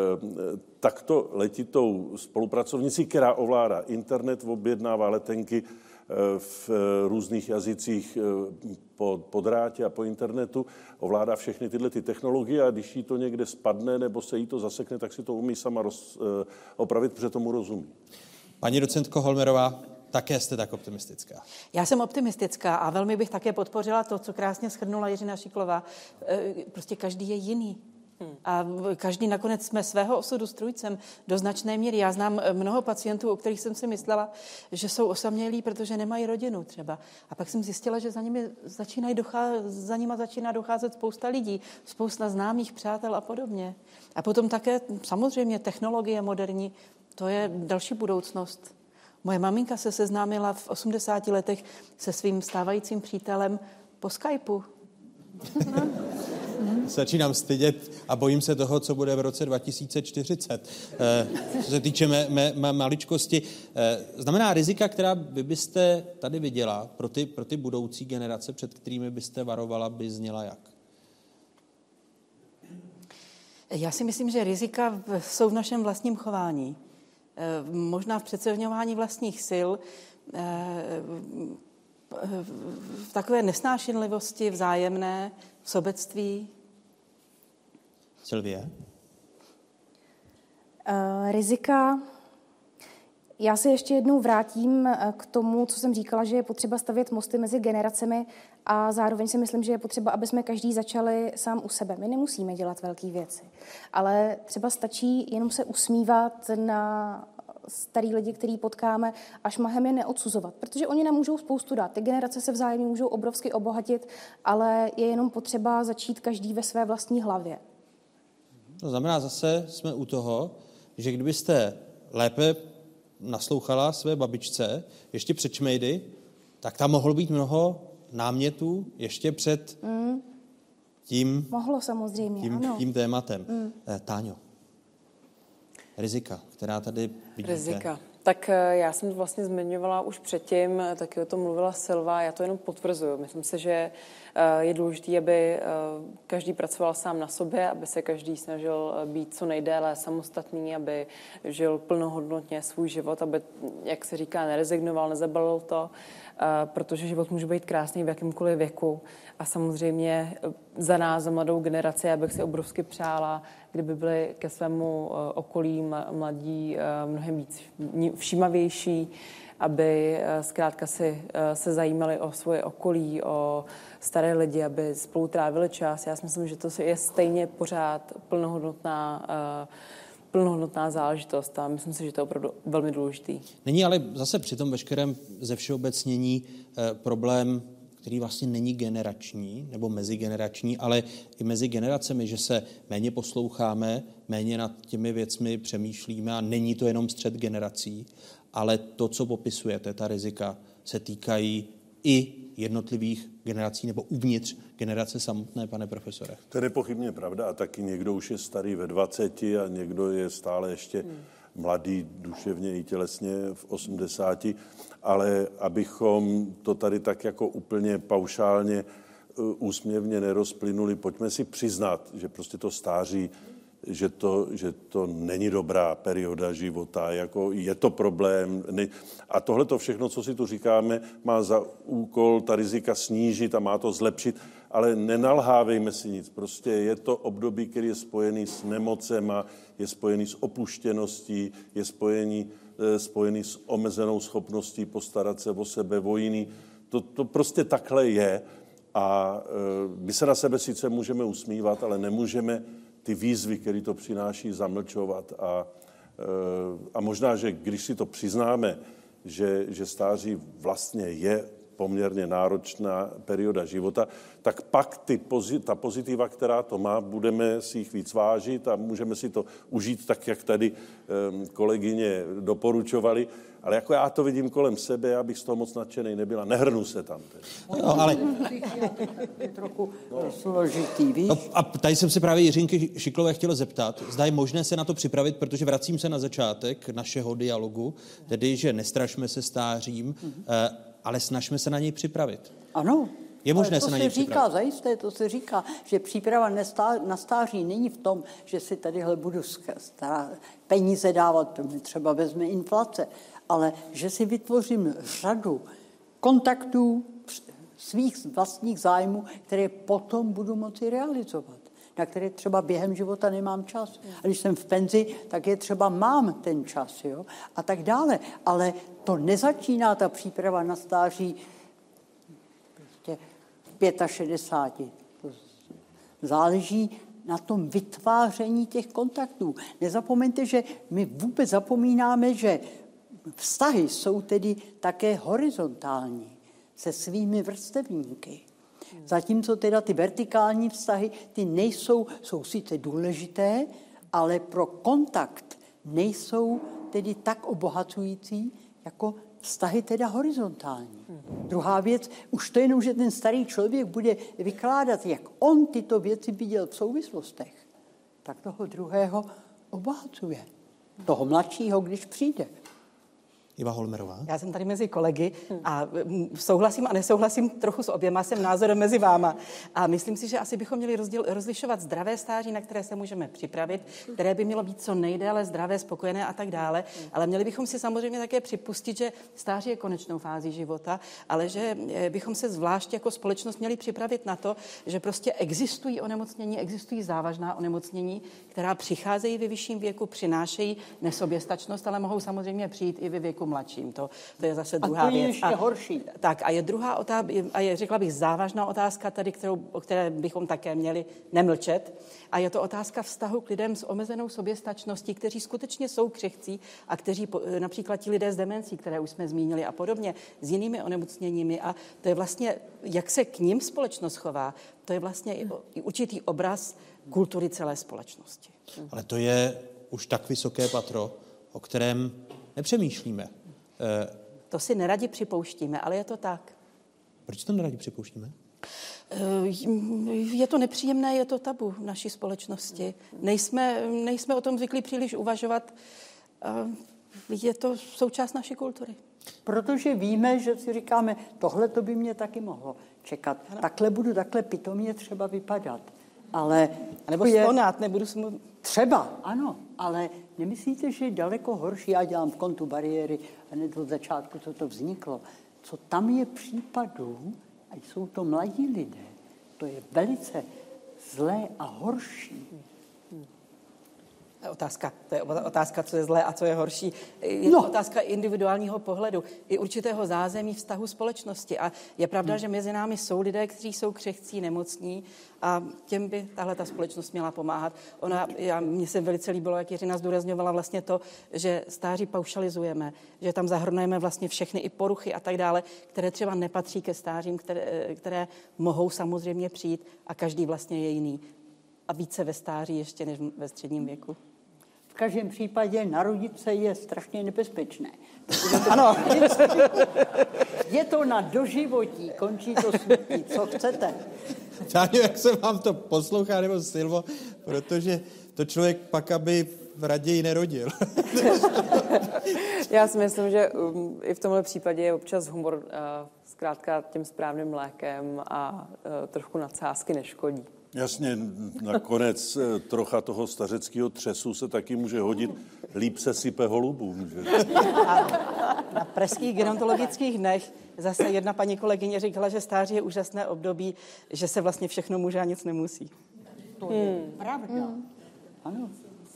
takto letitou spolupracovnici, která ovládá internet, objednává letenky v různých jazycích po, po drátě a po internetu, ovládá všechny tyhle ty technologie a když jí to někde spadne nebo se jí to zasekne, tak si to umí sama roz, opravit, protože tomu rozumí. Paní docentko Holmerová, také jste tak optimistická. Já jsem optimistická a velmi bych také podpořila to, co krásně shrnula Jiřina Šiklová. Prostě každý je jiný. A každý nakonec jsme svého osudu strůjcem do značné míry. Já znám mnoho pacientů, o kterých jsem si myslela, že jsou osamělí, protože nemají rodinu třeba. A pak jsem zjistila, že za nimi začínají docházet, za nima začíná docházet spousta lidí, spousta známých, přátel a podobně. A potom také samozřejmě technologie moderní, to je další budoucnost. Moje maminka se seznámila v osmdesáti letech se svým stávajícím přítelem po Skypeu. Začínám stydět a bojím se toho, co bude v roce dva tisíce čtyřicet. Eh, co se týče mé, mé, mé maličkosti, eh, znamená rizika, která vy byste tady viděla pro ty, pro ty budoucí generace, před kterými byste varovala, by zněla jak? Já si myslím, že rizika jsou v našem vlastním chování. Eh, možná v přeceňování vlastních sil, eh, v takové nesnášenlivosti vzájemné, v sobectví. Sylvie? Uh, rizika. Já se ještě jednou vrátím k tomu, co jsem říkala, že je potřeba stavět mosty mezi generacemi a zároveň si myslím, že je potřeba, aby jsme každý začali sám u sebe. My nemusíme dělat velké věci, ale třeba stačí jenom se usmívat na starý lidi, který potkáme, a šmahem je neodsuzovat, protože oni nám můžou spoustu dát. Ty generace se vzájemně můžou obrovsky obohatit, ale je jenom potřeba začít každý ve své vlastní hlavě. To znamená, zase jsme u toho, že kdybyste lépe naslouchala své babičce ještě před šmejdy, tak tam mohlo být mnoho námětů ještě před mm. tím, Mohlo samozřejmě, tím, ano. tím tématem. Mm. Eh, Táňo, rizika, která tady vidíte. Rizika. Tak já jsem to vlastně zmiňovala už předtím, taky o tom mluvila Silva, já to jenom potvrzuju. Myslím si, že je důležité, aby každý pracoval sám na sobě, aby se každý snažil být co nejdéle samostatný, aby žil plnohodnotně svůj život, aby, jak se říká, nerezignoval, nezabalil to, protože život může být krásný v jakýmkoliv věku. A samozřejmě za nás, za mladou generaci, já bych si obrovsky přála, kdyby byli ke svému okolí mladí mnohem víc všímavější, aby zkrátka si se zajímali o svoje okolí, o staré lidi, aby spolu trávili čas. Já si myslím, že to je stejně pořád plnohodnotná plnohodnotná záležitost a myslím si, že to je opravdu velmi důležitý. Není ale zase při tom veškerém ze všeobecnění eh, problém, který vlastně není generační nebo mezigenerační, ale i mezi generacemi, že se méně posloucháme, méně nad těmi věcmi přemýšlíme a není to jenom střet generací, ale to, co popisujete, ta rizika, se týkají i jednotlivých generací nebo uvnitř generace samotné, pane profesore. To je nepochybně pravda a taky někdo už je starý ve dvaceti a někdo je stále ještě hmm. mladý duševně i tělesně v osmdesáti, ale abychom to tady tak jako úplně paušálně úsměvně nerozplynuli, pojďme si přiznat, že prostě to stáří, že to, že to není dobrá perioda života, jako je to problém. A tohle to všechno, co si tu říkáme, má za úkol ta rizika snížit a má to zlepšit, ale nenalhávejme si nic. Prostě je to období, který je spojený s nemocema, je spojený s opuštěností, je spojený, spojený s omezenou schopností postarat se o sebe, o jiný. To, to prostě takhle je a my se na sebe sice můžeme usmívat, ale nemůžeme ty výzvy, které to přináší, zamlčovat. A, a možná, že když si to přiznáme, že, že stáří vlastně je poměrně náročná perioda života, tak pak ty, ta pozitiva, která to má, budeme si jich víc vážit a můžeme si to užít tak, jak tady kolegyně doporučovali. Ale jako já to vidím kolem sebe, já bych z toho moc nadšenej nebyla. Nehrnu se tam. No, ale... je trochu složitý, víš? No, a tady jsem se právě Jiřinky Šiklové chtěl zeptat, zda je možné se na to připravit, protože vracím se na začátek našeho dialogu, tedy, že nestrašme se stářím, mm-hmm. ale snažme se na něj připravit. Ano. Je možné se na něj připravit. To se říká, zajisté, to se říká, že příprava na stáří není v tom, že si tadyhle budu stará, peníze dávat, to mi třeba vezme inflace, ale že si vytvořím řadu kontaktů svých vlastních zájmů, které potom budu moci realizovat, na které třeba během života nemám čas. A když jsem v penzi, tak je třeba mám ten čas, jo? A tak dále. Ale to nezačíná ta příprava na stáří prostě v šedesáti pěti. Záleží na tom vytváření těch kontaktů. Nezapomeňte, že my vůbec zapomínáme, že vztahy jsou tedy také horizontální se svými vrstevníky. Zatímco teda ty vertikální vztahy, ty nejsou, jsou sice důležité, ale pro kontakt nejsou tedy tak obohacující, jako vztahy teda horizontální. Hmm. Druhá věc, už to jenom, že ten starý člověk bude vykládat, jak on tyto věci viděl v souvislostech, tak toho druhého obohacuje. Toho mladšího, když přijde. Iva Holmerová. Já jsem tady mezi kolegy a souhlasím a nesouhlasím trochu s oběma, jsem názorem mezi váma. A myslím si, že asi bychom měli rozděl, rozlišovat zdravé stáří, na které se můžeme připravit, které by mělo být co nejdéle zdravé, spokojené a tak dále. Ale měli bychom si samozřejmě také připustit, že stáří je konečnou fází života, ale že bychom se zvlášť jako společnost měli připravit na to, že prostě existují onemocnění, existují závažná onemocnění, která přicházejí ve vyšším věku, přinášejí nesoběstačnost, ale mohou samozřejmě přijít i ve věku mladším. To, to je zase druhá a to je věc. ještě a, horší. Tak a je druhá otázka, a je, řekla bych, závažná otázka tady, kterou, o které bychom také měli nemlčet. A je to otázka vztahu k lidem s omezenou soběstačností, kteří skutečně jsou křehcí a kteří například ti lidé s demencí, které už jsme zmínili a podobně, s jinými onemocněními. A to je vlastně, jak se k nim společnost chová, to je vlastně i, i určitý obraz kultury celé společnosti. Ale to je už tak vysoké patro, o kterém nepřemýšlíme. To si neradi připouštíme, ale je to tak. Proč to neradi připouštíme? Je to nepříjemné, je to tabu v naší společnosti. Nejsme, nejsme o tom zvyklí příliš uvažovat. Je to součást naší kultury. Protože víme, že si říkáme, tohle to by mě taky mohlo čekat. Ano. Takhle budu, takhle pitomně třeba vypadat. Ale nebo je... stonát, nebudu si mu... Třeba, ano, ale nemyslíte, že je daleko horší, já dělám v kontu bariéry, hned od začátku, co to vzniklo. Co tam je případů, a jsou to mladí lidé, to je velice zlé a horší. Otázka, to je otázka, co je zlé a co je horší. Je no. to otázka individuálního pohledu i určitého zázemí vztahu společnosti. A je pravda, hmm. že mezi námi jsou lidé, kteří jsou křehcí, nemocní a těm by tahle ta společnost měla pomáhat. Ona, já, mně se velice líbilo, jak Jiřina zdůrazňovala vlastně to, že stáří paušalizujeme, že tam zahrnujeme vlastně všechny i poruchy a tak dále, které třeba nepatří ke stářím, které, které mohou samozřejmě přijít a každý vlastně je jiný. A více ve stáří ještě než ve středním věku. V každém případě narodit se je strašně nebezpečné. Ano. Je to na doživotí, končí to smutí, co chcete. Já nevím, jak se vám to poslouchá, nebo Silvo, protože to člověk pak, aby raději nerodil. Já si myslím, že um, i v tomhle případě je občas humor uh, zkrátka tím správným lékem a uh, trošku nadsázky neškodí. Jasně, nakonec trocha toho stařeckého třesu se taky může hodit. Líp se sype holubům. Že? A na pražských gerontologických dnech zase jedna paní kolegyně říkala, že stáří je úžasné období, že se vlastně všechno může a nic nemusí. To je hmm. pravda. Hmm. Ano.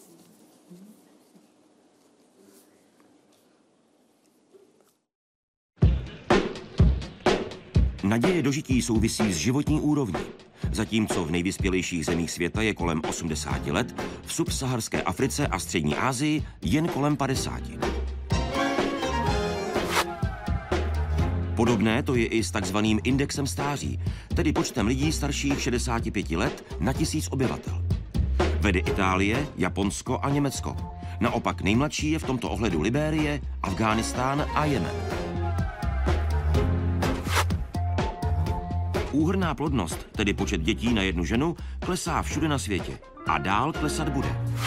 Naděje dožití souvisí s životní úrovní. Zatímco v nejvyspělejších zemích světa je kolem osmdesáti let, v subsaharské Africe a střední Asii jen kolem padesáti. Podobné to je i s takzvaným indexem stáří, tedy počtem lidí starších šedesáti pěti let na tisíc obyvatel. Vede Itálie, Japonsko a Německo. Naopak nejmladší je v tomto ohledu Libérie, Afghánistán a Jemen. Úhrnná plodnost, tedy počet dětí na jednu ženu, klesá všude na světě a dál klesat bude.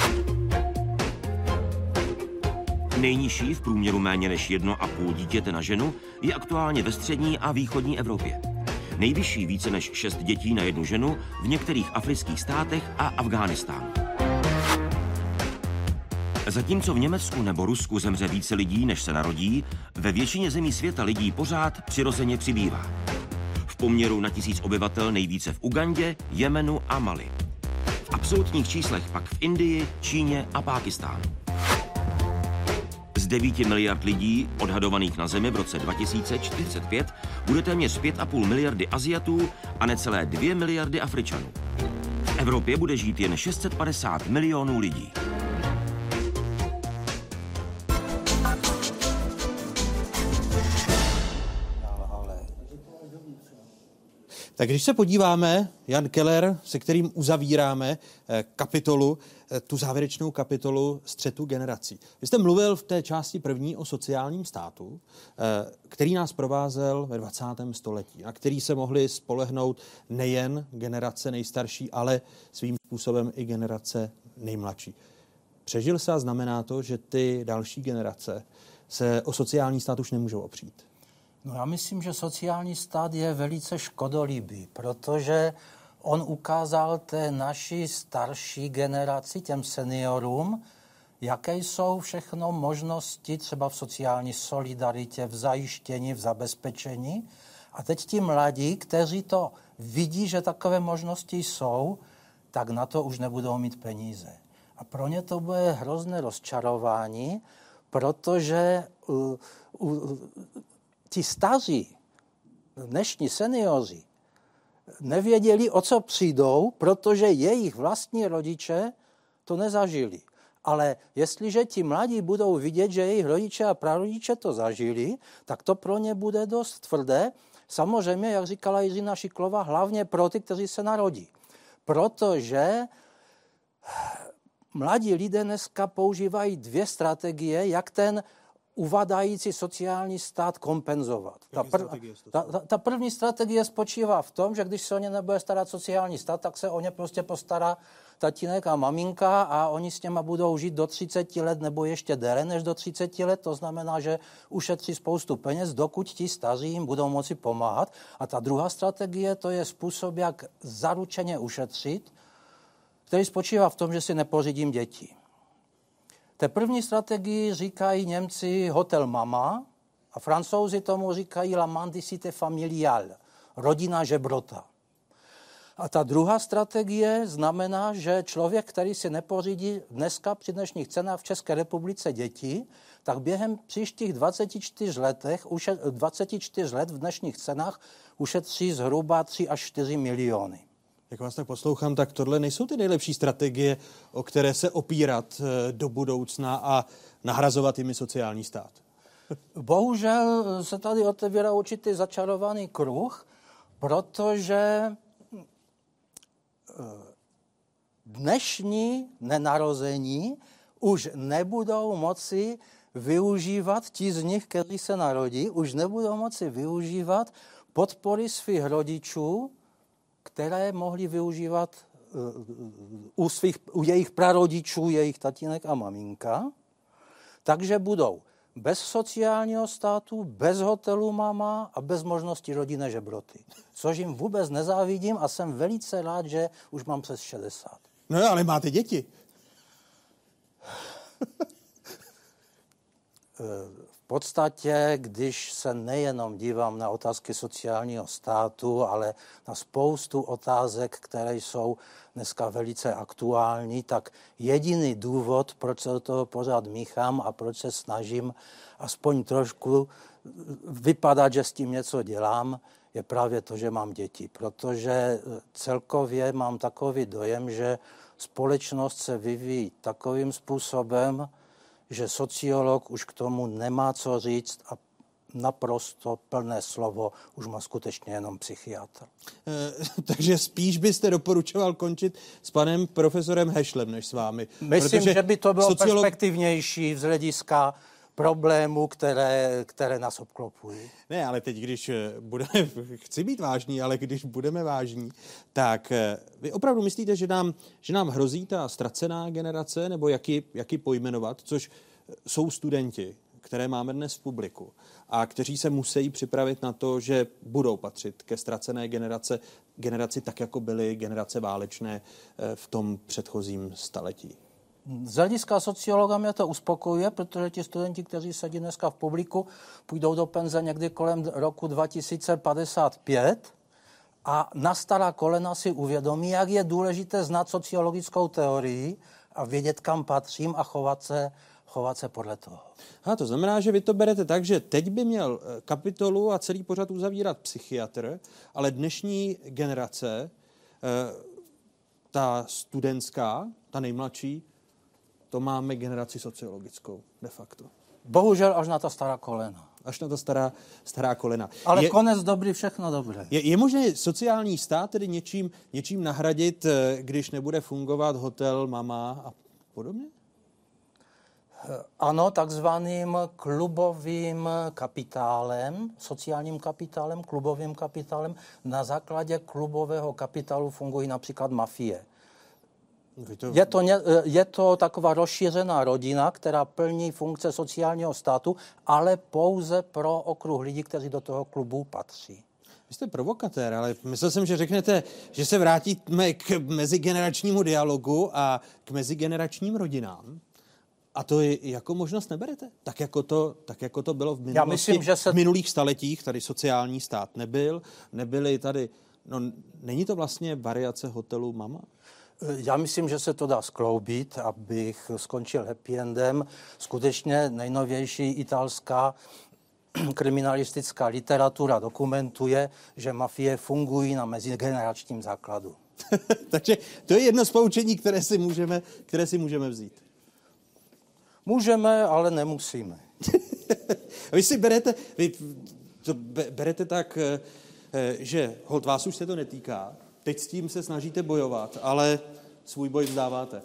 Nejnižší, v průměru méně než jedno a půl dítěte na ženu, je aktuálně ve střední a východní Evropě. Nejvyšší více než šest dětí na jednu ženu v některých afrických státech a Afghánistánu. Zatímco v Německu nebo Rusku zemře více lidí, než se narodí, ve většině zemí světa lidí pořád přirozeně přibývá. V poměru na tisíc obyvatel nejvíce v Ugandě, Jemenu a Mali. V absolutních číslech pak v Indii, Číně a Pákistánu. Z devíti miliard lidí odhadovaných na Zemi v roce dva tisíce čtyřicet pět bude téměř pět a půl miliardy Aziatů a necelé dvě miliardy Afričanů. V Evropě bude žít jen šest set padesát milionů lidí. Tak když se podíváme, Jan Keller, se kterým uzavíráme kapitolu, tu závěrečnou kapitolu střetu generací. Vy jste mluvil v té části první o sociálním státu, který nás provázel ve dvacátém století, na který se mohly spolehnout nejen generace nejstarší, ale svým způsobem i generace nejmladší. Přežil se a znamená to, že ty další generace se o sociální stát už nemůžou opřít? No já myslím, že sociální stát je velice škodolibý, protože on ukázal té naší starší generaci, těm seniorům, jaké jsou všechno možnosti třeba v sociální solidaritě, v zajištění, v zabezpečení. A teď ti mladí, kteří to vidí, že takové možnosti jsou, tak na to už nebudou mít peníze. A pro ně to bude hrozné rozčarování, protože uh, uh, ti staří, dnešní senioři, nevěděli, o co přijdou, protože jejich vlastní rodiče to nezažili. Ale jestliže ti mladí budou vidět, že jejich rodiče a prarodiče to zažili, tak to pro ně bude dost tvrdé. Samozřejmě, jak říkala Jiřina Šiklová, hlavně pro ty, kteří se narodí. Protože mladí lidé dneska používají dvě strategie, jak ten uvadající sociální stát kompenzovat. Ta, pr- ta, ta, ta první strategie spočívá v tom, že když se o ně nebude starat sociální stát, tak se o ně prostě postará tatínek a maminka a oni s těma budou žít do třiceti let nebo ještě déle než do třiceti let. To znamená, že ušetří spoustu peněz, dokud ti staří jim budou moci pomáhat. A ta druhá strategie, to je způsob, jak zaručeně ušetřit, který spočívá v tom, že si nepořídím děti. Té první strategii říkají Němci hotel mama a Francouzi tomu říkají la mendicité familiale, rodina žebrota. A ta druhá strategie znamená, že člověk, který si nepořídí dneska při dnešních cenách v České republice děti, tak během příštích dvaceti čtyř letech, dvaceti čtyř let v dnešních cenách ušetří zhruba tři až čtyři miliony. Jak vás tak poslouchám, tak tohle nejsou ty nejlepší strategie, o které se opírat do budoucna a nahrazovat jimi sociální stát. Bohužel se tady otevírá určitý začarovaný kruh, protože dnešní nenarození už nebudou moci využívat, ti z nich, kteří se narodí, už nebudou moci využívat podpory svých rodičů, které mohli využívat u, svých, u jejich prarodičů, jejich tatínek a maminka. Takže budou bez sociálního státu, bez hotelu mama a bez možnosti rodinné žebroty. Což jim vůbec nezávidím a jsem velice rád, že už mám přes šedesát. No ale máte děti. V podstatě, když se nejenom dívám na otázky sociálního státu, ale na spoustu otázek, které jsou dneska velice aktuální, tak jediný důvod, proč se do toho pořád míchám a proč se snažím aspoň trošku vypadat, že s tím něco dělám, je právě to, že mám děti. Protože celkově mám takový dojem, že společnost se vyvíjí takovým způsobem, že sociolog už k tomu nemá co říct a naprosto plné slovo už má skutečně jenom psychiatr. E, takže spíš byste doporučoval končit s panem profesorem Hešlem než s vámi. Myslím, že by to bylo sociolog... perspektivnější z hlediska problémů, které, které nás obklopují. Ne, ale teď, když budeme, chci být vážní, ale když budeme vážní, tak vy opravdu myslíte, že nám, že nám hrozí ta ztracená generace, nebo jak ji, jak ji pojmenovat, což jsou studenti, které máme dnes v publiku a kteří se musí připravit na to, že budou patřit ke ztracené generace, generaci tak, jako byly generace válečné v tom předchozím staletí. Z hlediska sociologa mě to uspokojuje, protože ti studenti, kteří sedí dneska v publiku, půjdou do penze někdy kolem roku dva tisíce padesát pět a na stará kolena si uvědomí, jak je důležité znát sociologickou teorii a vědět, kam patřím a chovat se, chovat se podle toho. A to znamená, že vy to berete tak, že teď by měl kapitolu a celý pořad uzavírat psychiatr, ale dnešní generace, ta studentská, ta nejmladší, to máme generaci sociologickou, de facto. Bohužel až na ta stará kolena. Až na ta stará, stará kolena. Ale je, konec dobrý, všechno dobré. Je, je možné sociální stát tedy něčím, něčím nahradit, když nebude fungovat hotel, mama a podobně? Ano, takzvaným klubovým kapitálem, sociálním kapitálem, klubovým kapitálem. Na základě klubového kapitálu fungují například mafie. To... Je, to, je to taková rozšířená rodina, která plní funkce sociálního státu, ale pouze pro okruh lidí, kteří do toho klubu patří. Vy jste provokatér, ale myslel jsem, že řeknete, že se vrátíme k mezigeneračnímu dialogu a k mezigeneračním rodinám. A to je, jako možnost neberete? Tak jako to, tak jako to bylo v minulosti. Já myslím, že se... V minulých staletích tady sociální stát nebyl, nebyly tady... No, není to vlastně variace hotelu mama? Já myslím, že se to dá skloubit, abych skončil happy endem. Skutečně nejnovější italská kriminalistická literatura dokumentuje, že mafie fungují na mezigeneračním základu. Takže to je jedno z poučení, které si můžeme, které si můžeme vzít. Můžeme, ale nemusíme. Vy si berete, vy to berete tak, že holt vás už se to netýká, teď s tím se snažíte bojovat, ale svůj boj vzdáváte.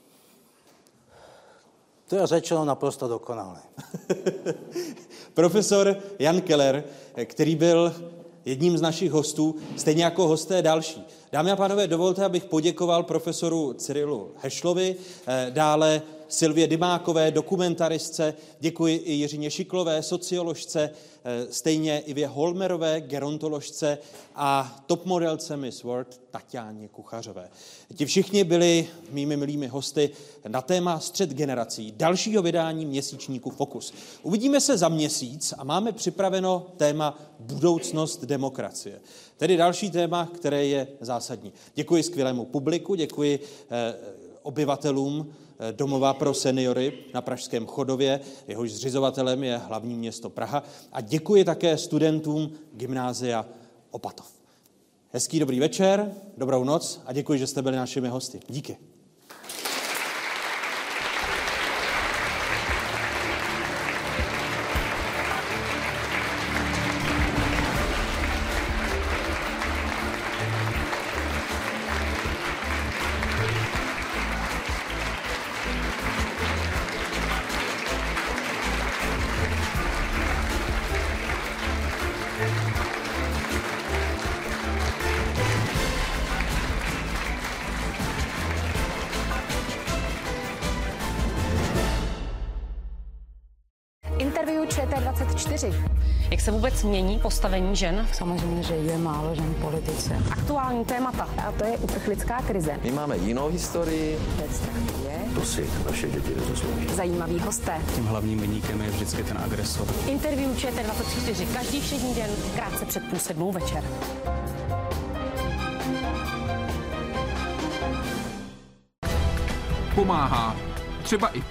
To je řečeno naprosto dokonale. Profesor Jan Keller, který byl jedním z našich hostů, stejně jako hosté další. Dámy a pánové, dovolte, abych poděkoval profesoru Cyrilu Hešlovi, dále Silvě Dymákové, dokumentaristce, děkuji i Jiřině Šiklové, socioložce, stejně Ivě Holmerové, gerontoložce a top modelce Miss World Tatiáně Kuchařové. Ti všichni byli mými milými hosty na téma střet generací dalšího vydání měsíčníku Focus. Uvidíme se za měsíc a máme připraveno téma budoucnost demokracie. Tedy další téma, které je zásadní. Děkuji skvělému publiku, děkuji eh, obyvatelům Domova pro seniory na Pražském Chodově, jehož zřizovatelem je hlavní město Praha, a děkuji také studentům Gymnázia Opatov. Hezký dobrý večer, dobrou noc a děkuji, že jste byli našimi hosty. Díky. Interview Č T dvacet čtyři. Jak se vůbec mění postavení žen? Samozřejmě, že je málo žen v politice. Aktuální témata. A to je uprchlická krize. My máme jinou historii. Je. To si naše děti nezaslouží. Zajímaví hosté. Tím hlavním viníkem je vždycky ten agresor. Interview Č T dvacet čtyři. Každý všední den, krátce před půl sedmou večer. Pomáhá třeba i